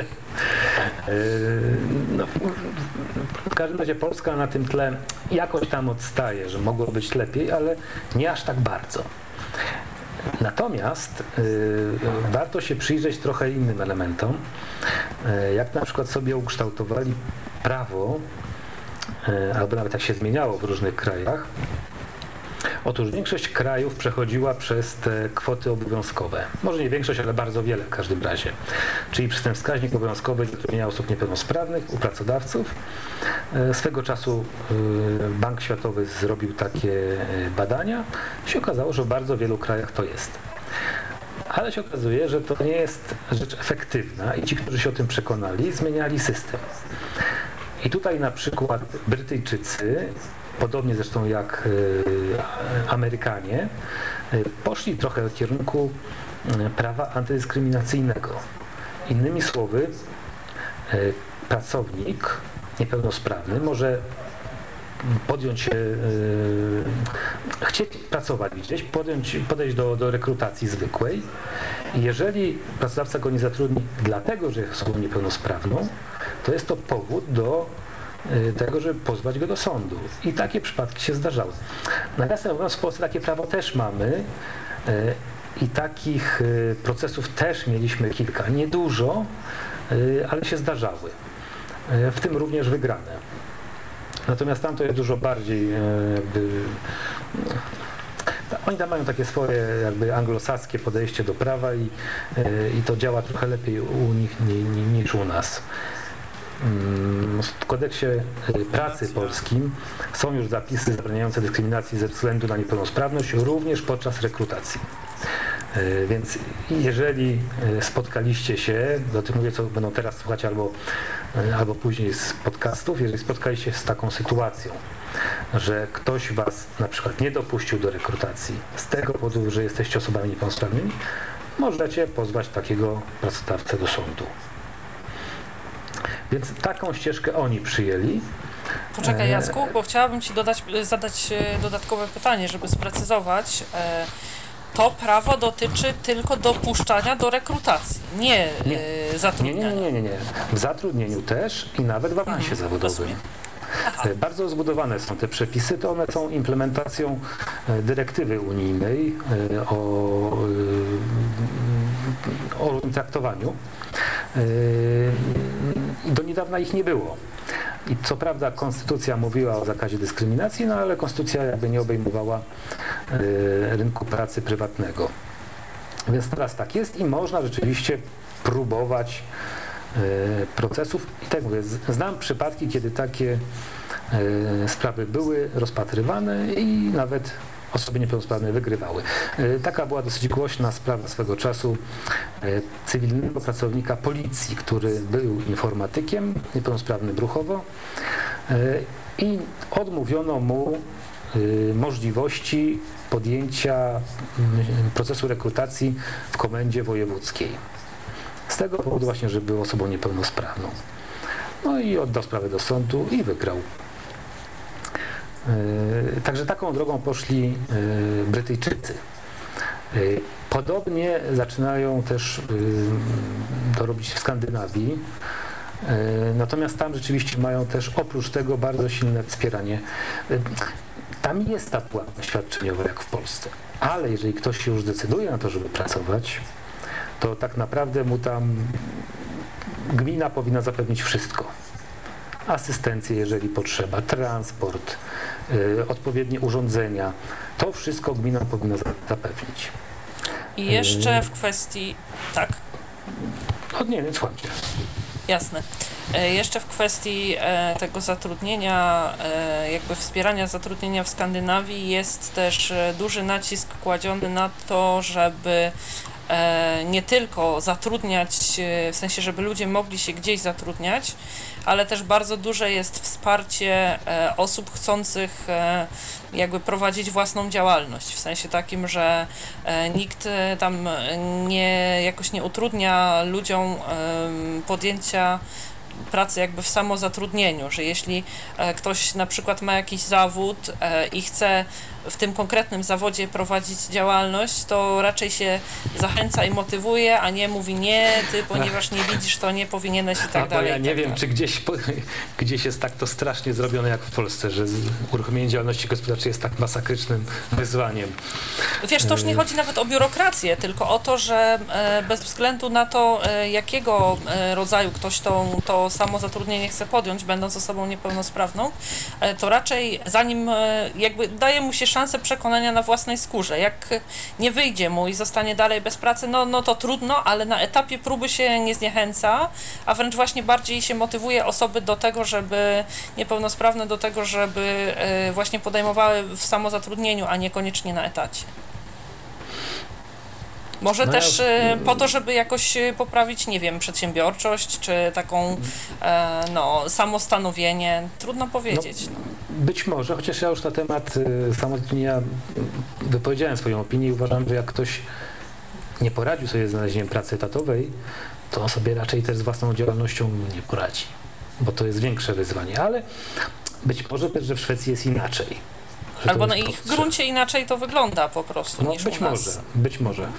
[SPEAKER 3] W każdym razie Polska na tym tle jakoś tam odstaje, że mogło być lepiej, ale nie aż tak bardzo. Natomiast warto się przyjrzeć trochę innym elementom, jak na przykład sobie ukształtowali prawo, albo nawet jak się zmieniało w różnych krajach. Otóż większość krajów przechodziła przez te kwoty obowiązkowe. Może nie większość, ale bardzo wiele w każdym razie. Czyli przez ten wskaźnik obowiązkowy zatrudnienia osób niepełnosprawnych u pracodawców. Swego czasu Bank Światowy zrobił takie badania i się okazało, że w bardzo wielu krajach to jest. Ale się okazuje, że to nie jest rzecz efektywna i ci, którzy się o tym przekonali, zmieniali system. I tutaj na przykład Brytyjczycy, podobnie zresztą jak Amerykanie, poszli trochę w kierunku prawa antydyskryminacyjnego. Innymi słowy, pracownik niepełnosprawny może podjąć się, chcieć pracować gdzieś, podejść do rekrutacji zwykłej. I jeżeli pracodawca go nie zatrudni dlatego, że jest osobą niepełnosprawną, to jest to powód do tego, żeby pozwać go do sądu. I takie przypadki się zdarzały. Nawiasem mówiąc, w Polsce takie prawo też mamy i takich procesów też mieliśmy kilka. Niedużo, ale się zdarzały. W tym również wygrane. Natomiast tam to jest dużo bardziej jakby... Oni tam mają takie swoje jakby anglosaskie podejście do prawa i to działa trochę lepiej u nich niż u nas. W kodeksie pracy polskim są już zapisy zabraniające dyskryminacji ze względu na niepełnosprawność również podczas rekrutacji. Więc jeżeli spotkaliście się, do tym mówię, co będą teraz słuchać albo później z podcastów, jeżeli spotkaliście się z taką sytuacją, że ktoś was na przykład nie dopuścił do rekrutacji z tego powodu, że jesteście osobami niepełnosprawnymi, możecie pozwać takiego pracodawcę do sądu. Więc taką ścieżkę oni przyjęli.
[SPEAKER 2] Poczekaj, Jacku, bo chciałabym ci zadać dodatkowe pytanie, żeby sprecyzować. To prawo dotyczy tylko dopuszczania do rekrutacji, nie zatrudniania.
[SPEAKER 3] Nie. W zatrudnieniu też i nawet w awansie zawodowym. Bardzo rozbudowane są te przepisy, to one są implementacją dyrektywy unijnej o równym traktowaniu. Do niedawna ich nie było. I co prawda konstytucja mówiła o zakazie dyskryminacji, no ale konstytucja jakby nie obejmowała rynku pracy prywatnego. Więc teraz tak jest i można rzeczywiście próbować procesów. I tak mówię, znam przypadki, kiedy takie sprawy były rozpatrywane i nawet osoby niepełnosprawne wygrywały. Taka była dosyć głośna sprawa swego czasu cywilnego pracownika policji, który był informatykiem, niepełnosprawny ruchowo i odmówiono mu możliwości podjęcia procesu rekrutacji w komendzie wojewódzkiej. Z tego powodu właśnie, że był osobą niepełnosprawną. No i oddał sprawę do sądu i wygrał. Także taką drogą poszli Brytyjczycy. Podobnie zaczynają też to robić w Skandynawii. Natomiast tam rzeczywiście mają też oprócz tego bardzo silne wspieranie. Tam jest ta płatność świadczeniowa jak w Polsce. Ale jeżeli ktoś się już zdecyduje na to, żeby pracować, to tak naprawdę mu tam gmina powinna zapewnić wszystko. Asystencję, jeżeli potrzeba, transport, odpowiednie urządzenia. To wszystko gmina powinna zapewnić.
[SPEAKER 2] I jeszcze w kwestii... Tak.
[SPEAKER 3] Nie, słuchajcie.
[SPEAKER 2] Jasne. Jeszcze w kwestii tego zatrudnienia, jakby wspierania zatrudnienia w Skandynawii jest też duży nacisk kładziony na to, żeby nie tylko zatrudniać, w sensie, żeby ludzie mogli się gdzieś zatrudniać, ale też bardzo duże jest wsparcie osób chcących jakby prowadzić własną działalność, w sensie takim, że nikt tam jakoś nie utrudnia ludziom podjęcia pracy jakby w samozatrudnieniu, że jeśli ktoś na przykład ma jakiś zawód i chce w tym konkretnym zawodzie prowadzić działalność, to raczej się zachęca i motywuje, a nie mówi nie, ty ponieważ nie widzisz, to nie powinieneś i tak dalej.
[SPEAKER 3] Ja nie wiem, czy gdzieś jest tak to strasznie zrobione jak w Polsce, że uruchomienie działalności gospodarczej jest tak masakrycznym wyzwaniem.
[SPEAKER 2] Wiesz, to już nie chodzi nawet o biurokrację, tylko o to, że bez względu na to, jakiego rodzaju ktoś to samozatrudnienie chce podjąć, będąc osobą niepełnosprawną, to raczej zanim jakby daje mu się szansę przekonania na własnej skórze. Jak nie wyjdzie mu i zostanie dalej bez pracy, no to trudno, ale na etapie próby się nie zniechęca, a wręcz właśnie bardziej się motywuje osoby do tego, niepełnosprawne do tego, żeby właśnie podejmowały w samozatrudnieniu, a niekoniecznie na etacie. Może też po to, żeby jakoś poprawić, nie wiem, przedsiębiorczość, czy taką, samostanowienie. Trudno powiedzieć.
[SPEAKER 3] Być może, chociaż ja już na temat samozatrudnienia wypowiedziałem swoją opinię i uważam, że jak ktoś nie poradził sobie z znalezieniem pracy etatowej, to on sobie raczej też z własną działalnością nie poradzi, bo to jest większe wyzwanie. Ale Być może też, że w Szwecji jest inaczej.
[SPEAKER 2] Albo na ich gruncie inaczej to wygląda po prostu niż
[SPEAKER 3] być
[SPEAKER 2] u nas.
[SPEAKER 3] Być może.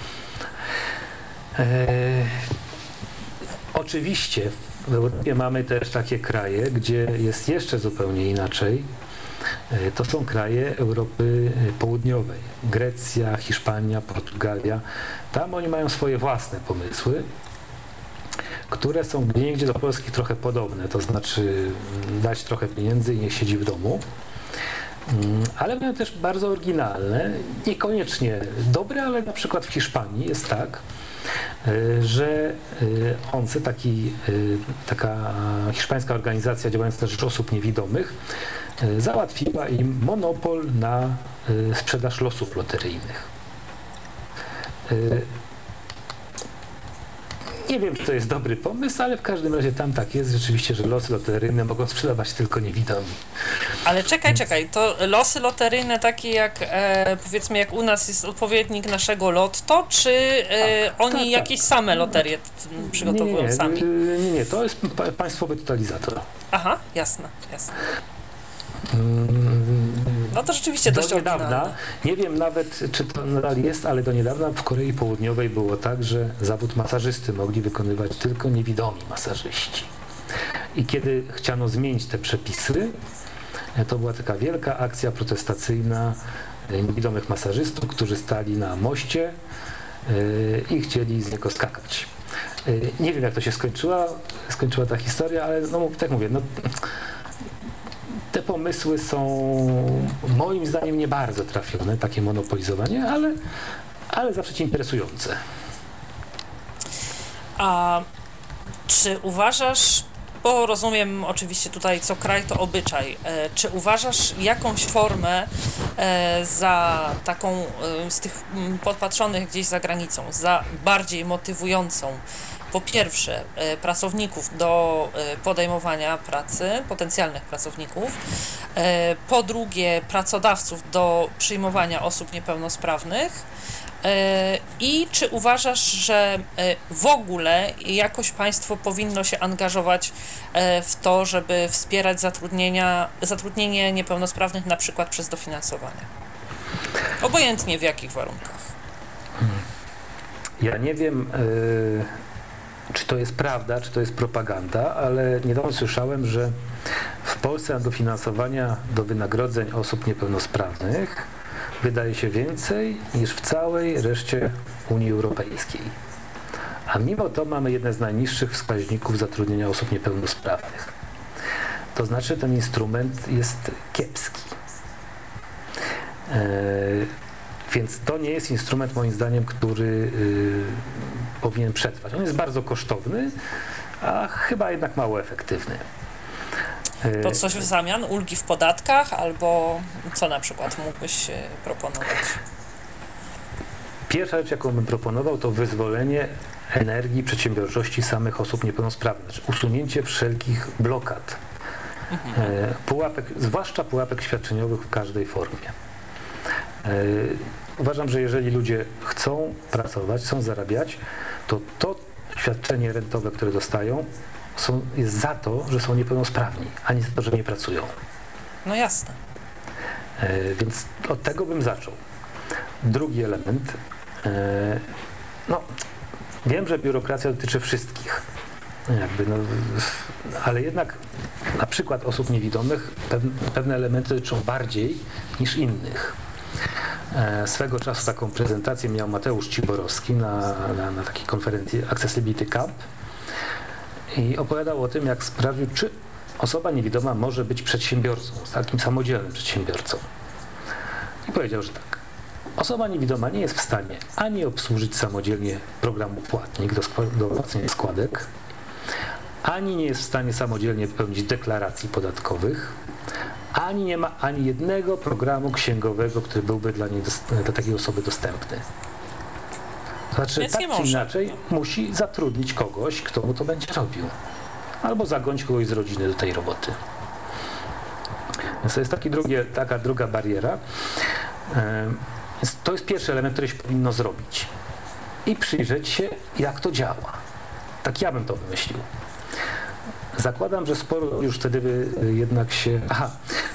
[SPEAKER 3] Oczywiście w Europie mamy też takie kraje, gdzie jest jeszcze zupełnie inaczej. To są kraje Europy Południowej. Grecja, Hiszpania, Portugalia. Tam oni mają swoje własne pomysły, które są gdzieniegdzie do Polski trochę podobne. To znaczy dać trochę pieniędzy i niech siedzi w domu. Ale mają też bardzo oryginalne, niekoniecznie dobre, ale na przykład w Hiszpanii jest tak, że ONCE, taka hiszpańska organizacja działająca na rzecz osób niewidomych, załatwiła im monopol na sprzedaż losów loteryjnych. Nie wiem, czy to jest dobry pomysł, ale w każdym razie tam tak jest rzeczywiście, że losy loteryjne mogą sprzedawać tylko niewidomi.
[SPEAKER 2] Ale czekaj, to losy loteryjne takie jak powiedzmy jak u nas jest odpowiednik naszego lotto, czy oni jakieś same loterie przygotowują sami?
[SPEAKER 3] Nie, to jest państwowy totalizator.
[SPEAKER 2] Aha, jasne. No to rzeczywiście dość oryginalne.
[SPEAKER 3] Nie wiem nawet, czy to nadal jest, ale do niedawna w Korei Południowej było tak, że zawód masażysty mogli wykonywać tylko niewidomi masażyści. I kiedy chciano zmienić te przepisy, to była taka wielka akcja protestacyjna niewidomych masażystów, którzy stali na moście i chcieli z niego skakać. Nie wiem, jak to się skończyła ta historia, ale no, tak mówię, te pomysły są moim zdaniem nie bardzo trafione, takie monopolizowanie, ale zawsze interesujące.
[SPEAKER 2] A czy uważasz, bo rozumiem oczywiście tutaj co kraj to obyczaj, czy uważasz jakąś formę za taką z tych podpatrzonych gdzieś za granicą, za bardziej motywującą po pierwsze pracowników do podejmowania pracy, potencjalnych pracowników, po drugie pracodawców do przyjmowania osób niepełnosprawnych i czy uważasz, że w ogóle jakoś państwo powinno się angażować w to, żeby wspierać zatrudnienie niepełnosprawnych na przykład przez dofinansowanie? Obojętnie w jakich warunkach.
[SPEAKER 3] Ja nie wiem, czy to jest prawda, czy to jest propaganda, ale niedawno słyszałem, że w Polsce na dofinansowania do wynagrodzeń osób niepełnosprawnych wydaje się więcej niż w całej reszcie Unii Europejskiej. A mimo to mamy jeden z najniższych wskaźników zatrudnienia osób niepełnosprawnych. To znaczy ten instrument jest kiepski. Więc to nie jest instrument, moim zdaniem, który powinien przetrwać. On jest bardzo kosztowny, a chyba jednak mało efektywny.
[SPEAKER 2] To coś w zamian? Ulgi w podatkach? Albo co na przykład mógłbyś proponować?
[SPEAKER 3] Pierwsza rzecz, jaką bym proponował, to wyzwolenie energii przedsiębiorczości samych osób niepełnosprawnych. Znaczy usunięcie wszelkich blokad. Pułapek, zwłaszcza pułapek świadczeniowych w każdej formie. Uważam, że jeżeli ludzie chcą pracować, chcą zarabiać, to świadczenie rentowe, które dostają, jest za to, że są niepełnosprawni, a nie za to, że nie pracują.
[SPEAKER 2] No jasne.
[SPEAKER 3] Więc od tego bym zaczął. Drugi element. Wiem, że biurokracja dotyczy wszystkich. Ale jednak na przykład osób niewidomych pewne elementy dotyczą bardziej niż innych. Swego czasu taką prezentację miał Mateusz Ciborowski na takiej konferencji Accessibility Camp i opowiadał o tym, jak sprawdził, czy osoba niewidoma może być przedsiębiorcą, takim samodzielnym przedsiębiorcą. I powiedział, że tak. Osoba niewidoma nie jest w stanie ani obsłużyć samodzielnie programu płatnik do płacenia składek, ani nie jest w stanie samodzielnie wypełnić deklaracji podatkowych, ani nie ma ani jednego programu księgowego, który byłby dla takiej osoby dostępny. To znaczy,
[SPEAKER 2] Więc
[SPEAKER 3] tak czy inaczej musi zatrudnić kogoś, kto mu to będzie robił. Albo zagoń kogoś z rodziny do tej roboty. Więc to jest taka druga bariera. Więc to jest pierwszy element, który się powinno zrobić. I przyjrzeć się, jak to działa. Tak ja bym to wymyślił. Zakładam, że sporo już wtedy by jednak się...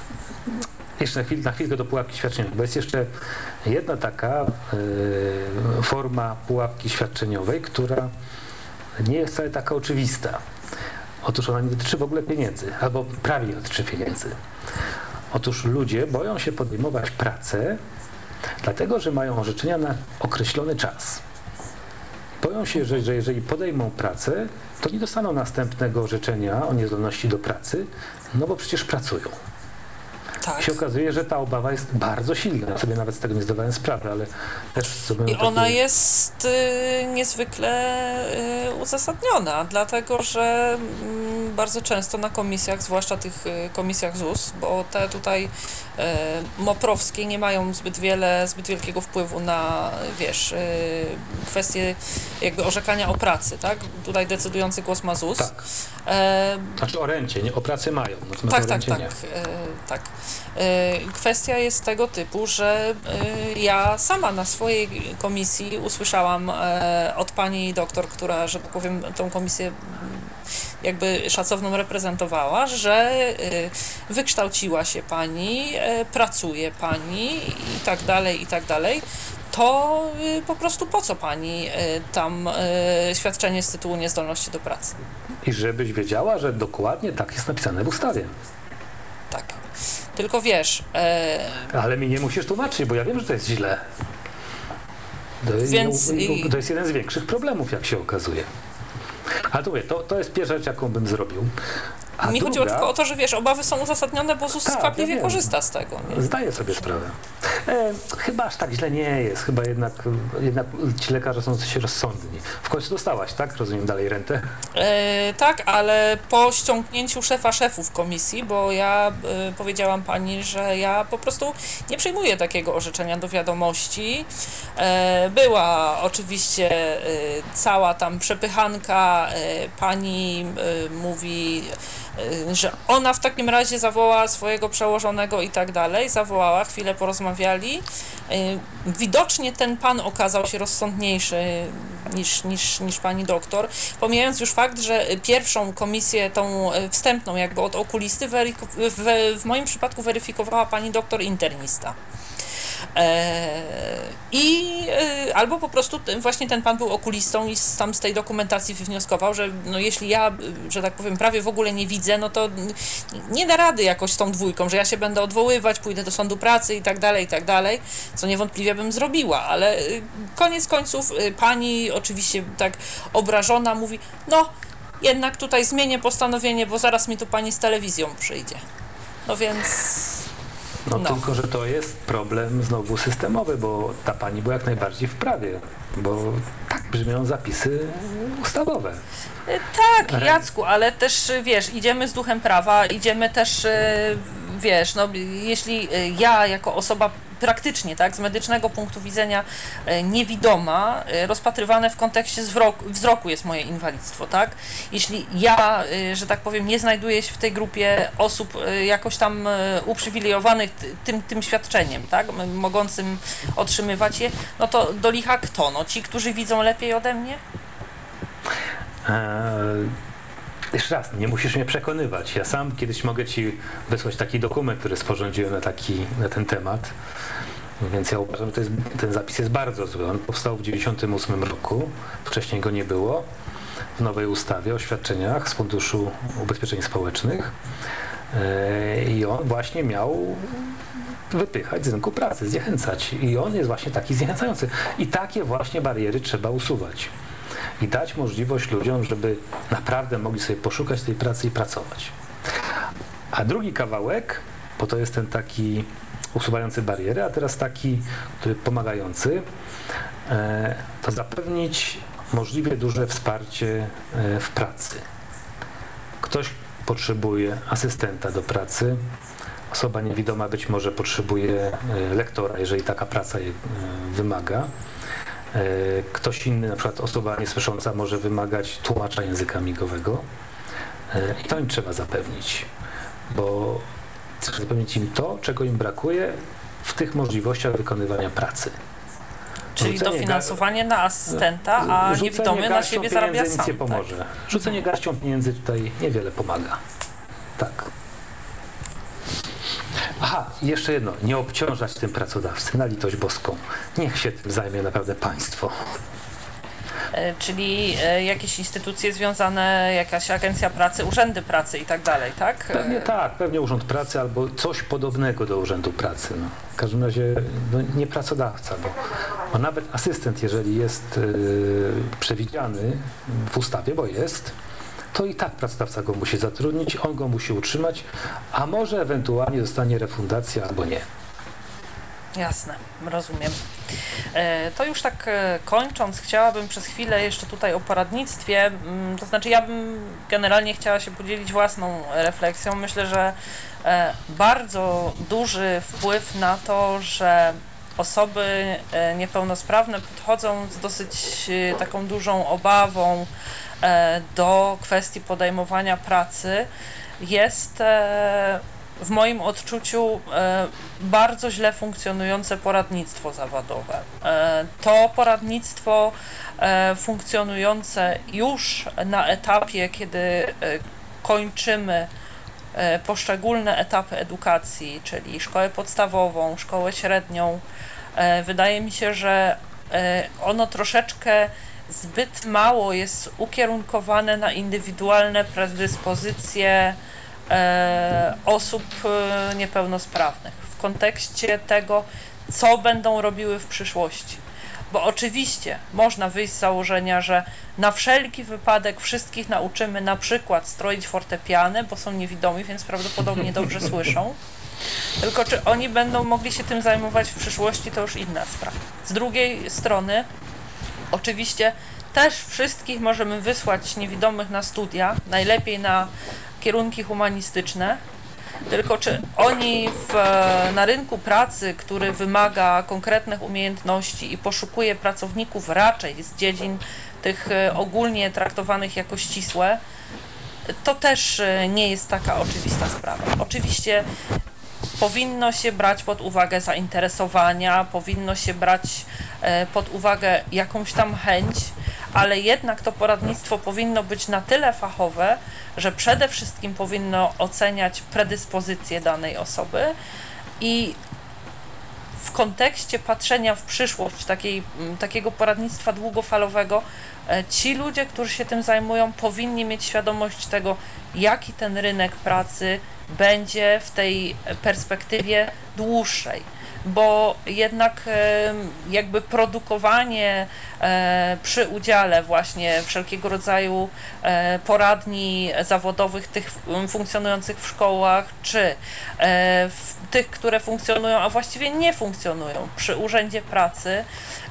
[SPEAKER 3] Jeszcze na chwilkę do pułapki świadczeniowej, bo jest jeszcze jedna taka forma pułapki świadczeniowej, która nie jest wcale taka oczywista. Otóż ona nie dotyczy w ogóle pieniędzy, albo prawie nie dotyczy pieniędzy. Otóż ludzie boją się podejmować pracę, dlatego że mają orzeczenia na określony czas. Boją się, że jeżeli podejmą pracę, to nie dostaną następnego orzeczenia o niezdolności do pracy, no bo przecież pracują.
[SPEAKER 5] Tak.
[SPEAKER 3] I się okazuje, że ta obawa jest bardzo silna. Ja sobie nawet z tego nie zdawałem sprawy, ale też sobie...
[SPEAKER 5] I ona jest niezwykle uzasadniona, dlatego że bardzo często na komisjach, zwłaszcza tych komisjach ZUS, bo te tutaj moprowskie nie mają zbyt wielkiego wpływu na, kwestie jakby orzekania o pracy, tak? Tutaj decydujący głos ma ZUS.
[SPEAKER 3] Tak. Znaczy o rencie, nie o pracy mają.
[SPEAKER 5] Tak. Kwestia jest tego typu, że ja sama na swojej komisji usłyszałam od pani doktor, która, że tak powiem, tą komisję jakby szacowną reprezentowała, że wykształciła się pani, pracuje pani i tak dalej, to po prostu po co pani tam świadczenie z tytułu niezdolności do pracy?
[SPEAKER 3] I żebyś wiedziała, że dokładnie tak jest napisane w ustawie.
[SPEAKER 5] Tak. Tylko wiesz...
[SPEAKER 3] Ale mi nie musisz tłumaczyć, bo ja wiem, że to jest źle. To jest jeden z większych problemów, jak się okazuje. Ale to jest pierwsza rzecz, jaką bym zrobił. A
[SPEAKER 5] mi chodziło tylko o to, że obawy są uzasadnione, bo ZUS skwapliwie korzysta z tego. Nie?
[SPEAKER 3] Zdaję sobie sprawę. Chyba aż tak źle nie jest. Chyba jednak ci lekarze są dosyć rozsądni. W końcu dostałaś, tak? Rozumiem dalej rentę?
[SPEAKER 5] Tak, ale po ściągnięciu szefa szefów komisji, bo ja powiedziałam pani, że ja po prostu nie przyjmuję takiego orzeczenia do wiadomości. Była oczywiście cała tam przepychanka. Pani mówi, że ona w takim razie zawoła swojego przełożonego i tak dalej. Zawołała, chwilę porozmawiali. Widocznie ten pan okazał się rozsądniejszy niż pani doktor, pomijając już fakt, że pierwszą komisję, tą wstępną jakby od okulisty, w moim przypadku weryfikowała pani doktor internista. Albo po prostu właśnie ten pan był okulistą i tam z tej dokumentacji wywnioskował, że jeśli ja, że tak powiem, prawie w ogóle nie widzę, no to nie da rady jakoś z tą dwójką, że ja się będę odwoływać, pójdę do sądu pracy i tak dalej, co niewątpliwie bym zrobiła, ale koniec końców pani oczywiście tak obrażona mówi, jednak tutaj zmienię postanowienie, bo zaraz mi tu pani z telewizją przyjdzie. No więc...
[SPEAKER 3] Tylko, że to jest problem znowu systemowy, bo ta pani była jak najbardziej w prawie, bo tak brzmią zapisy ustawowe.
[SPEAKER 2] Tak, Jacku, ale też, idziemy z duchem prawa, idziemy też, jeśli ja jako osoba praktycznie, tak, z medycznego punktu widzenia niewidoma, rozpatrywane w kontekście wzroku jest moje inwalidztwo, tak? Jeśli ja, że tak powiem, nie znajduję się w tej grupie osób jakoś tam uprzywilejowanych tym świadczeniem, tak, mogącym otrzymywać je, no to do licha kto? Ci, którzy widzą lepiej ode mnie?
[SPEAKER 3] Jeszcze raz, nie musisz mnie przekonywać. Ja sam kiedyś mogę ci wysłać taki dokument, który sporządziłem na ten temat. Więc ja uważam, że ten zapis jest bardzo zły. On powstał w 1998 roku. Wcześniej go nie było. W nowej ustawie o świadczeniach z Funduszu Ubezpieczeń Społecznych. I on właśnie miał wypychać z rynku pracy, zniechęcać. I on jest właśnie taki zniechęcający. I takie właśnie bariery trzeba usuwać. I dać możliwość ludziom, żeby naprawdę mogli sobie poszukać tej pracy i pracować. A drugi kawałek, bo to jest ten taki usuwający bariery, a teraz taki, który pomagający, to zapewnić możliwie duże wsparcie w pracy. Ktoś potrzebuje asystenta do pracy, osoba niewidoma być może potrzebuje lektora, jeżeli taka praca jej wymaga. Ktoś inny, na przykład osoba niesłysząca, może wymagać tłumacza języka migowego i to im trzeba zapewnić, bo trzeba zapewnić im to, czego im brakuje w tych możliwościach wykonywania pracy.
[SPEAKER 2] Czyli dofinansowanie na asystenta, a niewidomy na siebie zarabia sam.
[SPEAKER 3] Nic nie pomoże. Tak? Rzucenie garścią pieniędzy tutaj niewiele pomaga. Tak. Aha, jeszcze jedno, nie obciążać tym pracodawcy, na litość boską. Niech się tym zajmie naprawdę państwo.
[SPEAKER 2] Czyli jakieś instytucje związane, jakaś agencja pracy, urzędy pracy i tak dalej, tak?
[SPEAKER 3] Pewnie tak, pewnie Urząd Pracy albo coś podobnego do Urzędu Pracy. No. W każdym razie nie pracodawca, bo nawet asystent, jeżeli jest przewidziany w ustawie, bo jest, to i tak pracodawca go musi zatrudnić, on go musi utrzymać, a może ewentualnie dostanie refundację albo nie.
[SPEAKER 2] Jasne, rozumiem. To już tak kończąc, chciałabym przez chwilę jeszcze tutaj o poradnictwie, to znaczy ja bym generalnie chciała się podzielić własną refleksją. Myślę, że bardzo duży wpływ na to, że osoby niepełnosprawne podchodzą z dosyć taką dużą obawą do kwestii podejmowania pracy, jest w moim odczuciu bardzo źle funkcjonujące poradnictwo zawodowe. To poradnictwo funkcjonujące już na etapie, kiedy kończymy poszczególne etapy edukacji, czyli szkołę podstawową, szkołę średnią, wydaje mi się, że ono troszeczkę zbyt mało jest ukierunkowane na indywidualne predyspozycje osób niepełnosprawnych w kontekście tego, co będą robiły w przyszłości. Bo oczywiście można wyjść z założenia, że na wszelki wypadek wszystkich nauczymy na przykład stroić fortepiany, bo są niewidomi, więc prawdopodobnie dobrze słyszą. Tylko czy oni będą mogli się tym zajmować w przyszłości, to już inna sprawa. Z drugiej strony, oczywiście też wszystkich możemy wysłać niewidomych na studia, najlepiej na kierunki humanistyczne, tylko czy oni na rynku pracy, który wymaga konkretnych umiejętności i poszukuje pracowników raczej z dziedzin tych ogólnie traktowanych jako ścisłe, to też nie jest taka oczywista sprawa. Oczywiście powinno się brać pod uwagę zainteresowania, powinno się brać pod uwagę jakąś tam chęć, ale jednak to poradnictwo powinno być na tyle fachowe, że przede wszystkim powinno oceniać predyspozycje danej osoby i w kontekście patrzenia w przyszłość takiego poradnictwa długofalowego, ci ludzie, którzy się tym zajmują, powinni mieć świadomość tego, jaki ten rynek pracy będzie w tej perspektywie dłuższej. Bo jednak jakby produkowanie przy udziale właśnie wszelkiego rodzaju poradni zawodowych, tych funkcjonujących w szkołach, czy tych, które funkcjonują, a właściwie nie funkcjonują przy Urzędzie Pracy,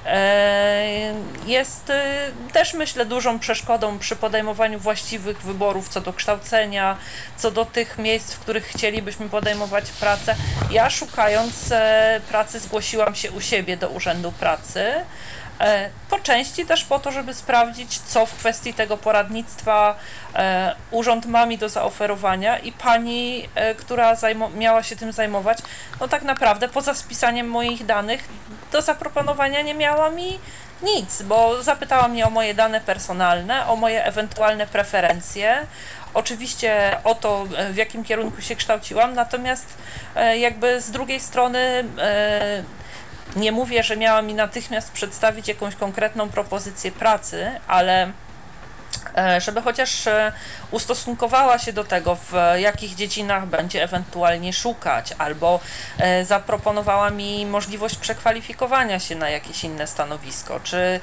[SPEAKER 2] jest też, myślę, dużą przeszkodą przy podejmowaniu właściwych wyborów co do kształcenia, co do tych miejsc, w których chcielibyśmy podejmować pracę. Ja, szukając pracy, zgłosiłam się u siebie do Urzędu Pracy, po części też po to, żeby sprawdzić, co w kwestii tego poradnictwa urząd ma mi do zaoferowania, i pani, która miała się tym zajmować, no tak naprawdę poza spisaniem moich danych do zaproponowania nie miała mi nic, bo zapytała mnie o moje dane personalne, o moje ewentualne preferencje, oczywiście o to, w jakim kierunku się kształciłam, natomiast jakby z drugiej strony nie mówię, że miała mi natychmiast przedstawić jakąś konkretną propozycję pracy, ale żeby chociaż ustosunkowała się do tego, w jakich dziedzinach będzie ewentualnie szukać, albo zaproponowała mi możliwość przekwalifikowania się na jakieś inne stanowisko, czy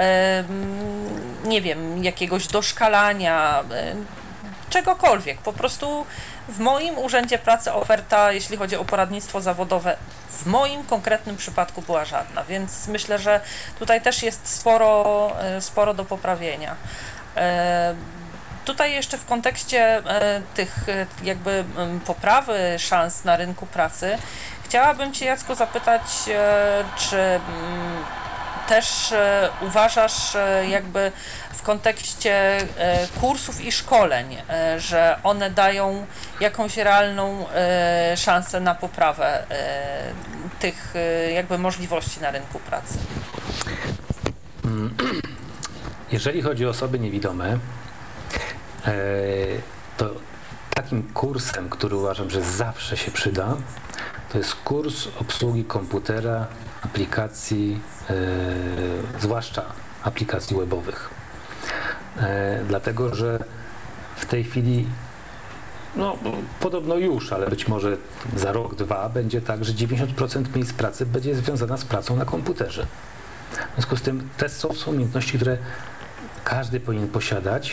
[SPEAKER 2] nie wiem, jakiegoś doszkalania, czegokolwiek. Po prostu w moim Urzędzie Pracy oferta, jeśli chodzi o poradnictwo zawodowe, w moim konkretnym przypadku była żadna, więc myślę, że tutaj też jest sporo do poprawienia. Tutaj jeszcze w kontekście tych jakby poprawy szans na rynku pracy chciałabym Cię, Jacku, zapytać, czy też uważasz jakby w kontekście kursów i szkoleń, że one dają jakąś realną szansę na poprawę tych jakby możliwości na rynku pracy?
[SPEAKER 3] Jeżeli chodzi o osoby niewidome, to takim kursem, który uważam, że zawsze się przyda, to jest kurs obsługi komputera, aplikacji, zwłaszcza aplikacji webowych. Dlatego, że w tej chwili, no podobno już, ale być może za rok, dwa będzie tak, że 90% miejsc pracy będzie związana z pracą na komputerze. W związku z tym te są umiejętności, które każdy powinien posiadać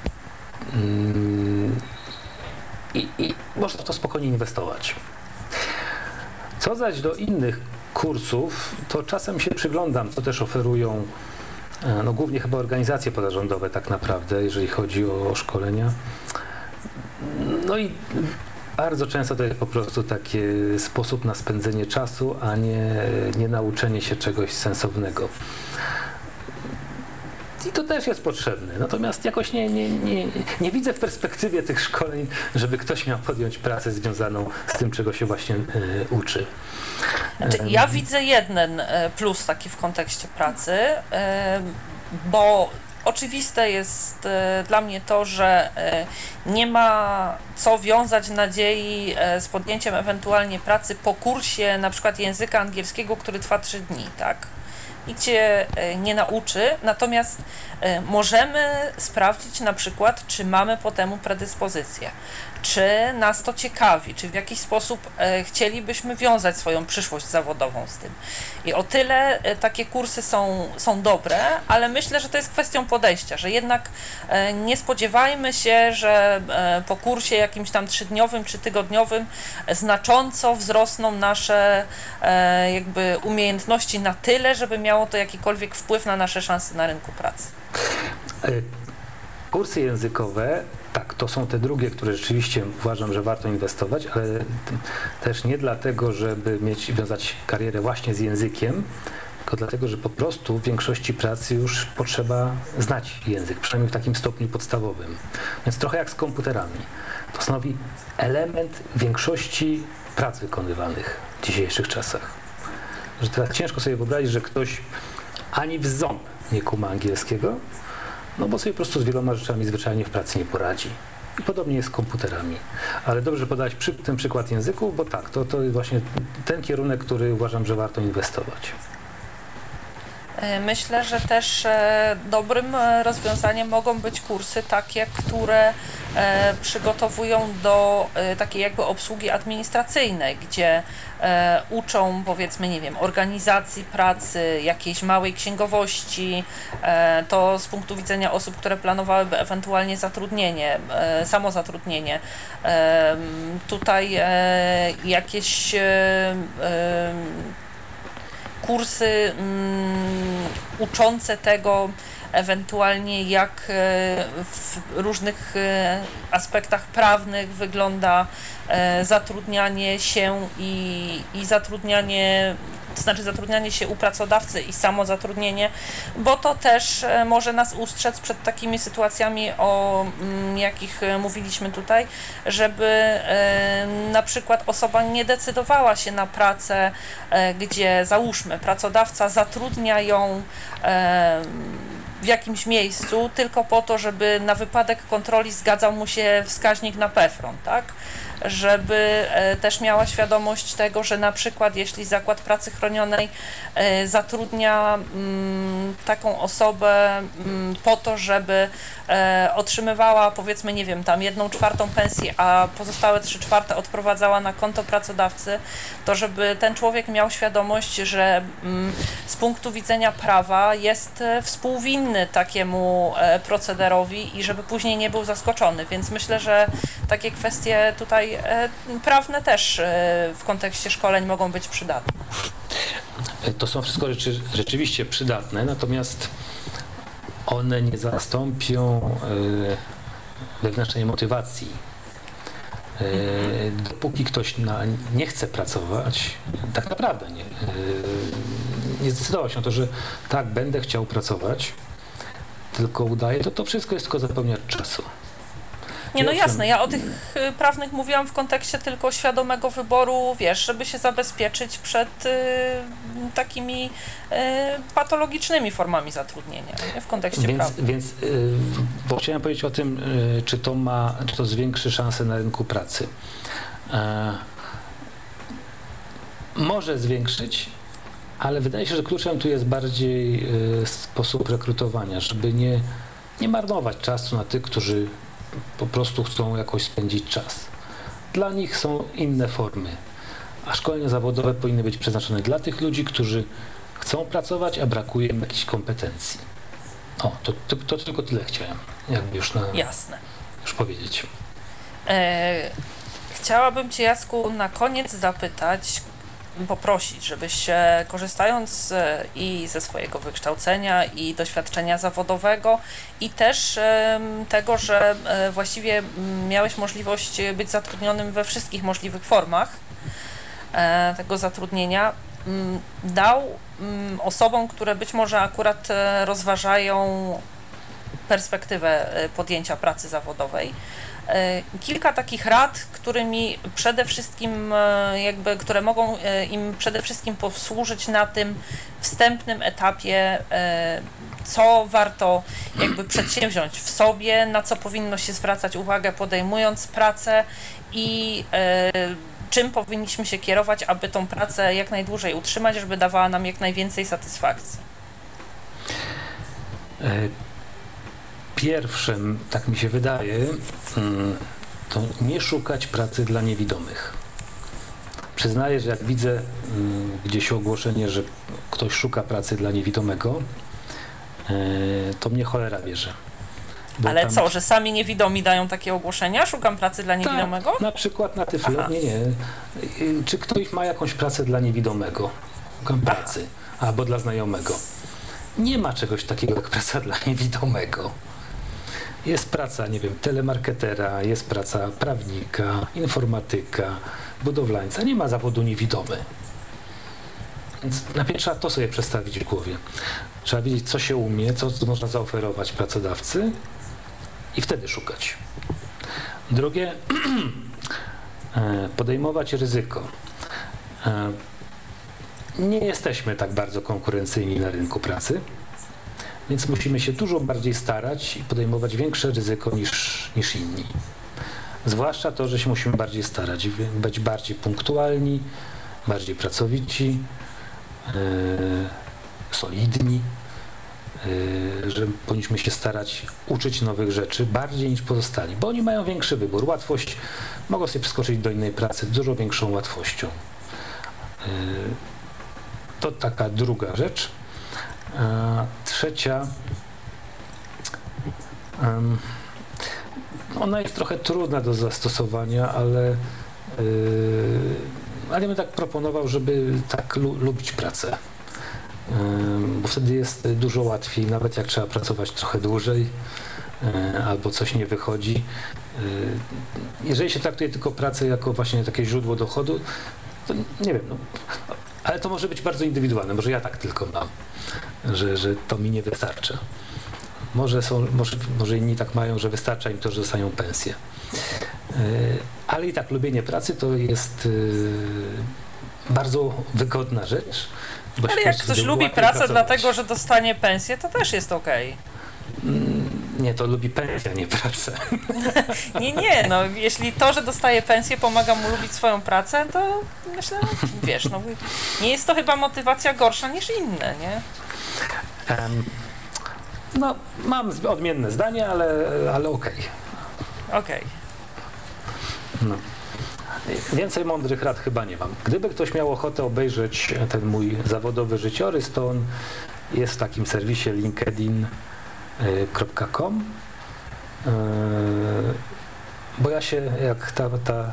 [SPEAKER 3] i można w to spokojnie inwestować. Co zaś do innych kursów, to czasem się przyglądam, co też oferują no głównie chyba organizacje pozarządowe tak naprawdę, jeżeli chodzi o szkolenia. No i bardzo często to jest po prostu taki sposób na spędzenie czasu, a nie nauczenie się czegoś sensownego. I to też jest potrzebne, natomiast jakoś nie widzę w perspektywie tych szkoleń, żeby ktoś miał podjąć pracę związaną z tym, czego się właśnie uczy.
[SPEAKER 2] Znaczy, ja widzę jeden plus taki w kontekście pracy, bo oczywiste jest dla mnie to, że nie ma co wiązać nadziei z podjęciem ewentualnie pracy po kursie na przykład języka angielskiego, który trwa 3 dni, tak? Nikt cię nie nauczy, natomiast możemy sprawdzić na przykład, czy mamy po temu predyspozycję, czy nas to ciekawi, czy w jakiś sposób chcielibyśmy wiązać swoją przyszłość zawodową z tym. I o tyle takie kursy są dobre, ale myślę, że to jest kwestią podejścia, że jednak nie spodziewajmy się, że po kursie jakimś tam 3-dniowym czy tygodniowym znacząco wzrosną nasze jakby umiejętności na tyle, żeby miało to jakikolwiek wpływ na nasze szanse na rynku pracy.
[SPEAKER 3] Kursy językowe, tak, to są te drugie, które rzeczywiście uważam, że warto inwestować, ale też nie dlatego, żeby wiązać karierę właśnie z językiem, tylko dlatego, że po prostu w większości pracy już potrzeba znać język, przynajmniej w takim stopniu podstawowym. Więc trochę jak z komputerami. To stanowi element większości prac wykonywanych w dzisiejszych czasach. Że teraz ciężko sobie wyobrazić, że ktoś ani w ząb nie kuma angielskiego, no bo sobie po prostu z wieloma rzeczami zwyczajnie w pracy nie poradzi. I podobnie jest z komputerami. Ale dobrze podać ten przykład języków, bo tak, to jest właśnie ten kierunek, który uważam, że warto inwestować.
[SPEAKER 2] Myślę, że też dobrym rozwiązaniem mogą być kursy takie, które przygotowują do takiej jakby obsługi administracyjnej, gdzie uczą, powiedzmy, nie wiem, organizacji pracy, jakiejś małej księgowości, to z punktu widzenia osób, które planowałyby ewentualnie zatrudnienie, samozatrudnienie. Tutaj jakieś kursy uczące tego ewentualnie jak w różnych aspektach prawnych wygląda zatrudnianie się i zatrudnianie, to znaczy zatrudnianie się u pracodawcy i samozatrudnienie, bo to też może nas ustrzec przed takimi sytuacjami, o jakich mówiliśmy tutaj, żeby na przykład osoba nie decydowała się na pracę, gdzie załóżmy pracodawca zatrudnia ją w jakimś miejscu tylko po to, żeby na wypadek kontroli zgadzał mu się wskaźnik na PFRON, tak? Żeby też miała świadomość tego, że na przykład jeśli Zakład Pracy Chronionej zatrudnia taką osobę po to, żeby otrzymywała, powiedzmy, nie wiem, tam 1/4 pensji, a pozostałe 3/4 odprowadzała na konto pracodawcy, to żeby ten człowiek miał świadomość, że z punktu widzenia prawa jest współwinny takiemu procederowi i żeby później nie był zaskoczony, więc myślę, że takie kwestie tutaj prawne też w kontekście szkoleń mogą być przydatne.
[SPEAKER 3] To są wszystko rzeczy rzeczywiście przydatne, natomiast one nie zastąpią wewnętrznej motywacji. Dopóki ktoś nie chce pracować, tak naprawdę nie zdecydował się na to, że tak, będę chciał pracować, tylko udaje, to wszystko jest tylko zapełniać czasu.
[SPEAKER 2] Nie, no jasne, ja o tych prawnych mówiłam w kontekście tylko świadomego wyboru, wiesz, żeby się zabezpieczyć przed takimi patologicznymi formami zatrudnienia, nie? W kontekście prawnym.
[SPEAKER 3] Więc bo chciałem powiedzieć o tym, czy to zwiększy szanse na rynku pracy. Może zwiększyć, ale wydaje się, że kluczem tu jest bardziej sposób rekrutowania, żeby nie marnować czasu na tych, którzy po prostu chcą jakoś spędzić czas. Dla nich są inne formy, a szkolenia zawodowe powinny być przeznaczone dla tych ludzi, którzy chcą pracować, a brakuje im jakichś kompetencji. To tylko tyle chciałem, jakby już
[SPEAKER 2] Jasne.
[SPEAKER 3] Już powiedzieć.
[SPEAKER 2] Chciałabym Cię, Jacku, na koniec zapytać, poprosić, żebyś korzystając i ze swojego wykształcenia i doświadczenia zawodowego i też tego, że właściwie miałeś możliwość być zatrudnionym we wszystkich możliwych formach tego zatrudnienia, dał osobom, które być może akurat rozważają perspektywę podjęcia pracy zawodowej, kilka takich rad, którymi przede wszystkim które mogą im przede wszystkim posłużyć na tym wstępnym etapie, co warto przedsięwziąć w sobie, na co powinno się zwracać uwagę podejmując pracę i czym powinniśmy się kierować, aby tą pracę jak najdłużej utrzymać, żeby dawała nam jak najwięcej satysfakcji.
[SPEAKER 3] Pierwszym, tak mi się wydaje, to nie szukać pracy dla niewidomych. Przyznaję, że jak widzę gdzieś ogłoszenie, że ktoś szuka pracy dla niewidomego, to mnie cholera bierze.
[SPEAKER 2] Ale co, że sami niewidomi dają takie ogłoszenia? Szukam pracy dla niewidomego?
[SPEAKER 3] Tak, na przykład na Tyflo. Nie. Czy ktoś ma jakąś pracę dla niewidomego? Szukam pracy. Albo dla znajomego. Nie ma czegoś takiego jak praca dla niewidomego. Jest praca, nie wiem, telemarketera, jest praca prawnika, informatyka, budowlańca. Nie ma zawodu niewidomy. Więc najpierw trzeba to sobie przestawić w głowie. Trzeba wiedzieć, co się umie, co można zaoferować pracodawcy i wtedy szukać. Drugie, podejmować ryzyko. Nie jesteśmy tak bardzo konkurencyjni na rynku pracy, więc musimy się dużo bardziej starać i podejmować większe ryzyko niż inni. Zwłaszcza to, że się musimy bardziej starać, być bardziej punktualni, bardziej pracowici, solidni, że powinniśmy się starać uczyć nowych rzeczy bardziej niż pozostali, bo oni mają większy wybór, łatwość, mogą sobie przeskoczyć do innej pracy z dużo większą łatwością. To taka druga rzecz. Trzecia, ona jest trochę trudna do zastosowania, ale ja bym tak proponował, żeby tak lubić pracę, bo wtedy jest dużo łatwiej, nawet jak trzeba pracować trochę dłużej albo coś nie wychodzi. Jeżeli się traktuje tylko pracę jako właśnie takie źródło dochodu, to nie wiem, ale to może być bardzo indywidualne, może ja tak tylko mam, że to mi nie wystarcza. Może inni tak mają, że wystarcza im to, że dostają pensję. Ale i tak lubienie pracy to jest bardzo wygodna rzecz.
[SPEAKER 2] Ale jak ktoś lubi pracę dlatego, że dostanie pensję, to też jest okej.
[SPEAKER 3] Nie, to lubi pensję, a nie pracę.
[SPEAKER 2] Nie, no jeśli to, że dostaje pensję, pomaga mu lubić swoją pracę, to myślę, wiesz, nie jest to chyba motywacja gorsza niż inne, nie?
[SPEAKER 3] Mam odmienne zdanie, ale okej.
[SPEAKER 2] Okej.
[SPEAKER 3] No. Więcej mądrych rad chyba nie mam. Gdyby ktoś miał ochotę obejrzeć ten mój zawodowy życiorys, to on jest w takim serwisie linkedin.com, bo ja się, jak ta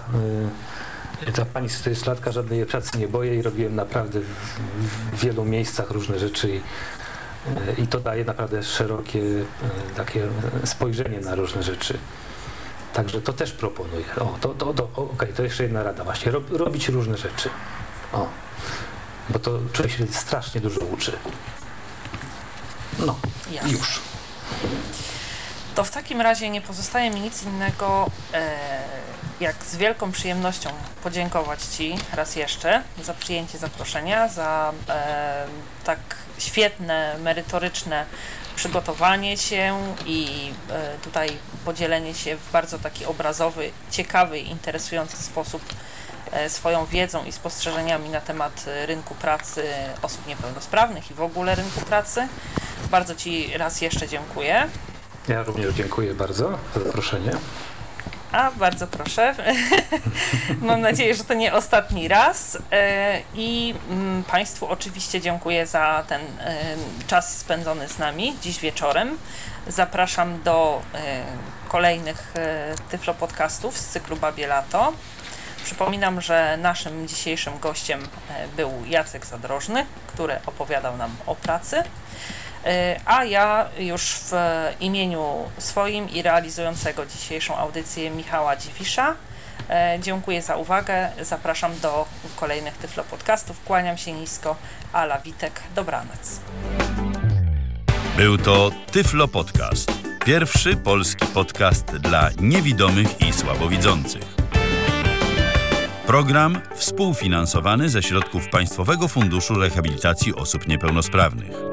[SPEAKER 3] pani 40-latka, żadnej pracy nie boję i robiłem naprawdę w wielu miejscach różne rzeczy i to daje naprawdę szerokie takie spojrzenie na różne rzeczy. Także to też proponuję. Okej, to jeszcze jedna rada właśnie. Robić różne rzeczy. Bo to człowiek się strasznie dużo uczy. No,
[SPEAKER 2] Jasne.
[SPEAKER 3] już.
[SPEAKER 2] To w takim razie nie pozostaje mi nic innego, jak z wielką przyjemnością podziękować Ci raz jeszcze za przyjęcie zaproszenia, za tak świetne, merytoryczne przygotowanie się i tutaj podzielenie się w bardzo taki obrazowy, ciekawy i interesujący sposób swoją wiedzą i spostrzeżeniami na temat rynku pracy osób niepełnosprawnych i w ogóle rynku pracy. Bardzo Ci raz jeszcze dziękuję.
[SPEAKER 3] Ja również dziękuję bardzo za zaproszenie.
[SPEAKER 2] Bardzo proszę. Mam nadzieję, że to nie ostatni raz. I Państwu oczywiście dziękuję za ten czas spędzony z nami dziś wieczorem. Zapraszam do kolejnych Tyflo Podcastów z cyklu Babie Lato. Przypominam, że naszym dzisiejszym gościem był Jacek Zadrożny, który opowiadał nam o pracy. A ja już w imieniu swoim i realizującego dzisiejszą audycję Michała Dziwisza dziękuję za uwagę. Zapraszam do kolejnych Tyflo Podcastów. Kłaniam się nisko. Ala Witek. Dobranoc.
[SPEAKER 1] Był to Tyflo Podcast. Pierwszy polski podcast dla niewidomych i słabowidzących. Program współfinansowany ze środków Państwowego Funduszu Rehabilitacji Osób Niepełnosprawnych.